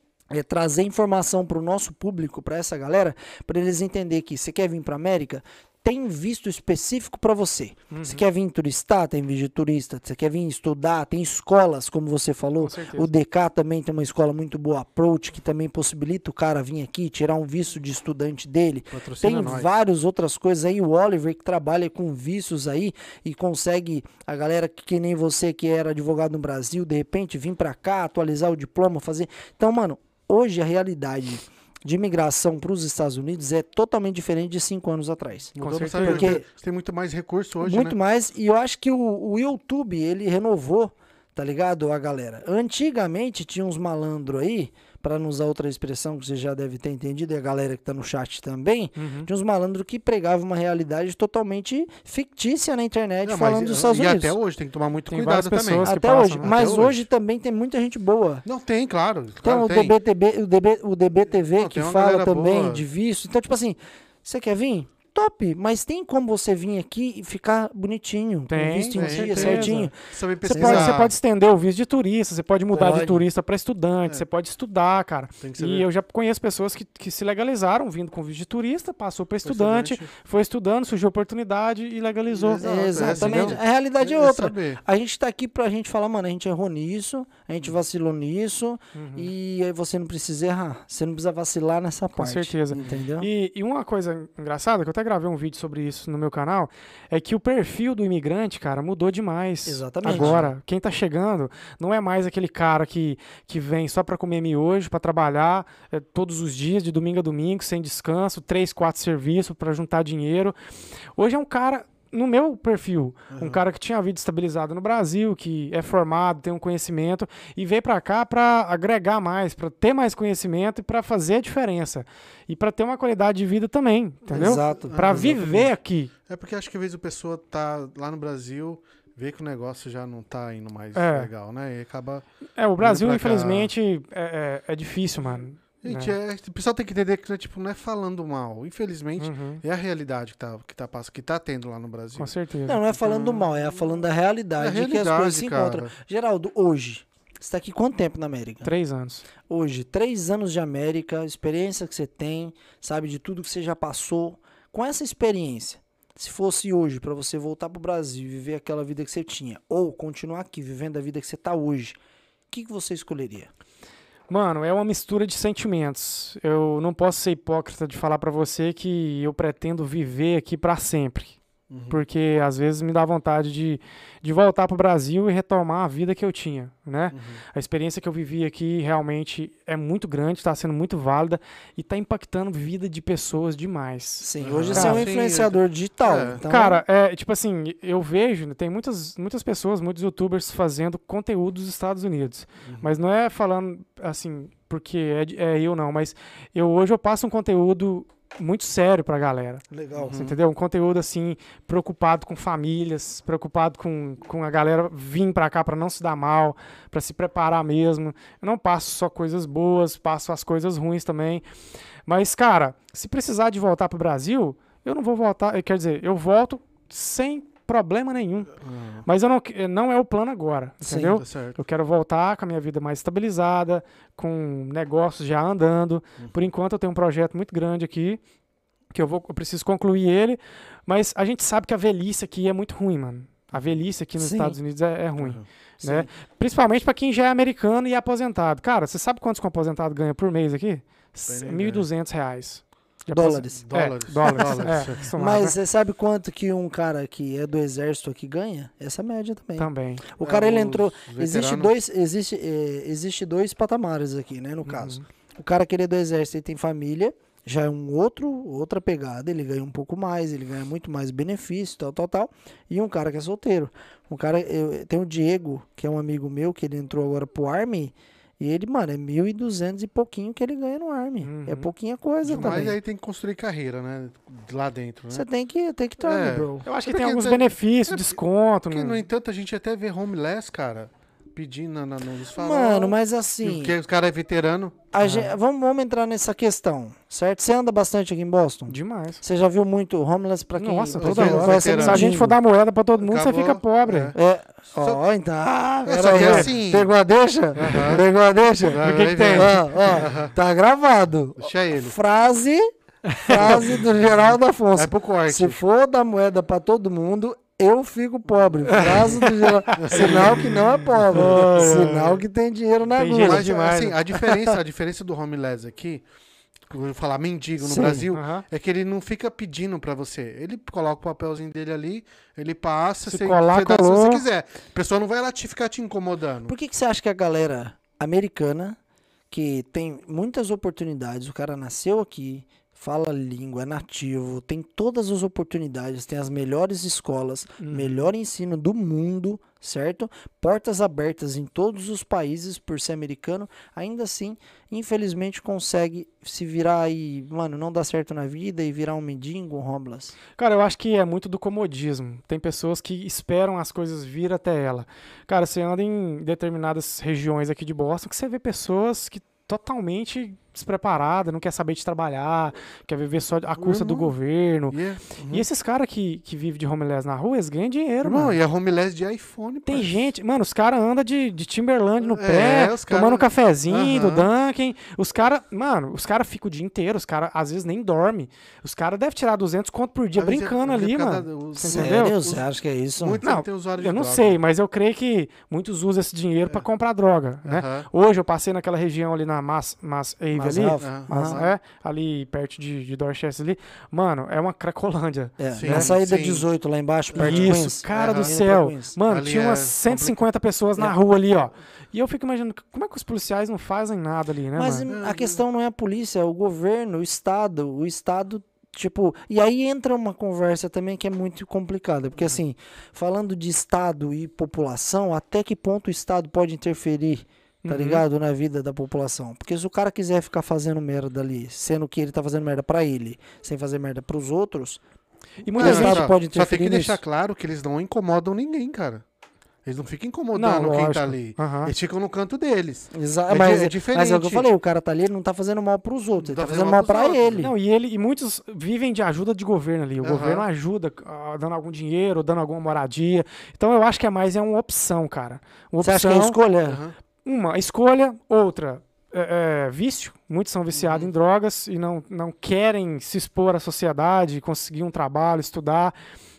é trazer informação para o nosso público, para essa galera, para eles entenderem que você quer vir para América, tem visto específico para você. Você quer vir turistar, tem visto de turista. Você quer vir estudar, tem escolas, como você falou. Com certeza. O DK também tem uma escola muito boa, Approach, que também possibilita o cara vir aqui, tirar um visto de estudante dele. Patrocina Tem nós. várias outras coisas aí. O Oliver, que trabalha com vistos aí e consegue a galera que nem você, que era advogado no Brasil, de repente vir para cá, atualizar o diploma, fazer. Então, mano, hoje a realidade de imigração para os Estados Unidos é totalmente diferente de 5 anos atrás. Mudou certeza. bastante, Porque- você tem muito mais recurso hoje, Muito né? mais. E eu acho que o YouTube, ele renovou, tá ligado, a galera. Antigamente tinha uns malandros aí, para não usar outra expressão que você já deve ter entendido, e a galera que tá no chat também, tinha uns malandros que pregavam uma realidade totalmente fictícia na internet, Não, falando mas- dos Estados e Unidos. até hoje tem que tomar muito Tem cuidado várias também. pessoas que Até passam, hoje. né? Mas Até hoje também tem muita gente boa. Não, tem, claro. Tem claro, o tem. o DBTV Não, que tem uma fala galera também boa. de visto. Então, tipo assim, você quer vir? Top, mas tem como você vir aqui e ficar bonitinho, com Tem, visto em com dia, certeza. certinho. Saber Você pesquisar. pode estender o visto de turista, você pode mudar de Pode. turista para estudante, você pode estudar, cara. Tem que E saber. eu já conheço pessoas que se legalizaram vindo com visto de turista, passou para estudante, foi estudando, surgiu oportunidade e legalizou. Exato, Exatamente. entendeu? A realidade é É outra. saber. A gente tá aqui pra gente falar, mano, a gente errou nisso, a gente vacilou nisso, e aí você não precisa errar. Você não precisa vacilar nessa parte. certeza. Entendeu? E uma coisa engraçada, que eu até gravei um vídeo sobre isso no meu canal, é que o perfil do imigrante, cara, mudou demais. Exatamente. Agora, quem tá chegando não é mais aquele cara que vem só pra comer miojo, pra trabalhar todos os dias, de domingo a domingo, sem descanso, 3, 4 serviços pra juntar dinheiro. Hoje é um cara no meu perfil, um cara que tinha a vida estabilizada no Brasil, que é formado, tem um conhecimento, e veio pra cá pra agregar mais, pra ter mais conhecimento e pra fazer a diferença. E pra ter uma qualidade de vida também, entendeu? Exato. Pra viver aqui. É porque acho que às vezes a pessoa tá lá no Brasil, vê que o negócio já não tá indo mais É. legal, né? E acaba... O Brasil, Vindo pra cá. infelizmente, é difícil, mano. Gente, o pessoal tem que entender que tipo, não é falando mal. Infelizmente, Uhum. é a realidade que tá tendo lá no Brasil. Com certeza. Não é falando mal, é falando da realidade, É a que as coisas se realidade, encontram. Geraldo, hoje, você tá aqui quanto tempo na América? 3 anos. Hoje, 3 anos de América, experiência que você tem, sabe, de tudo que você já passou. Com essa experiência, se fosse hoje pra você voltar pro Brasil e viver aquela vida que você tinha, ou continuar aqui vivendo a vida que você tá hoje, o que você escolheria? Mano, é uma mistura de sentimentos. Eu não posso ser hipócrita de falar pra você que eu pretendo viver aqui pra sempre. Porque às vezes me dá vontade de voltar pro Brasil e retomar a vida que eu tinha, né? A experiência que eu vivi aqui realmente é muito grande, está sendo muito válida e está impactando a vida de pessoas demais. Sim, hoje Cara, você é um sim, influenciador digital. é. Então, Cara, tipo assim, eu vejo, tem muitas pessoas, muitos youtubers fazendo conteúdo dos Estados Unidos. Mas não é falando assim, porque é eu não, mas hoje eu passo um conteúdo muito sério pra galera. legal. Você entendeu? Um conteúdo assim, preocupado com famílias, preocupado com a galera vir pra cá pra não se dar mal, pra se preparar mesmo. Eu não passo só coisas boas, passo as coisas ruins também. Mas, cara, se precisar de voltar pro Brasil, eu não vou voltar, quer dizer, eu volto sem problema nenhum. Mas não é o plano agora, Sim. entendeu? Tá certo. Eu quero voltar com a minha vida mais estabilizada, com negócios já andando. Por enquanto eu tenho um projeto muito grande aqui, que eu preciso concluir ele, mas a gente sabe que a velhice aqui é muito ruim, mano. A velhice aqui nos Sim. Estados Unidos é ruim, Sim. né? Principalmente pra quem já é americano e é aposentado. Cara, você sabe quantos que um aposentado ganha por mês aqui? nem R$1.200. de Dólares. Dólares. Dólares. Dólares. Acostumado, Mas né? você sabe quanto que um cara que é do exército aqui ganha? Essa média também. Também. O cara, ele os entrou... veteranos. Existe dois patamares aqui, né, no caso. O cara que ele é do exército, ele tem família, já é outra pegada, ele ganha um pouco mais, ele ganha muito mais benefício, tal. E um cara que é solteiro. Tem o Diego, que é um amigo meu, que ele entrou agora pro Army, e ele, mano, é 1.200 e pouquinho que ele ganha no Army. É pouquinha coisa Mas também. aí tem que construir carreira, né? Lá dentro, né? Você tem que estar, É. bro. Eu acho que Porque tem alguns tem- benefícios, desconto. Porque, né? no entanto, a gente até vê homeless, cara, pedindo nos farol. Mano, mas assim... Porque os caras é veterano. Vamos entrar nessa questão, certo? Você anda bastante aqui em Boston? Demais. Você já viu muito homeless pra quem... Nossa, pra toda quem hora. conhece Veterano. Se a gente mendigo? for dar moeda pra todo mundo, Acabou. você fica pobre. É. Ó, então... Só que pera aí, assim- Pegou a deixa? Pegou a deixa? Vai, O que vai tem? vendo. Ó, tá gravado. Deixa ele. Frase do Geraldo Afonso. É pro corte. Se for dar moeda pra todo mundo, eu fico pobre. Frase do Geraldo. Sinal que não é pobre. Sinal que tem dinheiro na Tem agulha. dinheiro Mas, demais, assim, né? a diferença do homeless aqui, eu vou falar mendigo no Sim. Brasil, Aham. é que ele não fica pedindo pra você. Ele coloca o papelzinho dele ali, ele passa, Se você colar, dá se colou. você quiser. A pessoa não vai lá ficar te incomodando. Por que você acha que a galera americana, que tem muitas oportunidades, o cara nasceu aqui, fala a língua, é nativo, tem todas as oportunidades, tem as melhores escolas, melhor ensino do mundo, certo? Portas abertas em todos os países por ser americano, ainda assim, infelizmente, consegue se virar e, mano, não dá certo na vida e virar um mendigo, um homeless. Cara, eu acho que é muito do comodismo. Tem pessoas que esperam as coisas vir até ela. Cara, você anda em determinadas regiões aqui de Boston que você vê pessoas que totalmente despreparada, não quer saber de trabalhar, quer viver só a custa do governo. E esses caras que vivem de homeless na rua, eles ganham dinheiro, Irmão, mano. e é homeless de iPhone, Tem pai. gente, mano, os caras andam de Timberland no pé, os cara- tomando um cafezinho do Aham. Dunkin'. Os caras, mano, os caras ficam o dia inteiro, os caras às vezes nem dormem. Os caras devem tirar 200 conto por dia Às vezes brincando é ali, por causa mano. dos- Você entendeu? Sério? Você acha que é isso? Muito Não, tem usuário de Eu não droga. sei, mas eu creio que muitos usam esse dinheiro pra comprar droga, né? Aham. Hoje eu passei naquela região ali na Mass Ave Mass ali, Ave. Aham. ali perto de Dorchester ali. Mano, é uma cracolândia. É, Sim, na saída sim. 18 lá embaixo, perto de Queens. Isso, cara do Aham. céu. Queens. Mano, Ali tinha é umas 150 pessoas na É. rua ali, ó. E eu fico imaginando, como é que os policiais não fazem nada ali, né, Mas mano? a questão não é a polícia, é o governo, o Estado. O Estado Tipo, e aí entra uma conversa também que é muito complicada, porque assim, falando de Estado e população, até que ponto o Estado pode interferir, tá ligado, na vida da população? Porque se o cara quiser ficar fazendo merda ali, sendo que ele tá fazendo merda pra ele, sem fazer merda pros outros, E o muita gente... Estado pode Só tem interferir que deixar nisso. claro que eles não incomodam ninguém, cara. Eles não ficam incomodando Não, quem lógico. tá ali. Aham. Eles ficam no canto deles. Mas, É diferente. mas é o que eu falei, o cara tá ali, ele não tá fazendo mal pros outros, ele Não tá tá fazendo fazendo mal mal pros pra outros. ele. Não, e muitos vivem de ajuda de governo ali. O Aham. governo ajuda dando algum dinheiro, dando alguma moradia. Então eu acho que é uma opção, cara. Uma Você acha que é opção, escolha? Aham. uma escolha, outra vício. Muitos são viciados em drogas e não querem se expor à sociedade, conseguir um trabalho, estudar.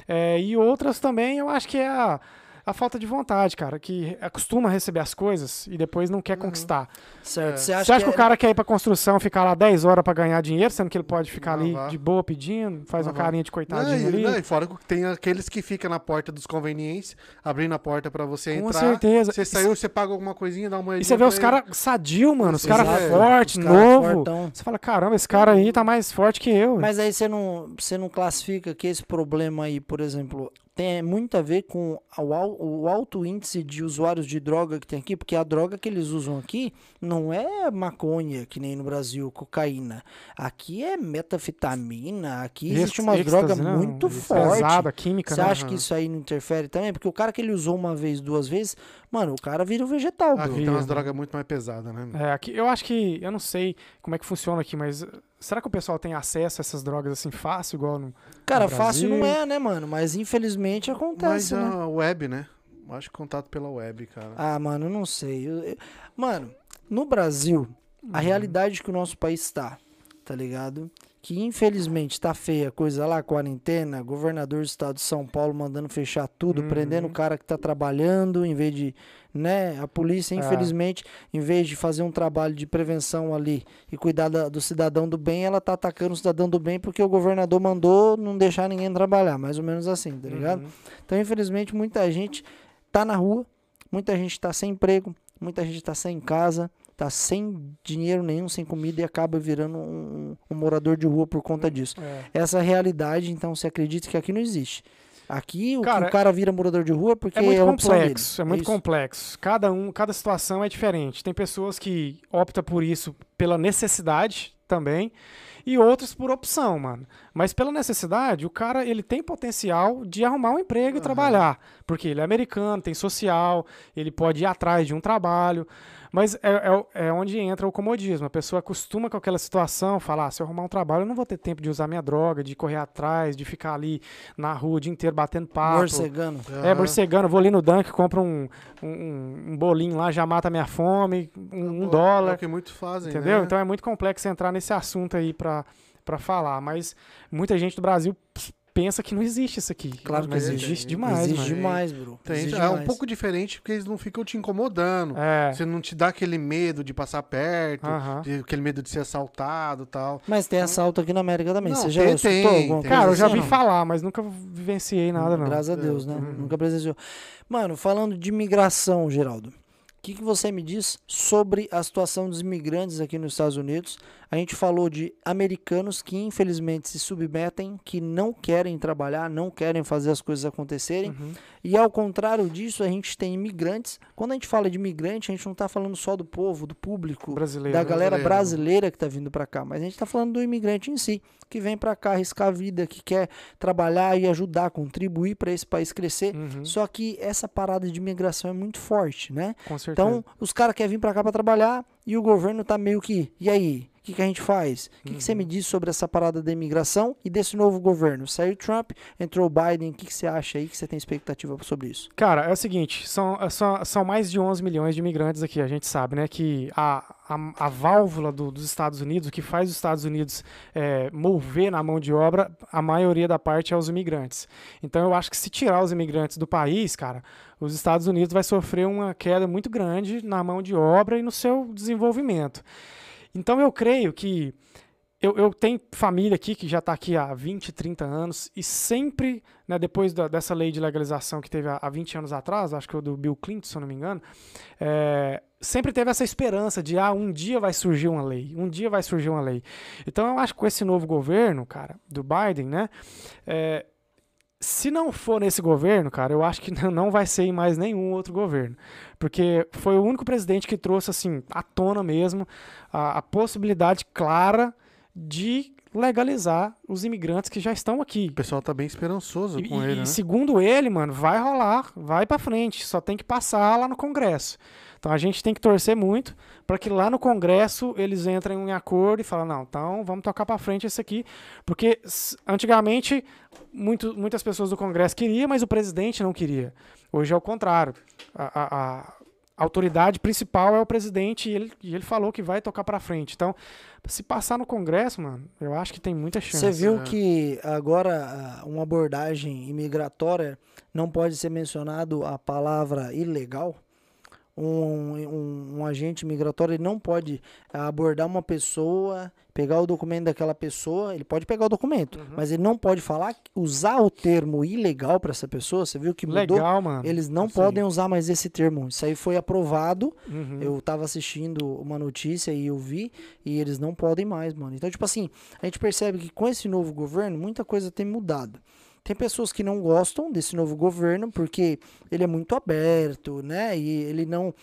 E outras também, eu acho que é a falta de vontade, cara, que acostuma a receber as coisas e depois não quer conquistar. Certo. É. Você Você acha que o cara quer ir pra construção, ficar lá 10 horas pra ganhar dinheiro, sendo que ele pode ficar Não ali vá. de boa pedindo, faz uma Não vá. carinha de coitadinho ali? E fora que tem aqueles que ficam na porta dos conveniências, abrindo a porta pra você Com entrar. certeza. Você saiu, você paga alguma coisinha, dá uma moedinha E você vê pra os ele. caras sadio, mano, os caras Exato. fortes, Os cara novo. fortão. Você fala, caramba, esse cara aí tá mais forte que eu. Mas aí você não classifica que esse problema aí, por exemplo, tem muito a ver com o alto índice de usuários de droga que tem aqui, porque a droga que eles usam aqui não é maconha, que nem no Brasil, cocaína. Aqui é metafetamina, aqui existe uma droga Êxtase, né? muito Pesada, forte. química, Você né? acha que isso aí não interfere também? Porque o cara que ele usou uma vez, duas vezes, mano, o cara vira um vegetal, bro. Aqui tem umas drogas muito mais pesadas, né? Aqui, eu acho que, eu não sei como é que funciona aqui, mas será que o pessoal tem acesso a essas drogas assim fácil, igual no Cara, no fácil Brasil? não é, né, mano? Mas infelizmente acontece, Mas né? a web, né? Eu acho que contato pela web, cara. Ah, mano, eu não sei. Mano, no Brasil, a realidade que o nosso país tá ligado? Que infelizmente tá feia a coisa lá, quarentena, governador do estado de São Paulo mandando fechar tudo, prendendo o cara que tá trabalhando, em vez de, né, a polícia, infelizmente, em vez de fazer um trabalho de prevenção ali e cuidar do cidadão do bem, ela tá atacando o cidadão do bem porque o governador mandou não deixar ninguém trabalhar, mais ou menos assim, tá ligado? Então, infelizmente, muita gente tá na rua, muita gente tá sem emprego, muita gente tá sem casa, tá sem dinheiro nenhum, sem comida e acaba virando um morador de rua por conta disso. Essa realidade, então, você acredita que aqui não existe. Aqui, o cara vira morador de rua porque É muito uma opção complexo, dele. é muito isso. complexo. Cada situação é diferente. Tem pessoas que optam por isso pela necessidade também e outras por opção, mano. Mas pela necessidade, o cara ele tem potencial de arrumar um emprego e trabalhar, porque ele é americano, tem social, ele pode ir atrás de um trabalho. Mas é onde entra o comodismo. A pessoa acostuma com aquela situação, fala, se eu arrumar um trabalho, eu não vou ter tempo de usar minha droga, de correr atrás, de ficar ali na rua o dia inteiro batendo papo. Morcegando. Morcegando, vou ali no Dunk, compro um bolinho lá, já mata a minha fome, um É dólar. o que muitos fazem, Entendeu? né? Então é muito complexo entrar nesse assunto aí pra falar. Mas muita gente do Brasil pensa que não existe isso aqui. Claro que mas existe. existe demais, Existe mano. demais, bro. Tem, Existe é um demais. pouco diferente porque eles não ficam te incomodando. É. Você não te dá aquele medo de passar perto, Aham. aquele medo de ser assaltado e tal. Mas tem assalto aqui na América também. Não, Você já tem, escutou tem. alguma Cara, eu coisa já assim, ouvi não? falar, mas nunca vivenciei nada, não. Graças a Deus, né? Nunca presenciou. Mano, falando de migração, Geraldo, o que você me diz sobre a situação dos imigrantes aqui nos Estados Unidos? A gente falou de americanos que infelizmente se submetem, que não querem trabalhar, não querem fazer as coisas acontecerem. E ao contrário disso, a gente tem imigrantes. Quando a gente fala de imigrante, a gente não está falando só do povo, do público, Brasileiro. da galera Brasileiro. brasileira que está vindo para cá. Mas a gente está falando do imigrante em si, que vem para cá arriscar a vida, que quer trabalhar e ajudar, contribuir para esse país crescer. Só que essa parada de imigração é muito forte, né? Com certeza. Então, os caras querem vir para cá para trabalhar e o governo tá meio que, e aí? O que a gente faz? O que você me diz sobre essa parada da imigração e desse novo governo? Saiu Trump, entrou o Biden, o que você acha aí? O que você tem expectativa sobre isso? Cara, é o seguinte, são mais de 11 milhões de imigrantes aqui, a gente sabe, né, que a válvula dos Estados Unidos, o que faz os Estados Unidos mover na mão de obra, a maioria da parte é os imigrantes. Então eu acho que se tirar os imigrantes do país, cara, os Estados Unidos vai sofrer uma queda muito grande na mão de obra e no seu desenvolvimento. Então eu creio que eu tenho família aqui que já está aqui há 20, 30 anos e sempre, né, depois dessa lei de legalização que teve há 20 anos atrás, acho que foi do Bill Clinton, se eu não me engano, sempre teve essa esperança de um dia vai surgir uma lei, um dia vai surgir uma lei. Então eu acho que com esse novo governo, cara, do Biden, né, se não for nesse governo, cara, eu acho que não vai ser em mais nenhum outro governo. Porque foi o único presidente que trouxe, assim, à tona mesmo, a possibilidade clara de legalizar os imigrantes que já estão aqui. O pessoal tá bem esperançoso com ele, né? E segundo ele, mano, vai rolar, vai pra frente, só tem que passar lá no Congresso. Então a gente tem que torcer muito para que lá no Congresso eles entrem em acordo e falem, não, então vamos tocar para frente esse aqui, porque antigamente muitas pessoas do Congresso queriam, mas o presidente não queria. Hoje é o contrário. A autoridade principal é o presidente e ele falou que vai tocar para frente. Então, se passar no Congresso, mano, eu acho que tem muita chance. Você viu que agora uma abordagem imigratória não pode ser mencionado a palavra ilegal? Um agente migratório ele não pode abordar uma pessoa, pegar o documento daquela pessoa, ele pode pegar o documento, mas ele não pode usar o termo ilegal para essa pessoa. Você viu que mudou? Legal, mano. Eles não podem usar mais esse termo. Isso aí foi aprovado. Eu tava assistindo uma notícia e eu vi, e eles não podem mais, mano. Então, tipo assim, a gente percebe que com esse novo governo, muita coisa tem mudado. Tem pessoas que não gostam desse novo governo porque ele é muito aberto, né? E ele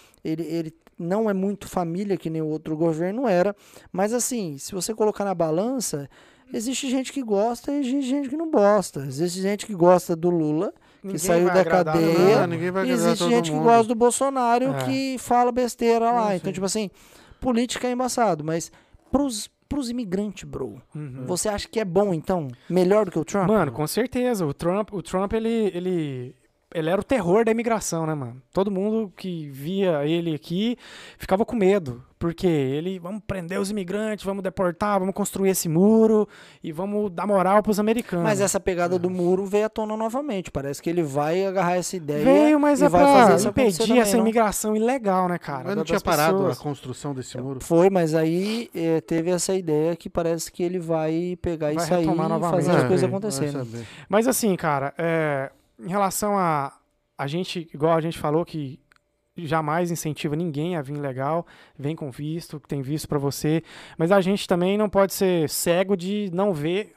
não é muito família que nem o outro governo era. Mas assim, se você colocar na balança, existe gente que gosta e existe gente que não gosta. Existe gente que gosta do Lula, que saiu da cadeia. E existe gente que gosta do Bolsonaro, que fala besteira lá. Então, tipo assim, política é embaçado, mas pros imigrantes, bro. Você acha que é bom, então? Melhor do que o Trump? Mano, com certeza. O Trump ele era o terror da imigração, né, mano? Todo mundo que via ele aqui ficava com medo. Porque vamos prender os imigrantes, vamos deportar, vamos construir esse muro e vamos dar moral pros americanos. Mas essa pegada do muro veio à tona novamente. Parece que ele vai agarrar essa ideia mas e é vai pra fazer isso impedir essa imigração ilegal, né, cara? Mas não tinha parado a construção desse muro? Foi, mas aí teve essa ideia que parece que ele vai pegar isso aí e fazer as coisas acontecerem. Mas assim, cara, em relação a gente, igual a gente falou que jamais incentiva ninguém a vir legal, vem com visto, tem visto para você, mas a gente também não pode ser cego de não ver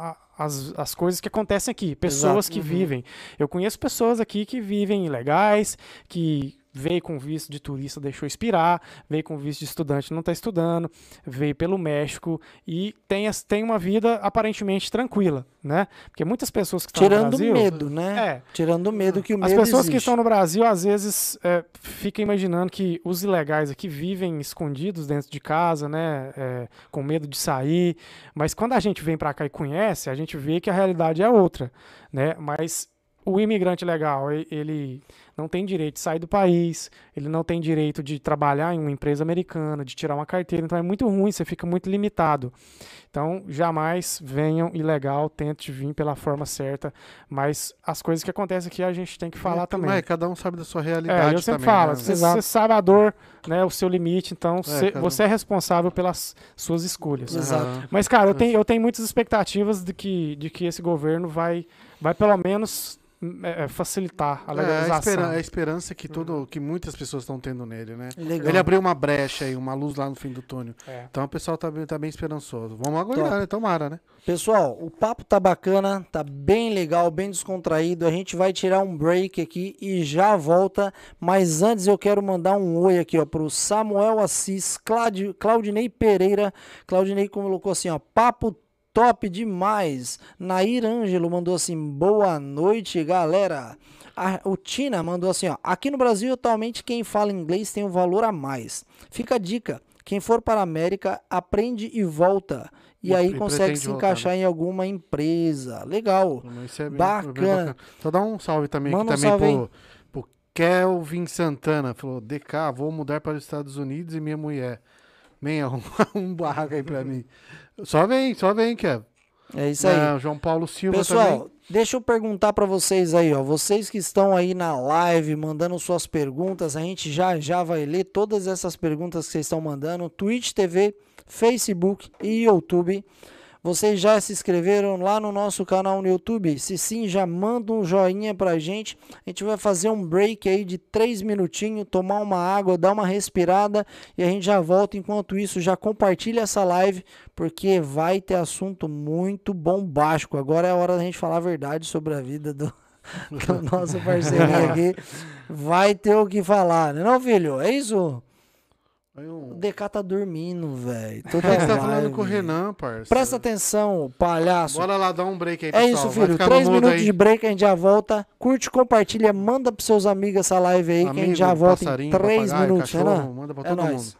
as coisas que acontecem aqui, pessoas que vivem. Eu conheço pessoas aqui que vivem ilegais, que veio com visto de turista, deixou expirar, veio com visto de estudante, não está estudando, veio pelo México e tem uma vida aparentemente tranquila, né? Porque muitas pessoas que estão no Brasil... Tirando medo, né? Tirando medo que o medo As pessoas existe. que estão no Brasil, às vezes, ficam imaginando que os ilegais aqui vivem escondidos dentro de casa, né? Com medo de sair. Mas quando a gente vem para cá e conhece, a gente vê que a realidade é outra, né? Mas o imigrante legal, ele não tem direito de sair do país, ele não tem direito de trabalhar em uma empresa americana, de tirar uma carteira, então é muito ruim, você fica muito limitado. Então, jamais venham ilegal, tente vir pela forma certa, mas as coisas que acontecem aqui a gente tem que falar também. Mas cada um sabe da sua realidade. Eu sempre também, falo, né? você sabe a dor, né, o seu limite, então você é responsável pelas suas escolhas. Exato. Mas, cara, eu tenho muitas expectativas de que esse governo vai pelo menos facilitar a legalização. A esperança que que muitas pessoas estão tendo nele, né? Legal. Ele abriu uma brecha aí, uma luz lá no fim do túnel. Então o pessoal tá bem esperançoso. Vamos aguardar, né? Tomara, né? Pessoal, o papo tá bacana, tá bem legal, bem descontraído. A gente vai tirar um break aqui e já volta. Mas antes eu quero mandar um oi aqui, ó, pro Samuel Assis, Claudinei Pereira. Claudinei colocou assim, ó, papo top demais. Nair Ângelo mandou assim, boa noite, galera. O Tina mandou assim, ó, aqui no Brasil atualmente quem fala inglês tem um valor a mais. Fica a dica, quem for para a América aprende e volta. E aí consegue se encaixar em alguma empresa. Legal. Bacana. Só dá um salve também aqui também pro Kelvin Santana. Falou, DK, vou mudar para os Estados Unidos e minha mulher. Vem arrumar um barraco aí pra mim. Só vem, Kevin. É isso aí. João Paulo Silva Pessoal, também. Deixa eu perguntar pra vocês aí, ó. Vocês que estão aí na live, mandando suas perguntas, a gente já vai ler todas essas perguntas que vocês estão mandando. Twitch TV, Facebook e YouTube. Vocês já se inscreveram lá no nosso canal no YouTube? Se sim, já manda um joinha pra gente. A gente vai fazer um break aí de 3 minutinhos, tomar uma água, dar uma respirada e a gente já volta. Enquanto isso, já compartilha essa live, porque vai ter assunto muito bombástico. Agora é a hora da gente falar a verdade sobre a vida do nosso parceirinho aqui. Vai ter o que falar, né não, filho? É isso? O DK tá dormindo, velho. Você tá falando com o Renan, parça. Presta atenção, palhaço. Bora lá dar um break aí, pessoal. É isso, filho. 3 minutos de break, a gente já volta. Curte, compartilha, manda pros seus amigos essa live aí, que a gente já volta em 3 minutos, Renan. Manda pra todo mundo.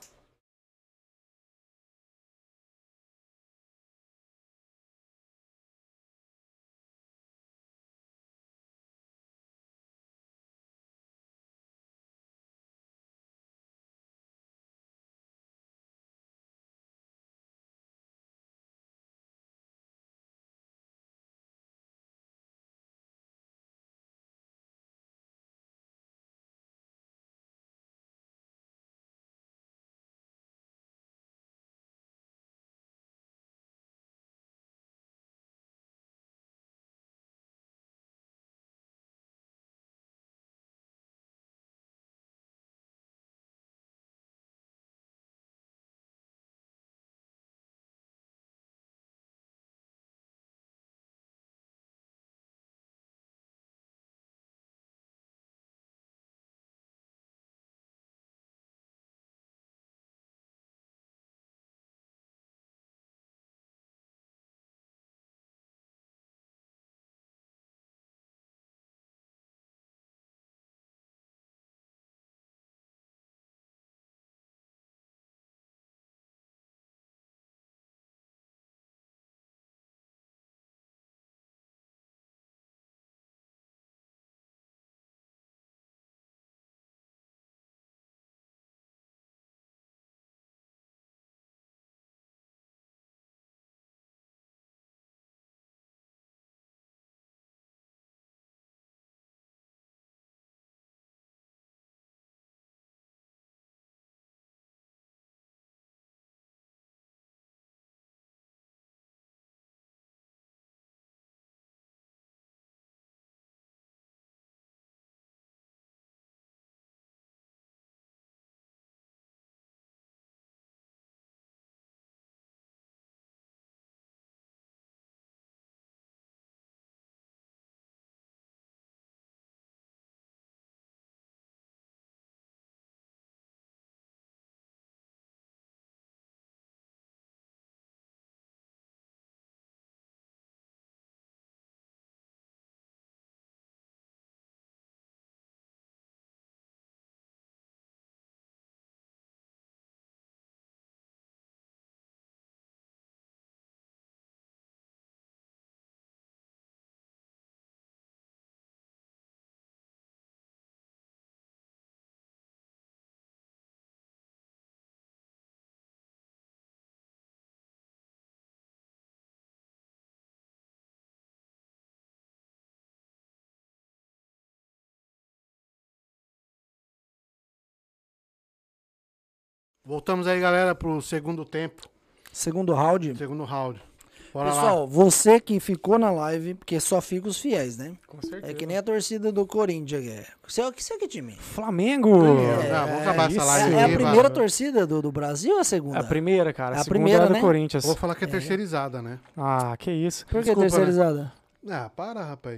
Voltamos aí, galera, pro segundo tempo. Segundo round. Segundo round. Bora Pessoal, lá. você que ficou na live, porque só fica os fiéis, né? Com certeza. É que nem a torcida do Corinthians. Você é que time? Flamengo! Vamos acabar essa live É aí, a primeira vai. torcida do Brasil ou a segunda? A primeira, cara. É a A segunda primeira, é do né? Corinthians. Vou falar que é terceirizada, né? Ah, que isso. Por que Desculpa, terceirizada? Ah, para, rapaz.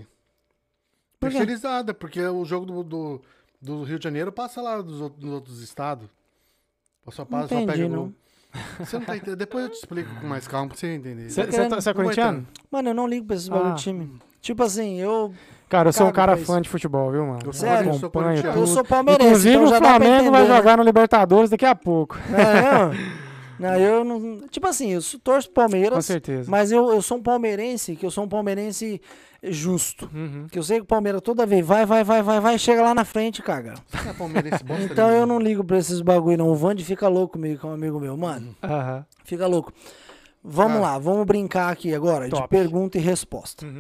Por quê? Terceirizada, porque o jogo do Rio de Janeiro passa lá dos outros estados. Só passa, Entendi, só pega não. Você não tá entendendo. Depois eu te explico com mais calma pra você entender. Você querendo- é corintiano? Mano, eu não ligo pra esses bagulho de Ah. time. Tipo assim, eu Cara, eu sou um Cago cara pra fã isso. de futebol, viu, mano? Eu Sério? sou Acompanho corintiano. eu tudo. sou palmeirense, Inclusive, então já o dá pra Flamengo entender, vai né? jogar no Libertadores daqui a pouco. É, não, eu não. Tipo assim, eu torço pro Com Palmeiras, certeza. mas eu sou um palmeirense, que eu sou um palmeirense justo. Uhum. Que eu sei que o Palmeiras toda vez vai, chega lá na frente, caga. Você é palmeirense bosta Então nenhuma. eu não ligo pra esses bagulho, não. O Vande fica louco comigo, que é um amigo meu, mano. Aham. Fica louco. Vamos Cara, lá, vamos brincar aqui agora de top. pergunta e resposta. Uhum.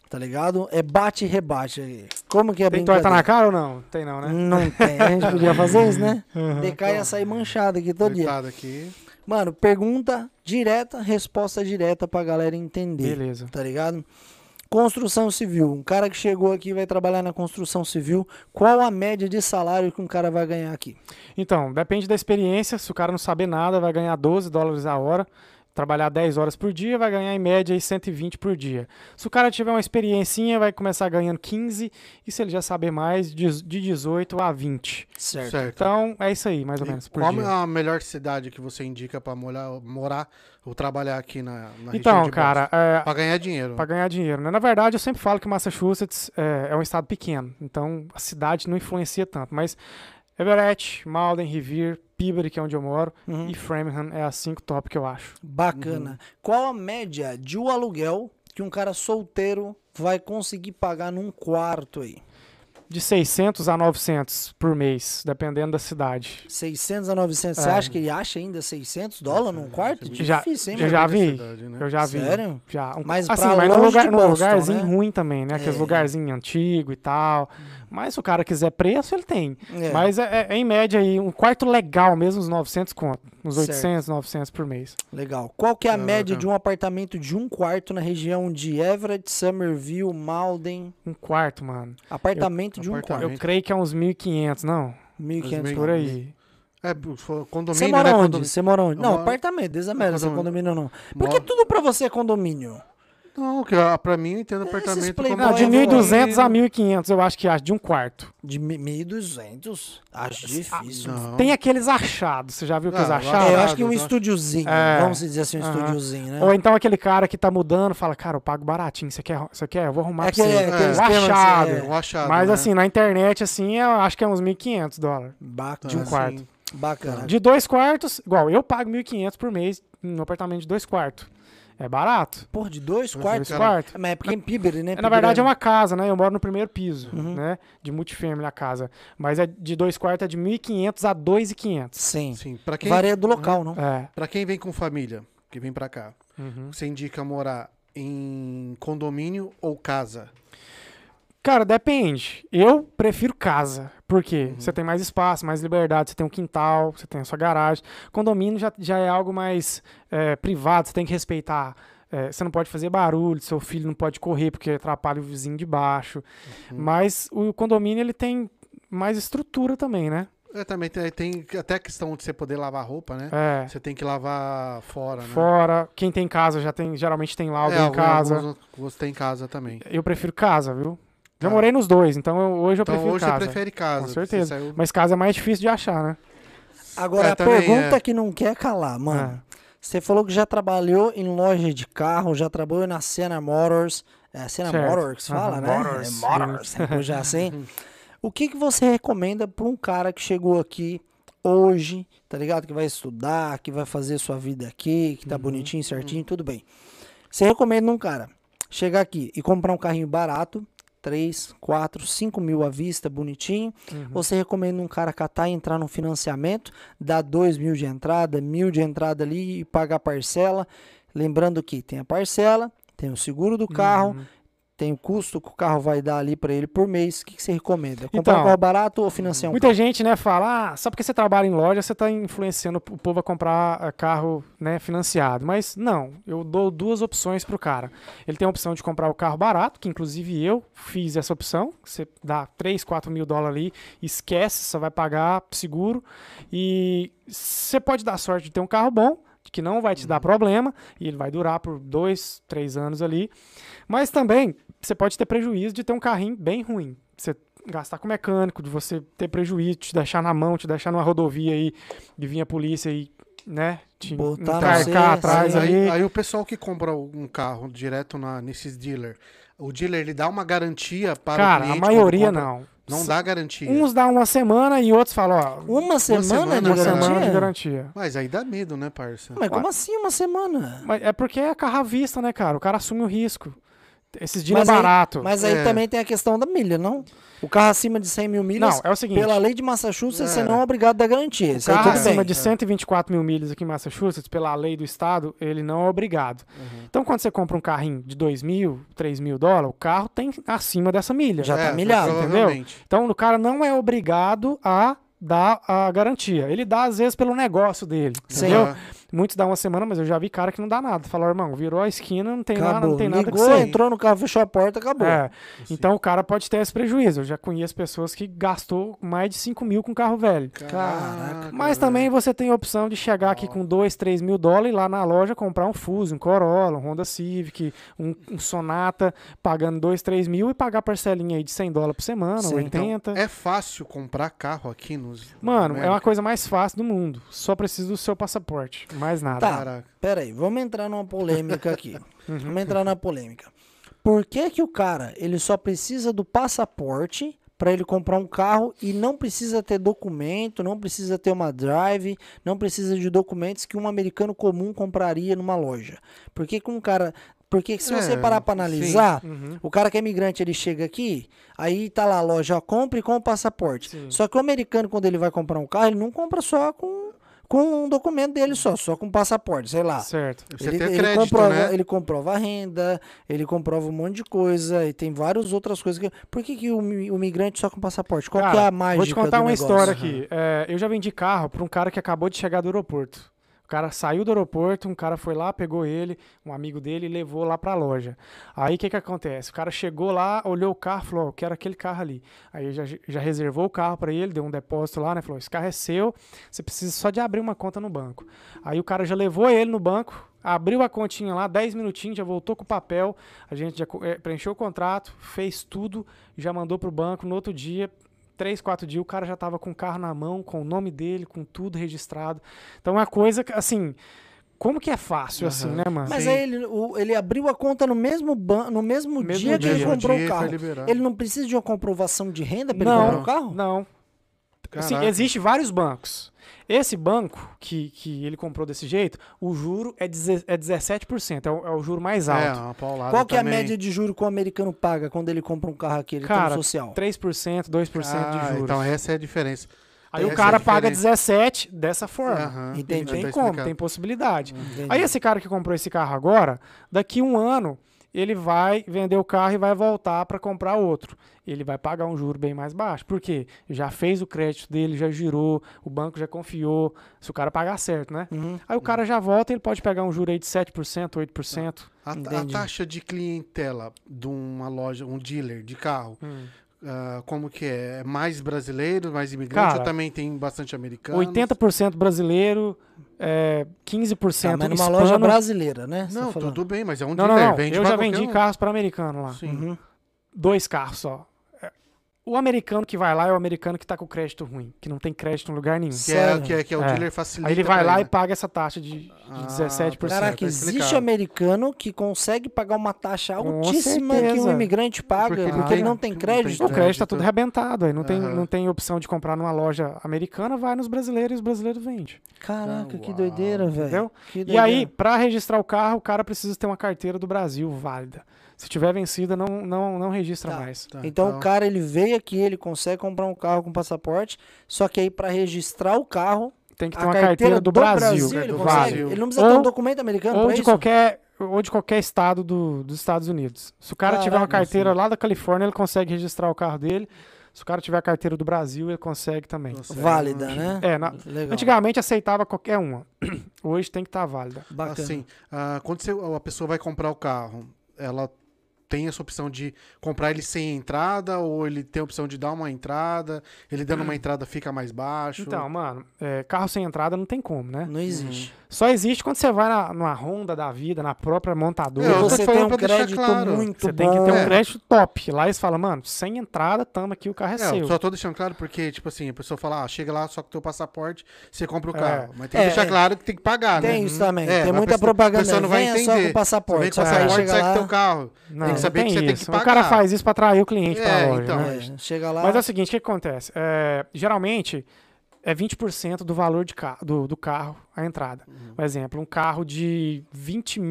tá ligado? É bate e rebate aí. Como que é a Tem torta brincadeira? na cara ou não? Tem não, né? Não tem. A gente podia fazer isso, né? DK ia sair manchado aqui todo dia. Coitado aqui. Mano, pergunta direta, resposta direta pra galera entender. Beleza. Tá ligado? Construção civil. Um cara que chegou aqui e vai trabalhar na construção civil. Qual a média de salário que um cara vai ganhar aqui? Então, depende da experiência. Se o cara não saber nada, vai ganhar $12 a hora. Trabalhar 10 horas por dia, vai ganhar em média aí 120 por dia. Se o cara tiver uma experiencinha, vai começar ganhando 15. E se ele já saber mais, de 18 a 20. Certo. Certo. Então, é isso aí, mais ou E menos, por qual dia. é a melhor cidade que você indica pra morar ou trabalhar aqui na região Então, de cara, Boston? Pra ganhar dinheiro. para ganhar dinheiro, né? Na verdade, eu sempre falo que Massachusetts é um estado pequeno, então a cidade não influencia tanto, mas Everett, Malden, Revere, Peabody, que é onde eu moro, e Framingham é as 5 top que eu acho. Bacana. Qual a média de um aluguel que um cara solteiro vai conseguir pagar num quarto aí? De 600 a 900 por mês, dependendo da cidade. 600 a 900. Você acha que ele acha ainda $600 num quarto? Difícil, hein, Eu mano? já vi, cidade, né? eu já vi. Sério? Já. Mas assim, pra mas longe de num Boston, lugarzinho né? ruim também, né? Aqueles lugarzinhos antigos e tal. Mas se o cara quiser preço, ele tem. É. Mas é em média aí, um quarto legal mesmo, uns 900 conto. Uns Certo. 800, 900 por mês. Legal. Qual que é a média bacana. de um apartamento de um quarto na região de Everett, Somerville, Malden? Um quarto, mano. Apartamento de um apartamento. quarto. Eu creio que é uns 1.500, não? 1.500 Por aí. É, condomínio, Você mora né? onde? Você mora onde? Eu Não, moro- apartamento, desamérica, você é condomínio. condomínio não. Porque tudo pra você é condomínio. Não, pra mim eu entendo apartamento playboy como... Não, de é 1.200 a 1.500, eu acho que acha, de um quarto. De 1.200? Acho difícil. Não. Tem aqueles achados, você já viu aqueles Ah, achados? É, eu Ah, acho que um eu acho- estúdiozinho, É. vamos dizer assim, um Aham. estúdiozinho, né? Ou então aquele cara que tá mudando, fala, cara, eu pago baratinho, você quer? Eu vou arrumar pra Aquele- você. aquele O esquema, achado. é. Um achado, Mas né? assim, na internet, assim, eu acho que é uns $1.500. Bacana. de um quarto. Sim. Bacana. De 2 quartos, igual, eu pago 1.500 por mês no apartamento de 2 quartos. É barato. Porra, de 2 2 quartos? quartos. Mas é porque em Peabody, né? Na verdade é Peabody uma casa, né? Eu moro no primeiro piso, né? De multifamily a casa. Mas é de 2 quartos é de 1.500 a 2.500. Sim. Sim. Pra quem, Varia do local, não? É. pra quem vem com família, que vem pra cá, você indica morar em condomínio ou casa? Cara, depende. Eu prefiro casa. Por quê? Você tem mais espaço, mais liberdade, você tem um quintal, você tem a sua garagem. Condomínio já é algo mais privado, você tem que respeitar. Você não pode fazer barulho, seu filho não pode correr porque atrapalha o vizinho de baixo. Mas o condomínio ele tem mais estrutura também, né? Também tem até a questão de você poder lavar roupa, né? É. Você tem que lavar fora, né? Fora, quem tem casa geralmente tem lá alguém em casa. Alguns você tem casa também. Eu prefiro casa, viu? Já Tá. morei nos dois, então hoje eu Então prefiro hoje casa. você prefere casa. Com porque certeza. você saiu- Mas casa é mais difícil de achar, né? Agora, a também pergunta é. que não quer calar, mano. É. Você falou que já trabalhou em loja de carro, já trabalhou na Sena Motors. É Sena Certo. Motors que se fala, Aham, né? Motors. É Motors, né? Já assim. O que você recomenda para um cara que chegou aqui hoje, tá ligado? Que vai estudar, que vai fazer sua vida aqui, que tá bonitinho, certinho, tudo bem. Você recomenda um cara chegar aqui e comprar um carrinho barato, 3, 4, 5 mil à vista, bonitinho. Ou você recomenda um cara catar e entrar num financiamento, dar 2 mil de entrada, 1.000 de entrada ali e pagar a parcela. Lembrando que tem a parcela, tem o seguro do carro, tem o custo que o carro vai dar ali para ele por mês. O que você recomenda? Comprar Então, um carro barato ou financiar um Muita carro? gente, né, fala, só porque você trabalha em loja, você está influenciando o povo a comprar carro, né, financiado. Mas não, eu dou 2 opções pro cara. Ele tem a opção de comprar o carro barato, que inclusive eu fiz essa opção. Você dá 3, 4 mil dólares ali, esquece, só vai pagar seguro. E você pode dar sorte de ter um carro bom, que não vai te dar problema, e ele vai durar por 2, 3 anos ali. Mas também você pode ter prejuízo de ter um carrinho bem ruim. Você gastar com mecânico, de você ter prejuízo, te deixar na mão, te deixar numa rodovia aí, de vir a polícia aí, né? Te Botar encarcar você, atrás sim. ali. Aí o pessoal que compra um carro direto nesses dealer, o dealer ele dá uma garantia para o Cara, cliente a maioria quando compra? não. Não dá garantia. Uns dá uma semana e outros falam, ó, Uma semana semana, de uma garantia? semana de garantia. Mas aí dá medo, né, parça? Mas como assim uma semana? Mas é porque é carro à vista, né, cara? O cara assume o risco. Esses dias é barato. Mas aí também tem a questão da milha, não? O carro acima de 100 mil milhas, não, é o seguinte, pela lei de Massachusetts, você não é obrigado a dar garantia. O carro acima de 124 mil milhas aqui em Massachusetts, pela lei do estado, ele não é obrigado. Então, quando você compra um carrinho de $2.000, $3.000, o carro tem acima dessa milha. Já tá milhado, entendeu? Então, o cara não é obrigado a dar a garantia. Ele dá, às vezes, pelo negócio dele, entendeu? Muitos dão uma semana, mas eu já vi cara que não dá nada. Falaram, irmão, virou a esquina, não tem nada, não tem nada que ser. Entrou no carro, fechou a porta, acabou. Então o cara pode ter esse prejuízo. Eu já conheço pessoas que gastou mais de 5 mil com carro velho. Caraca. Mas também você tem a opção de chegar aqui com $2, $3 mil e lá na loja comprar um Fuso, um Corolla, um Honda Civic, um Sonata, pagando $2, $3 mil e pagar parcelinha aí de $100 por semana, 80. Então, é fácil comprar carro aqui nos... Mano, é uma coisa mais fácil do mundo. Só precisa do seu passaporte. Mais nada. Tá, peraí, vamos entrar numa polêmica aqui. Vamos entrar na polêmica. Por que o cara, ele só precisa do passaporte para ele comprar um carro e não precisa ter documento, não precisa ter uma drive, não precisa de documentos que um americano comum compraria numa loja? Por que um cara... Porque se você parar para analisar, o cara que é imigrante, ele chega aqui, aí tá lá a loja, ó, compre com o passaporte. Sim. Só que o americano, quando ele vai comprar um carro, ele não compra só com um documento dele só com passaporte, sei lá. Certo. Você tem crédito, né? Ele comprova a renda, ele comprova um monte de coisa, e tem várias outras coisas. Por que o migrante só com passaporte? Qual que é a mágica? Vou te contar uma negócio? História aqui. Eu já vendi carro para um cara que acabou de chegar do aeroporto. O cara saiu do aeroporto, um cara foi lá, pegou ele, um amigo dele, e levou lá pra loja. Aí o que acontece? O cara chegou lá, olhou o carro, falou, eu quero aquele carro ali. Aí já reservou o carro pra ele, deu um depósito lá, né? Falou, esse carro é seu, você precisa só de abrir uma conta no banco. Aí o cara já levou ele no banco, abriu a continha lá, 10 minutinhos, já voltou com o papel, a gente já preencheu o contrato, fez tudo, já mandou pro banco. No outro dia, 3, 4 dias, o cara já tava com o carro na mão, com o nome dele, com tudo registrado. Então é uma coisa que, assim, como que é fácil assim, né, mano? Mas aí ele abriu a conta no mesmo dia que ele comprou o carro. Ele não precisa de uma comprovação de renda para ele comprar o carro? Não. Assim, existe vários bancos. Esse banco que ele comprou desse jeito, o juro é 17%, é o juro mais alto. Uma paulada. Qual que é a média de juro que o americano paga quando ele compra um carro aqui? Ele tem um social? 3%, 2% de juros. Então essa é a diferença. Aí o cara paga 17% dessa forma. Entendi. Tem como, tem possibilidade. Aí esse cara que comprou esse carro agora, daqui 1 ano, ele vai vender o carro e vai voltar para comprar outro. Ele vai pagar um juro bem mais baixo. Por quê? Já fez o crédito dele, já girou, o banco já confiou, se o cara pagar certo, né? Aí o cara já volta e ele pode pegar um juro aí de 7%, 8%. A taxa de clientela de uma loja, um dealer de carro, como que é? É mais brasileiro, mais imigrante, ou também tem bastante americano? 80% brasileiro, 15% mas numa loja brasileira, né? Não, tudo bem, mas é um dealer. Não. Eu já vendi carros para americano lá. 2 carros só. O americano que vai lá é o americano que tá com crédito ruim, que não tem crédito em lugar nenhum. Que é o dealer facilita. Aí ele vai lá e paga essa taxa de 17%. Caraca, existe americano que consegue pagar uma taxa altíssima que um imigrante paga, porque ele não tem crédito. O crédito tá tudo arrebentado, aí não tem opção de comprar numa loja americana, vai nos brasileiros e os brasileiros vendem. Caraca, que doideira, velho. E aí, para registrar o carro, o cara precisa ter uma carteira do Brasil válida. Se tiver vencida, não registra mais. Então o cara, ele veio aqui, ele consegue comprar um carro com passaporte, só que aí para registrar o carro, tem que ter uma carteira do Brasil. Ele não precisa ter um documento americano ou de qualquer estado dos Estados Unidos. Se o cara tiver uma carteira lá da Califórnia, ele consegue registrar o carro dele. Se o cara tiver a carteira do Brasil, ele consegue também. Válida, né? Antigamente aceitava qualquer uma. Hoje tem que estar válida. Bacana. Assim, quando a pessoa vai comprar o carro, ela tem essa opção de comprar ele sem entrada, ou ele tem a opção de dar uma entrada, ele dando uma entrada fica mais baixo? Então, mano, carro sem entrada não tem como, né? Não existe. Só existe quando você vai numa Honda da vida, na própria montadora. Você tem um crédito muito bom. Você tem que ter um crédito top. Lá eles falam, mano, sem entrada, tamo aqui, o carro é seu. Eu só tô deixando claro porque, tipo assim, a pessoa fala, chega lá só com o teu passaporte, você compra o carro. Mas tem que deixar claro que tem que pagar, né? Tem isso também. Tem muita propaganda. A pessoa não vai entender. Só com o passaporte. Vem com o passaporte, sai com o teu carro. Tem que saber que você tem que pagar. O cara faz isso pra atrair o cliente pra loja. Então, né? Chega lá. Mas é o seguinte, o que acontece? Geralmente, é 20% do valor do carro, a entrada. Por exemplo, um carro de 20 mil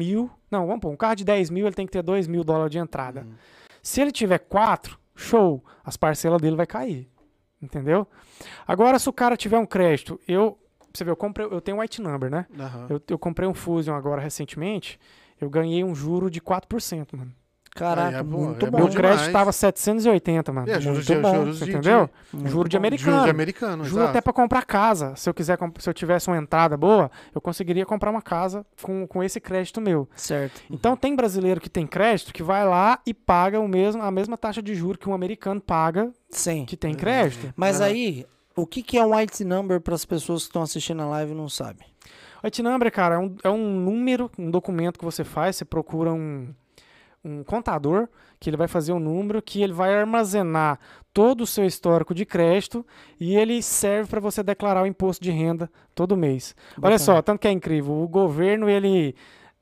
Não, vamos pôr, um carro de 10 mil, ele tem que ter 2 mil dólares de entrada. Se ele tiver 4, show, as parcelas dele vai cair. Entendeu? Agora, se o cara tiver um crédito, você vê, eu tenho um white number, né? Aham. Eu comprei um Fusion agora recentemente, eu ganhei um juro de 4%, mano. Caraca, É bom, muito é bom. bom Meu crédito demais. tava 780, mano. É, Muito bom, juros Você de, entendeu? Muito Juro de bom. americano. Juros de americano, Juro exato. até pra comprar casa. Se eu tivesse uma entrada boa, eu conseguiria comprar uma casa com esse crédito meu. Certo. Então tem brasileiro que tem crédito que vai lá e paga a mesma taxa de juros que um americano paga Sim. que tem crédito. Mas aí, o que é um white number para as pessoas que estão assistindo a live e não sabem? White number, cara, é um número, um documento que você faz, você procura um contador, que ele vai fazer um número, que ele vai armazenar todo o seu histórico de crédito e ele serve para você declarar o imposto de renda todo mês. Olha só, tanto que é incrível, o governo, ele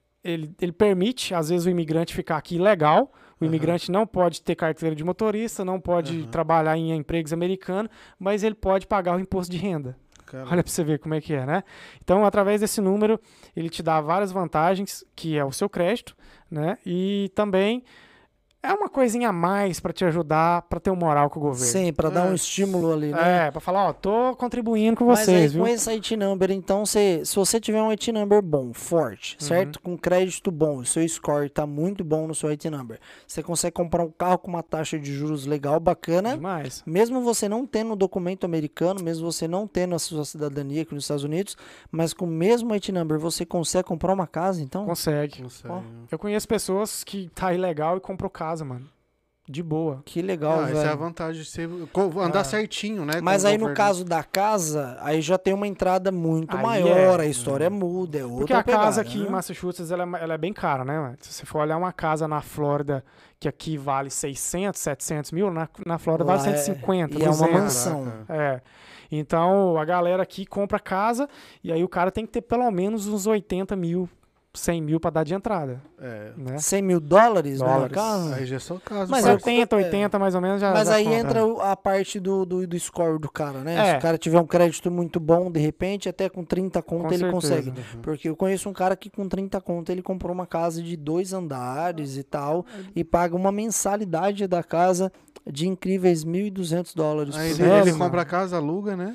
permite, às vezes, o imigrante ficar aqui legal, o imigrante não pode ter carteira de motorista, não pode trabalhar em empregos americanos, mas ele pode pagar o imposto de renda. Cara, Olha pra você ver como é que é, né? Então, através desse número, ele te dá várias vantagens, que é o seu crédito, né? E também é uma coisinha a mais pra te ajudar, pra ter um moral com o governo. Sim, para dar um estímulo ali, né? É, pra falar, ó, tô contribuindo com Mas aí, vocês, viu? com esse IT number, então, se você tiver um IT number bom, forte, certo? Com crédito bom, o seu score tá muito bom no seu IT number, você consegue comprar um carro com uma taxa de juros legal, bacana, Demais. mesmo você não tendo um documento americano, mesmo você não tendo a sua cidadania aqui nos Estados Unidos, mas com o mesmo IT number, você consegue comprar uma casa, então? Consegue. não sei. Ó. Eu conheço pessoas que tá ilegal e comprou casa, mano. De boa. Que legal, Essa é a velho. vantagem de andar certinho, né? Mas com o aí no governo. caso da casa, aí já tem uma entrada muito Aí maior, é. a história muda, é outra Porque a casa pegada, aqui né? em Massachusetts, ela é bem cara, né? Mano? Se você for olhar uma casa na Flórida, que aqui vale 600, 700 mil, na Flórida Lá vale é- 150, e é uma 200. mansão. Caraca. É. Então, a galera aqui compra casa e aí o cara tem que ter pelo menos uns 80 mil, 100 mil pra dar de entrada, É. né? 100 mil dólares numa Dólares. casa? Aí já é só caso. Mas pra- eu- 70, 80 mais ou menos já Mas já aí conta. entra a parte do score do cara, né? Se É. o cara tiver um crédito muito bom, de repente, até com 30 conto Com ele certeza. consegue. Porque eu conheço um cara que com 30 conto ele comprou uma casa de 2 andares e tal, e paga uma mensalidade da casa de incríveis $1.200 Aí por ele, mês. ele compra a casa, aluga, né?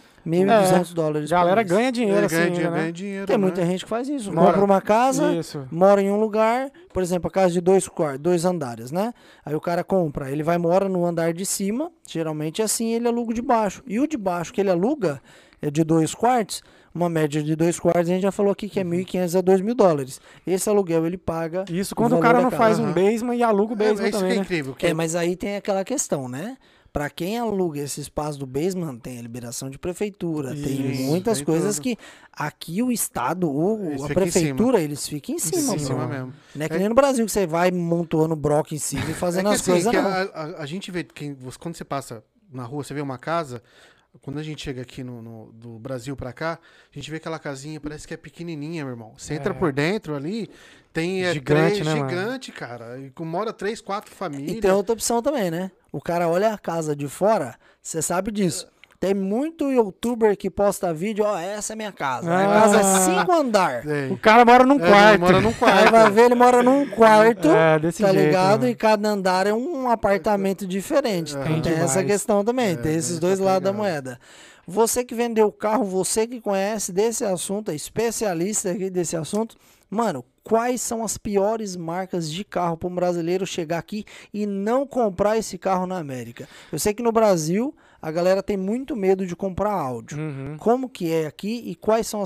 $1.200 A galera por mês. ganha dinheiro Ele assim, ganha, ainda, dinheiro, né? ganha dinheiro. Tem né? muita gente que faz isso. Mora- Compra uma casa, Isso. mora em um lugar, por exemplo, a casa de 2 quartos, 2 andares, né? Aí o cara compra, ele vai mora no andar de cima, geralmente é assim, ele aluga o de baixo. E o de baixo que ele aluga é de 2 quartos, uma média de 2 quartos, a gente já falou aqui que é $1.500 a $2.000. Esse aluguel ele paga. Isso quando o valor cara da não casa. faz um basement e aluga o É, basement isso que também, é né? incrível. Que É, mas aí tem aquela questão, né? Pra quem aluga esse espaço do basement, tem a liberação de prefeitura, tem Isso, muitas tem coisas tudo. que aqui o Estado, Eles a ficam em prefeitura, eles ficam em cima, em cima mano. mesmo. Não é que nem no Brasil que você vai montando bloco em cima e fazendo as coisas, que não. a gente vê, quando você passa na rua, você vê uma casa, quando a gente chega aqui do Brasil pra cá, a gente vê aquela casinha, parece que é pequenininha, meu irmão. Você entra por dentro ali, tem Gigante, né, mano? gigante, cara. E mora 3, 4 famílias. E tem outra opção também, né? O cara olha a casa de fora, você sabe disso. Tem muito youtuber que posta vídeo, ó, essa é minha casa. A casa é 5 andar. Tem. O cara mora num Ele quarto. mora num Aí quarto. vai ver, ele mora num quarto, É, desse tá jeito, ligado? mano. E cada andar é um apartamento diferente. Então tem essa demais. questão também, É, tem tem esses essa dois lados da pegada. moeda. Você que vendeu o carro, você que conhece desse assunto, é especialista aqui desse assunto, mano, quais são as piores marcas de carro para um brasileiro chegar aqui e não comprar esse carro na América? Eu sei que no Brasil a galera tem muito medo de comprar áudio. Uhum. Como que é aqui e quais são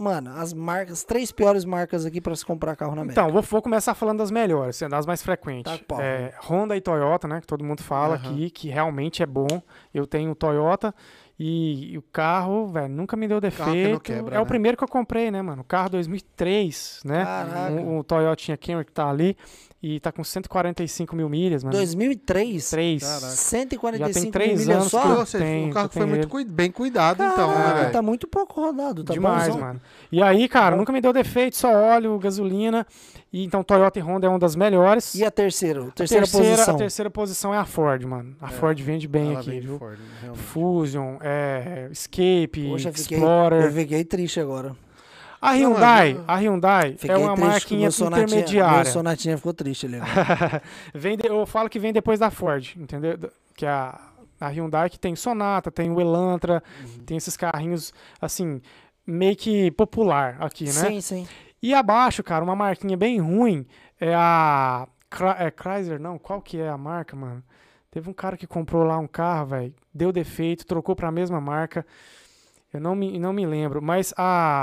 as marcas, as 3 piores marcas aqui para se comprar carro na América? Então, vou começar falando das melhores, das mais frequentes. Tá com pau. Honda e Toyota, né? Que todo mundo fala Aham. aqui, que realmente é bom. Eu tenho o Toyota e o carro, velho, nunca me deu Carro que não defeito. quebra, É o né? primeiro que eu comprei, né, mano? O carro 2003, né? Caraca. O Toyota Camry que tá ali e tá com 145 mil milhas, mano. 2003? 3. Caraca. 145 Já tem 3 milhas anos só? Ou seja, tem, o carro eu foi tenho muito ele. bem cuidado, então, né, Caraca, velho? tá muito pouco rodado, tá Demais, bonzão. mano. E aí, cara, nunca me deu defeito, só óleo, gasolina. E então Toyota e Honda é uma das melhores. E a terceira? Terceira A posição. terceira posição é a Ford, mano. A Ford vende bem Ela aqui, vem de viu? Ford, realmente. Fusion, Escape, Poxa, eu Explorer. fiquei triste agora. A Hyundai Fiquei é uma triste que marquinha meu Sonatinha- intermediária. Meu Sonatinha ficou triste ali. Agora. Eu falo que vem depois da Ford, entendeu? Que a Hyundai que tem Sonata, tem o Elantra, tem esses carrinhos, assim, meio que popular aqui, né? Sim, sim. E abaixo, cara, uma marquinha bem ruim é a Chrysler, não, qual que é a marca, mano? Teve um cara que comprou lá um carro, velho, deu defeito, trocou pra mesma marca. Eu não me lembro, mas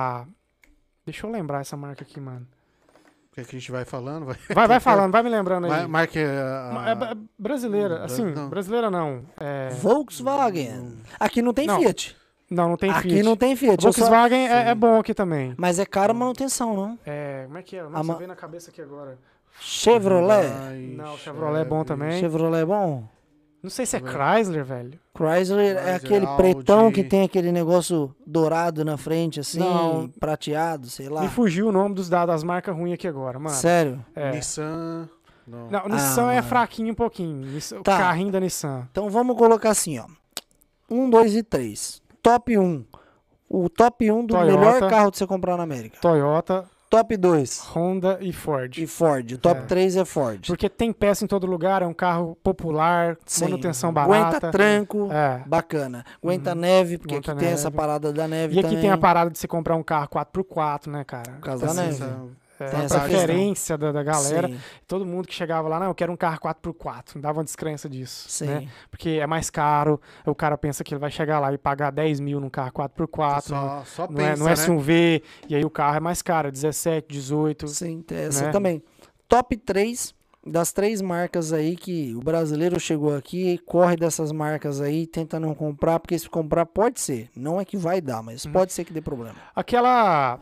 deixa eu lembrar essa marca aqui, mano. Que a gente vai falando, Vai falando, vai me lembrando aí. Marca É brasileira, assim, não. brasileira não. Volkswagen. Aqui não tem Não. Fiat. Não tem Aqui Fiat. não tem Fiat. Eu só- Volkswagen é bom aqui também. Mas é cara a manutenção, não? Como é que é? A Nossa, ma- veio na cabeça aqui agora. Chevrolet. Não, o Chevrolet é bom também. Chevrolet é bom? Não sei se é Chrysler, velho. Chrysler é Chrysler, aquele Audi. pretão que tem aquele negócio dourado na frente, assim, Não. prateado, sei lá. Me fugiu o nome das marcas ruins aqui agora, mano. Sério? É. Nissan. Não. Não, o Nissan é mano. fraquinho um pouquinho. O Tá. carrinho da Nissan. Então vamos colocar assim, ó. 1, 2 e 3. Top 1. O top 1 do Toyota. melhor carro de você comprar na América. Toyota, Top 2. Honda e Ford. E Ford. O top É. 3 é Ford. Porque tem peça em todo lugar, é um carro popular, Sim. manutenção barata. Aguenta tranco. É. Bacana. Aguenta neve, porque Aguenta aqui tem essa neve. parada da neve E aqui também. tem a parada de você comprar um carro 4x4, né, cara? Por causa da Então, neve. É, Tem a essa preferência da galera. Sim, Todo mundo que chegava lá, não, eu quero um carro 4x4. Dava uma descrença disso. sim. Né? Porque é mais caro. O cara pensa que ele vai chegar lá e pagar 10 mil num carro 4x4. Só não pensa, é né? SUV. E aí o carro é mais caro, 17, 18. Sim, tem essa né? também. Top 3 das 3 marcas aí que o brasileiro chegou aqui, corre dessas marcas aí, tenta não comprar, porque se comprar pode ser. Não é que vai dar, mas pode ser que dê problema. Aquela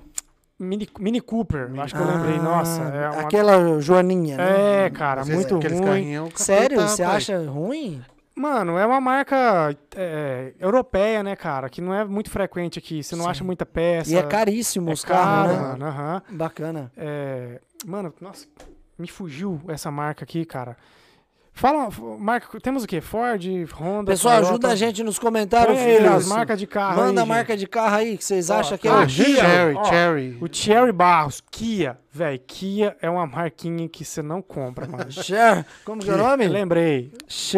Mini Cooper, acho que eu lembrei. Nossa, é uma... Aquela joaninha, né? É, cara, Às vezes muito aqueles ruim. carrinhos, o Sério? capeta, Você pai. acha ruim? Mano, é uma marca europeia, né, cara? Que não é muito frequente aqui. Você não Sim. acha muita peça. E é caríssimo É os carros, caro, né? mano. Aham. Bacana. Mano, nossa, me fugiu essa marca aqui, cara. Fala, marca, temos o quê? Ford, Honda, Pessoal, Toyota. ajuda a gente nos comentários, Põe aí as filhos. marcas de carro Manda a aí, marca gente. de carro aí que vocês Ó, acham que é tá o aqui, Cherry, ó. Cherry. O Thierry Barros, Kia, velho, Kia é uma marquinha que você não compra, mano. Como que é o nome? Lembrei.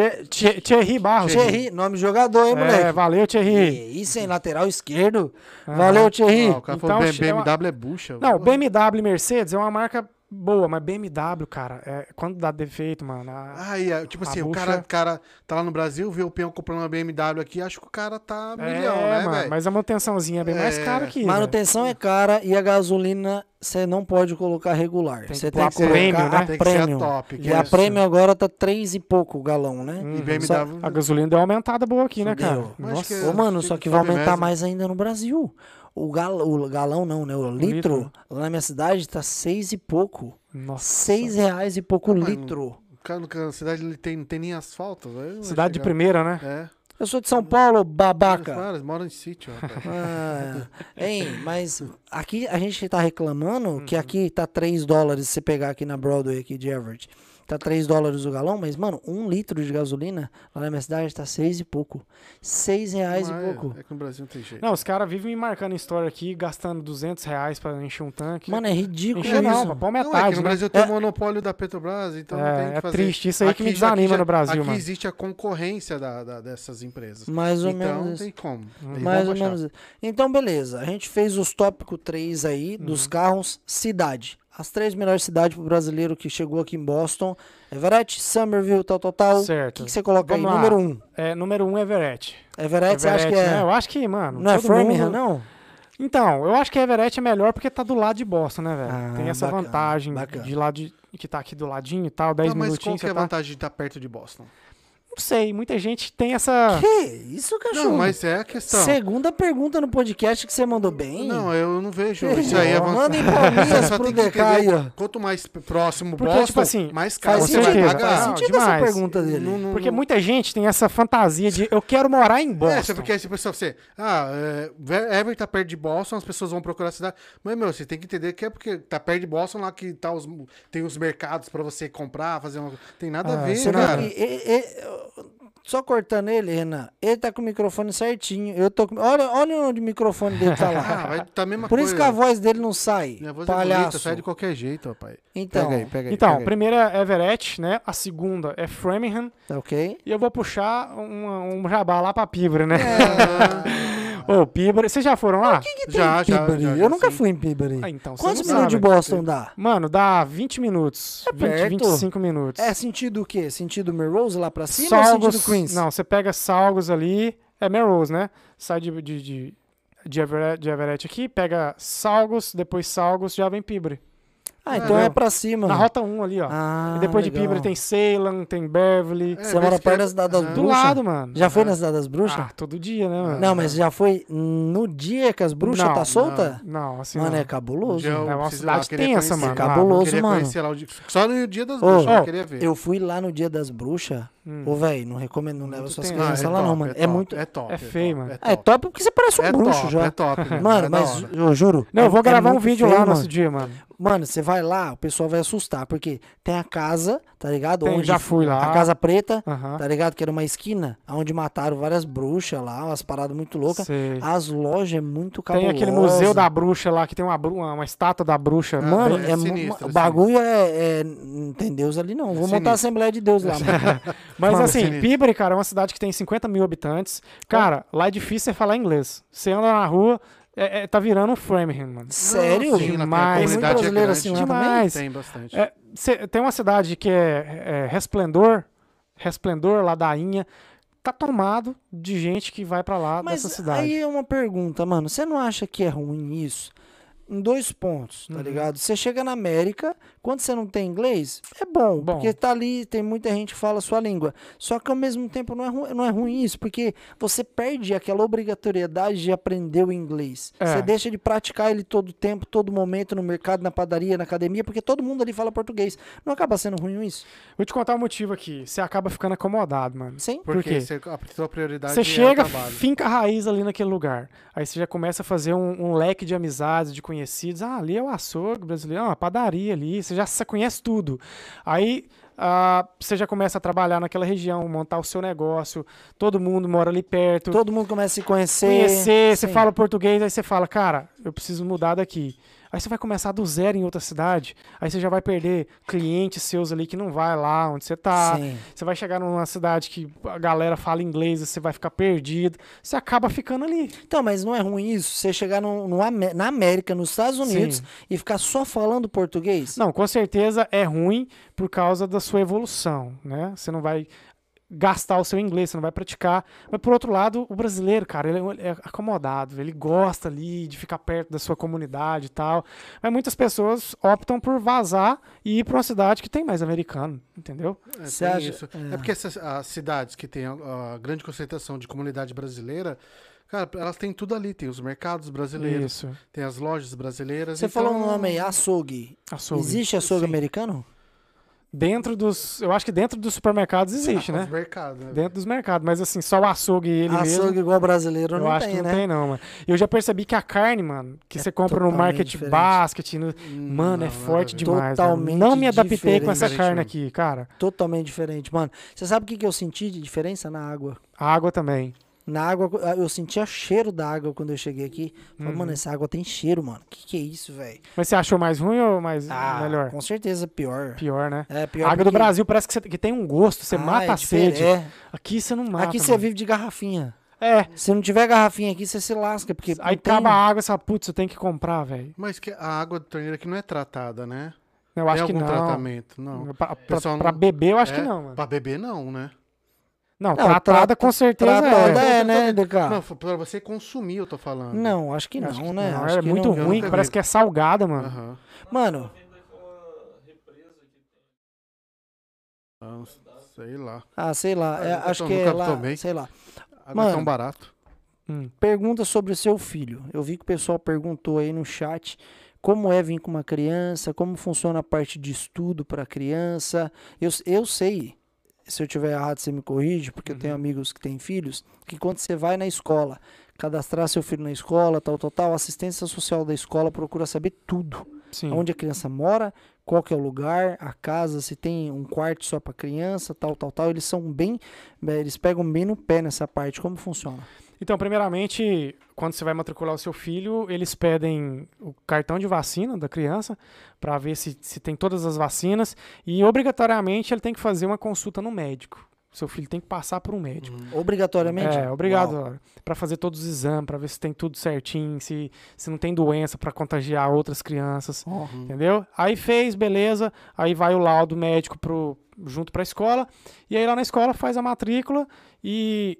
Thierry Barros. Thierry, nome de jogador, hein, É, moleque? valeu, Thierry. Isso, hein, lateral esquerdo. Aham. Valeu, Thierry. Ah, o cara Então, falou é uma- BMW é bucha. Não, BMW e Mercedes é uma marca boa, mas BMW, cara, quando dá defeito, mano. Tipo a assim, o bucha- cara tá lá no Brasil, vê o peão comprando uma BMW aqui, acho que o cara tá milhão, né, mano, velho? mas a manutençãozinha é bem mais É. cara aqui. Manutenção é cara e a gasolina você não pode colocar regular. Tem que Você pôr tem a que colocar premium, né? a Tem que ser a premium. top. E a isso. premium agora tá 3 e pouco o galão, né? Uhum. E BMW... Só- A gasolina deu uma aumentada boa aqui, né, cara? Fudeu. Mas Nossa. acho Ô, mano, que só que vai sobe aumentar mesmo. mais ainda no Brasil. O galão não, né? O litro, lá na minha cidade tá 6 e pouco. Nossa. 6 reais e pouco Mano, litro. A cidade não tem nem asfalto, velho. Cidade de primeira, né? É. Eu sou de São Paulo, babaca. Eles moram em sítio, rapaz. Hein, mas aqui a gente tá reclamando que aqui tá 3 dólares se você pegar aqui na Broadway aqui de Everett. Tá 3 dólares o galão, mas, mano, 1 litro de gasolina lá na minha cidade tá 6 e pouco. 6 reais e Mas pouco. É que no Brasil não tem jeito. Não, os caras vivem me marcando história aqui, gastando R$200 pra encher um tanque. Mano, é ridículo Encher não, isso. pra pôr Não, é que metade, no né? Brasil tem o monopólio da Petrobras, então não tem o que É fazer. triste, isso aí que me Aqui já- desanima no Brasil, aqui mano. existe a concorrência dessas empresas. Mais ou Então menos não isso. tem como. Eles Mais vão ou baixar. menos isso. Então, beleza. A gente fez os tópicos 3 aí Uhum. dos carros cidade. As 3 melhores cidades pro brasileiro que chegou aqui em Boston. Everett, Somerville, tal. O Certo. que você coloca Vamos aí? lá. Número 1. Número 1 é Everett. Everett, você acha que Everett, é... né? Eu acho que, mano. Não é todo Framingham, mundo- não? Então, eu acho que Everett é melhor porque tá do lado de Boston, né, velho? Ah, Tem essa bacana, vantagem bacana. de lá que tá aqui do ladinho e tal, 10 Tá, mas qual minutinhos que é você a tá... vantagem de estar perto de Boston? Não sei, muita gente tem essa... Que isso, cachorro? Não, mas é a questão. Segunda pergunta no podcast que você mandou bem. Não, eu não vejo. Isso aí é Mandem vantagem. palminhas Só pro tem que DK aí, entender, ó. quanto mais próximo Porque, Boston, tipo assim, mais caro Faz você vai sentido, pagar. faz Não, sentido essa demais. pergunta dele. Porque muita gente tem essa fantasia de eu quero morar em Boston. É, você porque se você, Everett tá perto de Boston, as pessoas vão procurar a cidade. Mas, meu, você tem que entender que é porque tá perto de Boston lá que tá tem os mercados pra você comprar, fazer uma... Tem nada a ver, você não- cara. Só cortando ele, Renan. Ele tá com o microfone certinho. Eu tô com... Olha onde o microfone dele tá lá. Vai tá a mesma Por coisa. isso que a voz dele não sai. Minha voz é Palhaço. bonita, sai de qualquer jeito, rapaz. Então, Pega aí. Então, a pega aí. primeira é Everett, né? A segunda é Framingham. tá ok? E eu vou puxar um jabá lá pra Pibre, né? É. Ô, Pibre, vocês já foram lá? Já, Peabody. já, Eu nunca sim. fui em Peabody. Ah, então, você Quantos não minutos de sabe. Boston dá? Mano, dá 20 minutos. É 20, perto. 25 minutos. É sentido o quê? Sentido Melrose lá pra cima ou Salgos, sentido Queens? não, você pega Salgos ali, é Melrose, né? Sai de Everett aqui, pega Salgos, depois Salgos, já vem Pibre. Ah, então é pra cima. Na Rota 1 ali, ó. Ah, e depois de legal. Pibre tem Salem, tem Beverly. É, Você mora vez que perto é- da Cidade das Ah. Do Bruxas? lado, mano. Já foi na Cidade das Bruxas? Ah, todo dia, né, mano? Não, mas já foi no dia que as bruxas Não, tá solta? Não, assim Mano, não. é cabuloso. Eu É uma preciso ir lá, cidade queria tensa, conhecer. mano. É cabuloso, Eu queria mano. conhecer lá só no dia das Ô, bruxas, ó, eu queria ver. Eu fui lá no dia das bruxas. Ô, velho, não recomendo, não leva Muito suas tenso. crianças é lá top, não, mano. É top, muito... É top. É feio, top, mano. É top porque você parece um É bruxo top, já. é top. mesmo, Mano, é da mas hora. eu juro. Não, eu vou gravar um muito vídeo feio, lá no mano. outro dia, mano. Mano, você vai lá, o pessoal vai assustar, porque tem a casa, tá ligado? Tem, já fui lá. A Casa Preta, Aham. tá ligado? Que era uma esquina onde mataram várias bruxas lá, umas paradas muito loucas. Sei. As lojas é muito Tem cabulosas. aquele museu da bruxa lá, que tem uma estátua da bruxa. Mano, é sinistro, o bagulho não tem Deus ali não. Vou montar a sinistro. Assembleia de Deus lá, mano. Mas Mano, assim, sinistro. Pibre, cara, é uma cidade que tem 50 mil habitantes. Cara, lá é difícil você falar inglês. Você anda na rua, tá virando um Framingham, mano. Sério? Sim, lá tem a Demais. Tem muito comunidade brasileiro grande. assim lá também? Demais. Tem bastante. Tem uma cidade que é Resplendor, ladainha. Tá tomado de gente que vai pra lá Mas dessa cidade. aí é uma pergunta, mano. Você não acha que é ruim isso? Em 2 pontos, tá ligado? Você chega na América, quando você não tem inglês, é bom, Bom. porque tá ali, tem muita gente que fala a sua língua. Só que ao mesmo tempo não é ruim isso, porque você perde aquela obrigatoriedade de aprender o inglês. É. Você deixa de praticar ele todo tempo, todo momento, no mercado, na padaria, na academia, porque todo mundo ali fala português. Não acaba sendo ruim isso? Vou te contar o motivo aqui. Você acaba ficando acomodado, mano. Sim? Por quê? A sua prioridade Você é chega, o trabalho. finca a raiz ali naquele lugar. Aí você já começa a fazer um leque de amizades, de conhecidos. Ah, ali é o açougue brasileiro, a padaria ali. Você conhece tudo. Aí você já começa a trabalhar naquela região, montar o seu negócio. Todo mundo mora ali perto. Todo mundo começa a se conhecer. Conhecer, você Sim. fala português, aí você fala, cara, eu preciso mudar daqui. Aí você vai começar do zero em outra cidade. Aí você já vai perder clientes seus ali que não vai lá onde você tá. Sim. Você vai chegar numa cidade que a galera fala inglês e você vai ficar perdido. Você acaba ficando ali. Então, mas não é ruim isso? Você chegar na América, nos Estados Unidos, Sim. e ficar só falando português? Não, com certeza é ruim por causa da sua evolução, né? Você não vai gastar o seu inglês, você não vai praticar. Mas, por outro lado, o brasileiro, cara, ele é acomodado, ele gosta ali de ficar perto da sua comunidade e tal. Mas muitas pessoas optam por vazar e ir para uma cidade que tem mais americano, entendeu? Você Tem acha- isso. é. É porque as cidades que têm a grande concentração de comunidade brasileira, cara, elas têm tudo ali. Tem os mercados brasileiros, Isso. tem as lojas brasileiras. Você então- falou um nome aí, açougue. Açougue. Existe açougue Sim. americano? Eu acho que dentro dos supermercados existe, Os né? mercados, né? Dentro dos mercados, mas assim, só o açougue ele Açougue mesmo. igual brasileiro Eu não acho tem, que não né? tem, não, mano. Eu já percebi que a carne, mano, que É você compra no totalmente Market diferente. Basket, mano, é Não, nada forte a ver. demais. Totalmente mano. Não me adaptei com essa diferente. carne aqui, cara. Totalmente diferente, mano. Você sabe o que eu senti de diferença na água? A água também. Na água, eu sentia cheiro da água quando eu cheguei aqui. Falei, mano, essa água tem cheiro, mano. Que é isso, velho? Mas você achou mais ruim ou mais melhor? Com certeza pior. Pior, né? É, A pior água do porque- Brasil parece que tem um gosto, você mata é a diferente, sede. é. Aqui você não mata. Aqui você mano. vive de garrafinha. É. Se não tiver garrafinha aqui, você se lasca. Porque Aí não tem- acaba a água e você fala, putz, eu tenho que comprar, velho. Mas que a água da torneira aqui não é tratada, né? Eu Tem acho que algum não. tratamento? Não. Pra não- beber, eu acho É, que não, mano. Pra beber, não, né? Não, Não, tratada com certeza tratada é. é, né, DK? Não, pra você consumir, eu tô falando. Não, acho que não, Acho que né? não, Acho é que muito não. Eu ruim, nunca parece vi. que é salgada, mano. Aham. Mano, Ah, sei lá. sei lá. Eu acho que nunca é lá, tomei. sei lá. Água Mano. é tão barato. Pergunta sobre o seu filho. Eu vi que o pessoal perguntou aí no chat como é vir com uma criança, como funciona a parte de estudo para criança. Eu sei. se eu tiver errado, você me corrige, porque eu tenho amigos que têm filhos, que quando você vai na escola, cadastrar seu filho na escola, tal, a assistência social da escola procura saber tudo. Sim. Onde a criança mora, qual que é o lugar, a casa, se tem um quarto só para criança, tal. Eles são bem, eles pegam bem no pé nessa parte. Como funciona? Então, primeiramente, quando você vai matricular o seu filho, eles pedem o cartão de vacina da criança para ver se tem todas as vacinas e, obrigatoriamente, ele tem que fazer uma consulta no médico. Seu filho tem que passar por um médico. Obrigatoriamente? Obrigado. Para fazer todos os exames, para ver se tem tudo certinho, se não tem doença para contagiar outras crianças, entendeu? Aí fez, beleza, aí vai o laudo médico junto para a escola, e aí lá na escola faz a matrícula e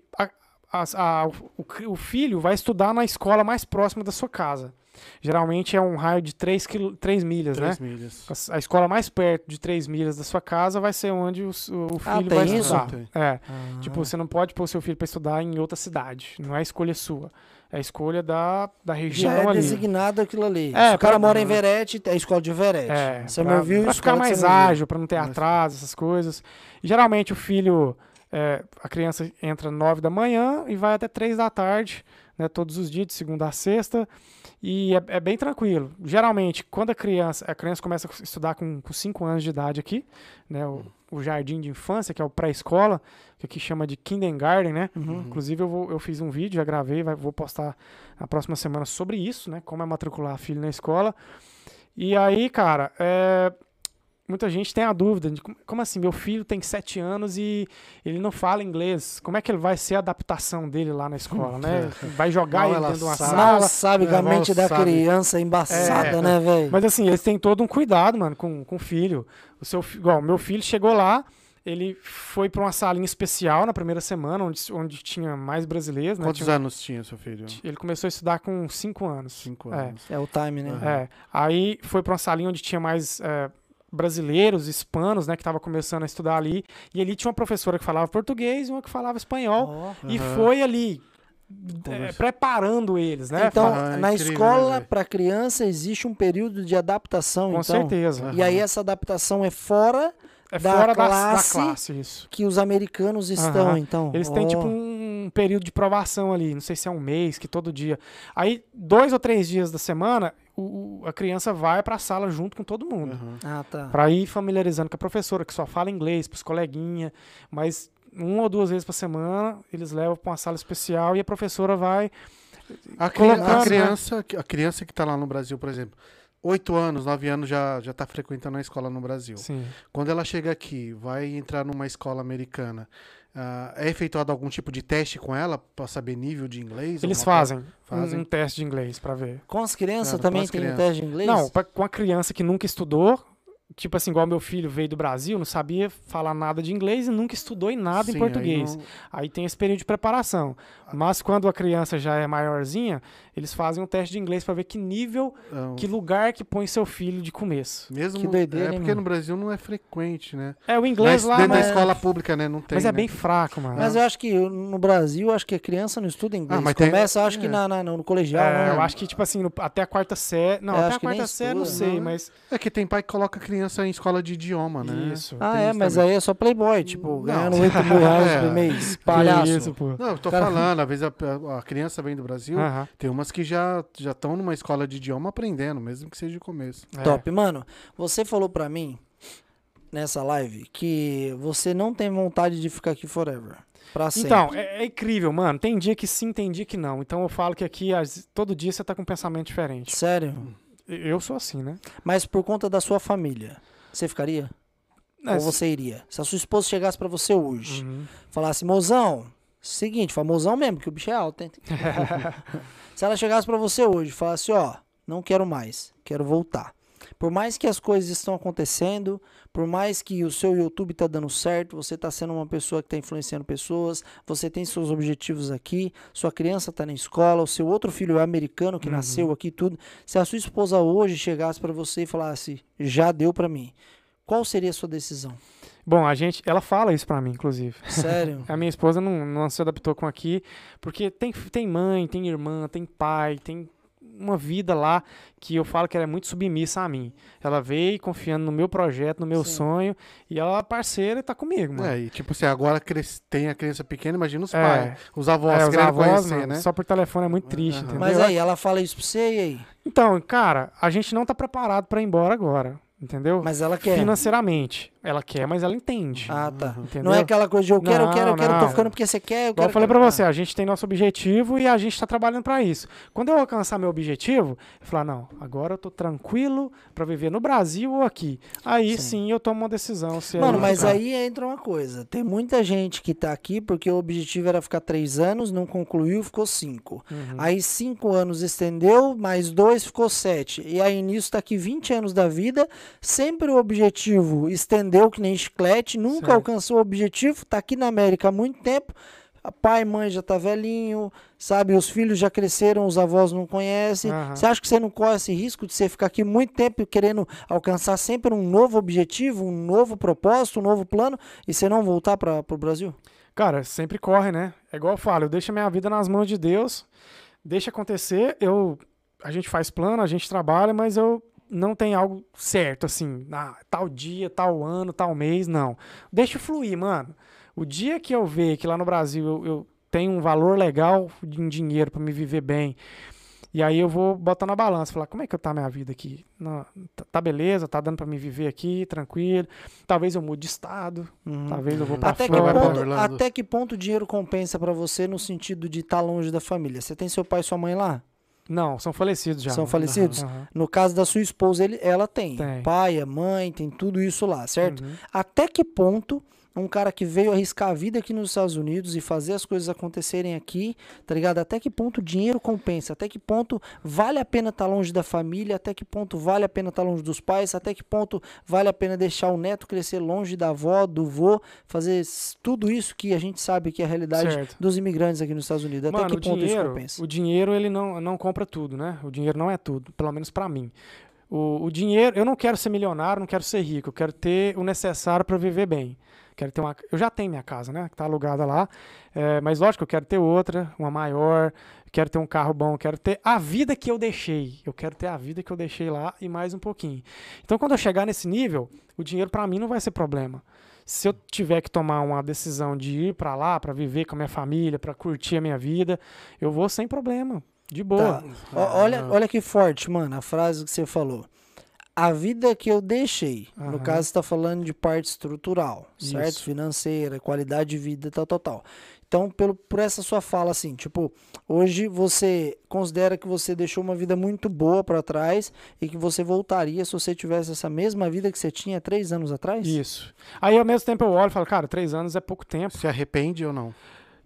o filho vai estudar na escola mais próxima da sua casa. Geralmente é um raio de 3 milhas, 3 milhas. A escola mais perto de 3 milhas da sua casa vai ser onde o filho vai estudar. Tipo, você não pode pôr o seu filho para estudar em outra cidade. Não é escolha sua. É a escolha da região ali. Já é designado aquilo ali. Se o cara mora em Verete, é a escola de Verete. Você me ouviu? Pra ficar mais ágil, para não ter atraso, essas coisas. E, geralmente o filho, a criança entra 9 da manhã e vai até 3 da tarde, né, todos os dias, de segunda a sexta. E é bem tranquilo. Geralmente, quando a criança começa a estudar com 5 anos de idade aqui, né, o jardim de infância, que é o pré-escola, que aqui chama de kindergarten, né? Inclusive, eu fiz um vídeo, já gravei, vou postar na próxima semana sobre isso, né? Como é matricular filho na escola. E aí, cara, muita gente tem a dúvida de como assim, meu filho tem 7 anos e ele não fala inglês, como é que ele vai ser a adaptação dele lá na escola, né? Vai jogar ele dentro de uma sala. Mal sabe que a mente da criança é embaçada, né, velho? Mas assim, eles têm todo um cuidado, mano, com o filho. Igual, meu filho chegou lá, ele foi para uma salinha especial na primeira semana, onde tinha mais brasileiros, né? Quantos anos tinha seu filho? Ele começou a estudar com 5 anos. 5 anos. É o time, né? Aí foi para uma salinha onde tinha mais brasileiros, hispanos, né, que estavam começando a estudar ali, e ali tinha uma professora que falava português e uma que falava espanhol, e foi ali preparando eles, né? Então, na escola, para criança, existe um período de adaptação, com certeza. E aí essa adaptação é fora da classe, isso. Que os americanos estão, então. Eles têm tipo um período de provação ali, não sei se é um mês, que todo dia. Aí, 2 ou 3 dias da semana, a criança vai para a sala junto com todo mundo. Para ir familiarizando com a professora, que só fala inglês, para os coleguinhas, mas 1 ou 2 vezes por semana eles levam para uma sala especial e a professora vai a criança que está lá no Brasil, por exemplo, 8 anos, 9 anos já está frequentando a escola no Brasil. Sim. Quando ela chega aqui, vai entrar numa escola americana, é efetuado algum tipo de teste com ela para saber nível de inglês? Eles fazem um teste de inglês para ver. Com as crianças também tem um teste de inglês? Não, com a criança que nunca estudou, tipo assim, igual meu filho veio do Brasil, não sabia falar nada de inglês e nunca estudou em nada em português. Aí tem esse período de preparação. Mas quando a criança já é maiorzinha, eles fazem um teste de inglês para ver que nível, que lugar que põe seu filho de começo. Mesmo, que doideira, porque no Brasil não é frequente, né? O inglês lá... Dentro da escola pública, né? Não tem, mas é bem fraco, mano. Mas eu acho que no Brasil, acho que a criança não estuda inglês. Mas começa, acho que no colegial. Eu acho que, tipo assim, até a 4ª série... Não, até a 4ª série, não sei, mas... É que tem pai que coloca a criança em escola de idioma, né? Isso. Mas também. Aí é só playboy, tipo, ganhando 8 mil reais por mês. Palhaço. Isso, pô. Não, eu tô falando, às vezes a criança vem do Brasil, tem umas que já estão numa escola de idioma aprendendo, mesmo que seja de começo. Top. Mano, você falou pra mim, nessa live, que você não tem vontade de ficar aqui forever. Pra sempre. Então, é incrível, mano. Tem dia que sim, tem dia que não. Então eu falo que aqui, todo dia você tá com um pensamento diferente. Sério? Eu sou assim, né? Mas por conta da sua família, você ficaria? Ou você iria? Se a sua esposa chegasse pra você hoje, falasse, mozão, seguinte, famosão mesmo, que o bicho é alto, hein? Se ela chegasse pra você hoje e falasse, não quero mais, quero voltar. Por mais que as coisas estão acontecendo, por mais que o seu YouTube tá dando certo, você tá sendo uma pessoa que tá influenciando pessoas, você tem seus objetivos aqui, sua criança tá na escola, o seu outro filho é americano que nasceu aqui, tudo. Se a sua esposa hoje chegasse pra você e falasse, já deu pra mim, qual seria a sua decisão? Bom, ela fala isso pra mim, inclusive. Sério? A minha esposa não se adaptou com aqui, porque tem mãe, tem irmã, tem pai, tem uma vida lá que eu falo que ela é muito submissa a mim. Ela veio confiando no meu projeto, no meu sonho, e ela é parceira e tá comigo, mano. E tipo assim, agora tem a criança pequena, imagina os pais, os avós os querendo avós, conhecer, mano, né? só por telefone é muito triste, entendeu? Mas aí, ela fala isso pra você e aí? Então, cara, a gente não tá preparado pra ir embora agora, entendeu? Mas ela quer. Financeiramente. Ela quer, mas ela entende. Ah, tá. Entendeu? Não é aquela coisa de eu quero, Não. tô ficando porque você quer, eu Igual quero. eu falei pra você, a gente tem nosso objetivo e a gente tá trabalhando pra isso. Quando eu alcançar meu objetivo, eu falar, não, agora eu tô tranquilo pra viver no Brasil ou aqui. Aí sim eu tomo uma decisão. Se Mano, eu mas ficar. aí entra uma coisa. Tem muita gente que tá aqui porque o objetivo era ficar 3 anos, não concluiu, ficou 5. Aí 5 anos estendeu, mais 2 ficou 7. E aí nisso tá aqui 20 anos da vida, sempre o objetivo estendeu que nem chiclete, nunca Certo. alcançou o objetivo, tá aqui na América há muito tempo. Pai e mãe já tá velhinho, sabe? Os filhos já cresceram, os avós não conhecem. Você acha que você não corre esse risco de você ficar aqui muito tempo querendo alcançar sempre um novo objetivo, um novo propósito, um novo plano e você não voltar para o Brasil? Cara, sempre corre, né? É igual eu falo, eu deixo a minha vida nas mãos de Deus, deixa acontecer, a gente faz plano, a gente trabalha, mas eu não tenho algo certo, assim, tal dia, tal ano, tal mês, não. Deixa fluir, mano. O dia que eu ver que lá no Brasil eu tenho um valor legal em dinheiro pra me viver bem, e aí eu vou botar na balança, falar, como é que tá a minha vida aqui? Não, tá beleza, tá dando pra me viver aqui, tranquilo. Talvez eu mude de estado, talvez eu vou pra fora. Até que ponto o dinheiro compensa pra você no sentido de estar longe da família? Você tem seu pai e sua mãe lá? Não, são falecidos já. São falecidos? Uhum. No caso da sua esposa, ela tem. Tem. Pai, a mãe, tem tudo isso lá, certo? Até que ponto um cara que veio arriscar a vida aqui nos Estados Unidos e fazer as coisas acontecerem aqui, tá ligado? Até que ponto o dinheiro compensa? Até que ponto vale a pena estar longe da família? Até que ponto vale a pena estar longe dos pais? Até que ponto vale a pena deixar o neto crescer longe da avó, do vô? Fazer tudo isso que a gente sabe que é a realidade dos imigrantes aqui nos Estados Unidos. Até que ponto isso compensa? O dinheiro, ele não compra tudo, né? O dinheiro não é tudo, pelo menos pra mim. O dinheiro, eu não quero ser milionário, não quero ser rico, eu quero ter o necessário pra viver bem. Quero ter eu já tenho minha casa, né? Que tá alugada lá. Mas lógico, eu quero ter outra, uma maior. Quero ter um carro bom. Quero ter a vida que eu deixei. Eu quero ter a vida que eu deixei lá e mais um pouquinho. Então, quando eu chegar nesse nível, o dinheiro pra mim não vai ser problema. Se eu tiver que tomar uma decisão de ir pra lá, pra viver com a minha família, pra curtir a minha vida, eu vou sem problema. De boa. Tá. Olha que forte, mano, a frase que você falou. A vida que eu deixei, no caso você tá falando de parte estrutural, certo? Isso. Financeira, qualidade de vida, tal. Então, por essa sua fala, assim, tipo, hoje você considera que você deixou uma vida muito boa pra trás e que você voltaria se você tivesse essa mesma vida que você tinha 3 anos atrás? Isso. Aí, ao mesmo tempo, eu olho e falo, cara, 3 anos é pouco tempo. Se arrepende ou não?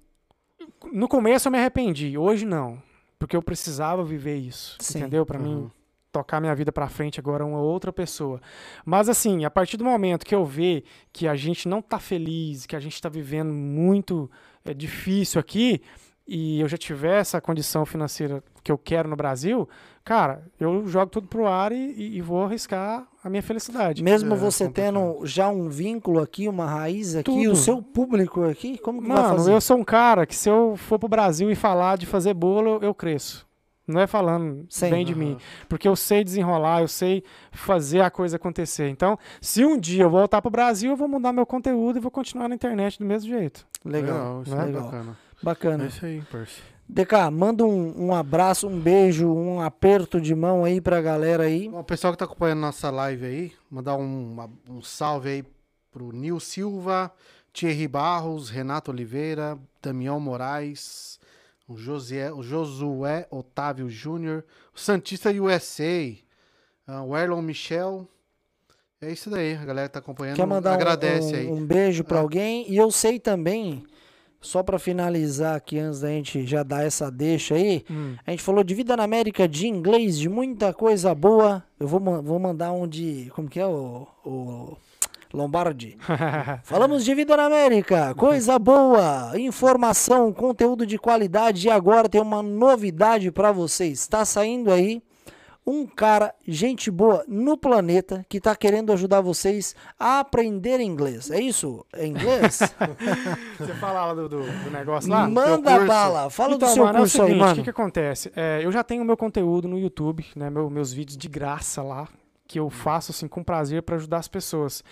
No começo eu me arrependi, hoje não. Porque eu precisava viver isso, entendeu? Pra mim tocar minha vida pra frente agora uma outra pessoa. Mas assim, a partir do momento que eu ver que a gente não tá feliz, que a gente tá vivendo muito difícil aqui, e eu já tiver essa condição financeira que eu quero no Brasil, cara, eu jogo tudo pro ar e vou arriscar a minha felicidade. Mesmo você tendo já um vínculo aqui, uma raiz aqui, Tudo. o seu público aqui, como que vai Mano, fazer? eu sou um cara que se eu for pro Brasil e falar de fazer bolo, eu cresço. Não é falando bem de mim. Porque eu sei desenrolar, eu sei fazer a coisa acontecer. Então, se um dia eu voltar pro Brasil, eu vou mudar meu conteúdo e vou continuar na internet do mesmo jeito. Legal. Isso é bacana. Bacana. É isso aí, parceiro. DK, manda um abraço, um beijo, um aperto de mão aí pra galera aí. Bom, o pessoal que tá acompanhando nossa live aí, mandar um salve aí pro Nil Silva, Thierry Barros, Renato Oliveira, Damião Moraes, o Josué Otávio Júnior, o Santista USA, o Erlon Michel. É isso daí, a galera que tá acompanhando. Quer mandar agradece aí. Um beijo pra alguém. E eu sei também, só pra finalizar aqui, antes da gente já dar essa deixa aí, a gente falou de vida na América, de inglês, de muita coisa boa. Eu vou mandar um de... Como que é o Lombardi? Falamos de vida na América, coisa boa, informação, conteúdo de qualidade. E agora tem uma novidade pra vocês. Está saindo aí um cara, gente boa no planeta, que tá querendo ajudar vocês a aprender inglês. É isso? É inglês? Você falava do negócio lá? Manda bala. Fala do seu mano, curso é o aí, seguinte, mano. o que acontece? Eu já tenho meu conteúdo no YouTube, né? Meus vídeos de graça lá, que eu faço assim com prazer para ajudar as pessoas.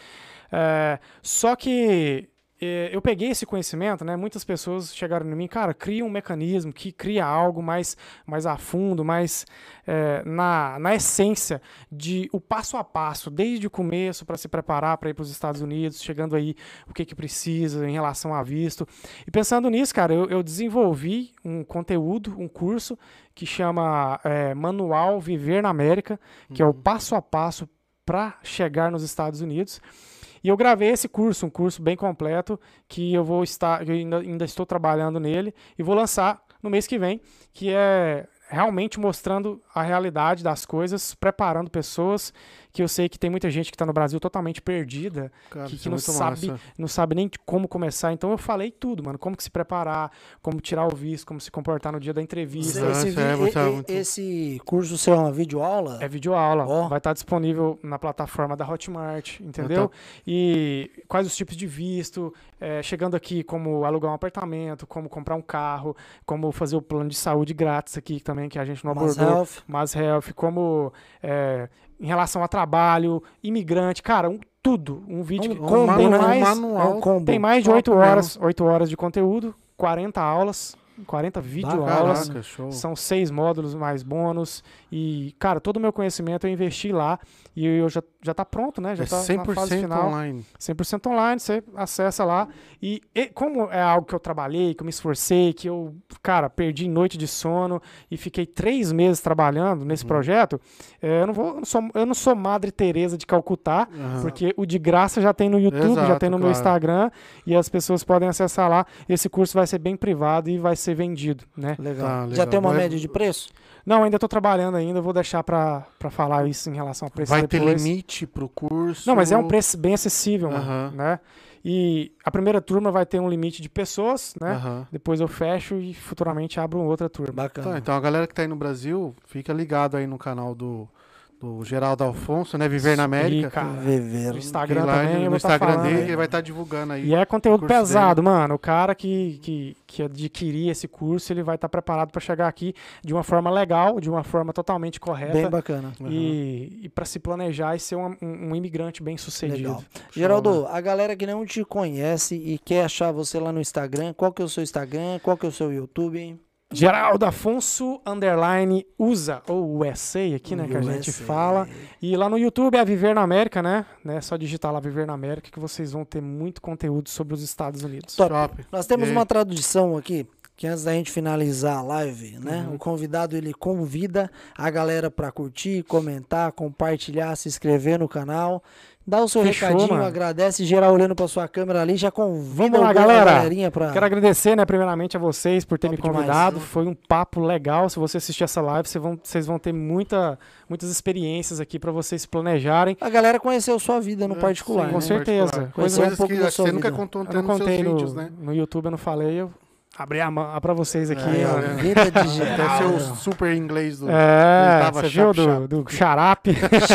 Só que eu peguei esse conhecimento, né? Muitas pessoas chegaram em mim, cara, cria um mecanismo que cria algo mais a fundo, mais na essência de o passo a passo, desde o começo para se preparar para ir para os Estados Unidos, chegando aí o que precisa em relação a visto. E pensando nisso, cara, eu desenvolvi um conteúdo, um curso que chama Manual Viver na América, que é o passo a passo para chegar nos Estados Unidos. E eu gravei esse curso, um curso bem completo, que eu ainda estou trabalhando nele e vou lançar no mês que vem, que é realmente mostrando a realidade das coisas, preparando pessoas, que eu sei que tem muita gente que está no Brasil totalmente perdida, Cara, que isso é não muito sabe nem como começar. Então eu falei tudo, mano, como que se preparar, como tirar o visto, como se comportar no dia da entrevista. Esse curso seu é uma videoaula? É videoaula. Oh. Vai estar disponível na plataforma da Hotmart, entendeu? E quais os tipos de visto, chegando aqui, como alugar um apartamento, como comprar um carro, como fazer o plano de saúde grátis aqui também, que a gente não abordou. Mas Health, como em relação a trabalho, imigrante, cara, tudo. Um vídeo tem mais de 8 horas de conteúdo, 40 aulas. 40 videoaulas, são 6 módulos mais bônus e, cara, todo o meu conhecimento eu investi lá e eu já tá pronto, né? Já tá 100% na fase final. online. 100% online, você acessa lá e como é algo que eu trabalhei, que eu me esforcei, que eu, cara, perdi noite de sono e fiquei 3 meses trabalhando nesse projeto, eu não sou Madre Teresa de Calcutá, porque o de graça já tem no YouTube, já tem no meu Instagram e as pessoas podem acessar lá. Esse curso vai ser bem privado e vai ser vendido, né? Legal. Já tem uma média de preço? Não, ainda estou trabalhando ainda, vou deixar para falar isso em relação ao preço Vai depois. ter limite pro curso? Não, mas é um preço bem acessível, mano, né? E a primeira turma vai ter um limite de pessoas, né? Depois eu fecho e futuramente abro outra turma. Bacana. Então a galera que tá aí no Brasil, fica ligado aí no canal do Geraldo Alfonso, né? Viver na América. Cara, Viver. no Instagram lá, também. No Instagram dele, ele vai estar divulgando aí. E é conteúdo pesado, dele. mano. O cara que adquirir esse curso, ele vai estar preparado para chegar aqui de uma forma legal, de uma forma totalmente correta. Bem bacana. E para se planejar e ser um imigrante bem sucedido. Legal. Geraldo, a galera que não te conhece e quer achar você lá no Instagram, qual que é o seu Instagram? Qual que é o seu YouTube, hein? Geraldo Afonso _USA, ou USA aqui, né, que a gente fala. E lá no YouTube é Viver na América, né? É só digitar lá Viver na América que vocês vão ter muito conteúdo sobre os Estados Unidos. Top. Nós temos uma tradução aqui, que antes da gente finalizar a live, né? O convidado, ele convida a galera para curtir, comentar, compartilhar, se inscrever no canal. Dá o seu recadinho, mano. Agradece, geral olhando pra sua câmera ali, já convida a galerinha pra... Quero agradecer, né, primeiramente a vocês por terem me convidado. Demais, né? Foi um papo legal. Se você assistir essa live, vocês vão ter muitas experiências aqui pra vocês se planejarem. A galera conheceu sua vida no particular, com certeza. Coisas que você nunca contou nos seus vídeos, né? No YouTube eu não falei, eu abri a mão pra vocês aqui. Vida digital. Até seu super inglês do... você viu do xarape?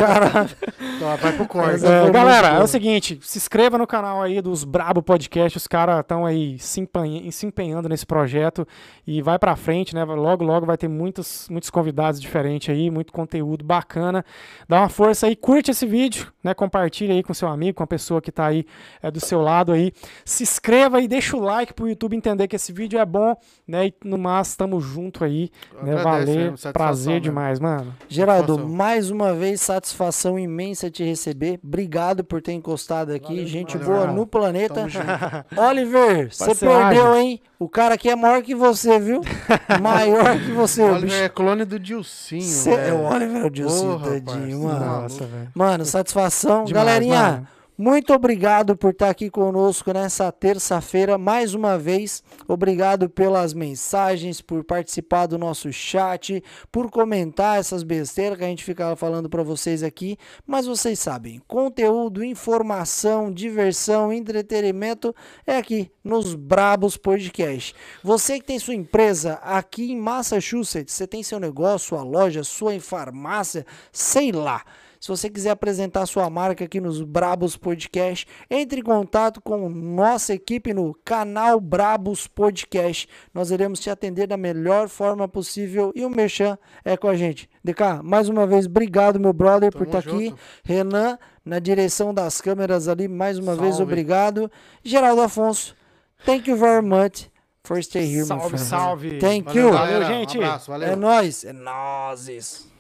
Vai pro corte. Galera, é o seguinte, se inscreva no canal aí dos Brabo Podcast, os caras estão aí se empenhando nesse projeto e vai pra frente, né? Logo vai ter muitos convidados diferentes aí, muito conteúdo bacana. Dá uma força aí, curte esse vídeo, né? Compartilha aí com seu amigo, com a pessoa que tá aí do seu lado aí. Se inscreva e deixa o like pro YouTube entender que esse vídeo é bom, né? E no mais, tamo junto aí, né? Valeu, prazer demais, mano. Geraldo, mais uma vez, satisfação imensa te receber. Obrigado por ter encostado aqui. Valeu, gente boa no planeta. Junto. Oliver, você perdeu, hein? O cara aqui é maior que você, viu? Maior que você. O Oliver é clone do Dilcinho. É o Oliver, o Dilcinho, tadinho, mano. Nossa, velho. Mano, satisfação. Demais, Galerinha, mano. Muito obrigado por estar aqui conosco nessa terça-feira, mais uma vez. Obrigado pelas mensagens, por participar do nosso chat, por comentar essas besteiras que a gente fica falando para vocês aqui. Mas vocês sabem, conteúdo, informação, diversão, entretenimento é aqui nos Brabos Podcast. Você que tem sua empresa aqui em Massachusetts, você tem seu negócio, sua loja, sua farmácia, sei lá. Se você quiser apresentar sua marca aqui nos Brabos Podcast, entre em contato com nossa equipe no canal Brabos Podcast. Nós iremos te atender da melhor forma possível e o merchan é com a gente. DK, mais uma vez, obrigado, meu brother, por estar aqui. Renan, na direção das câmeras ali, mais uma vez, obrigado. Geraldo Afonso, thank you very much for stay here, my friend. Salve, salve. Thank you. Valeu, gente. Um abraço, valeu. É nóis. É nóis.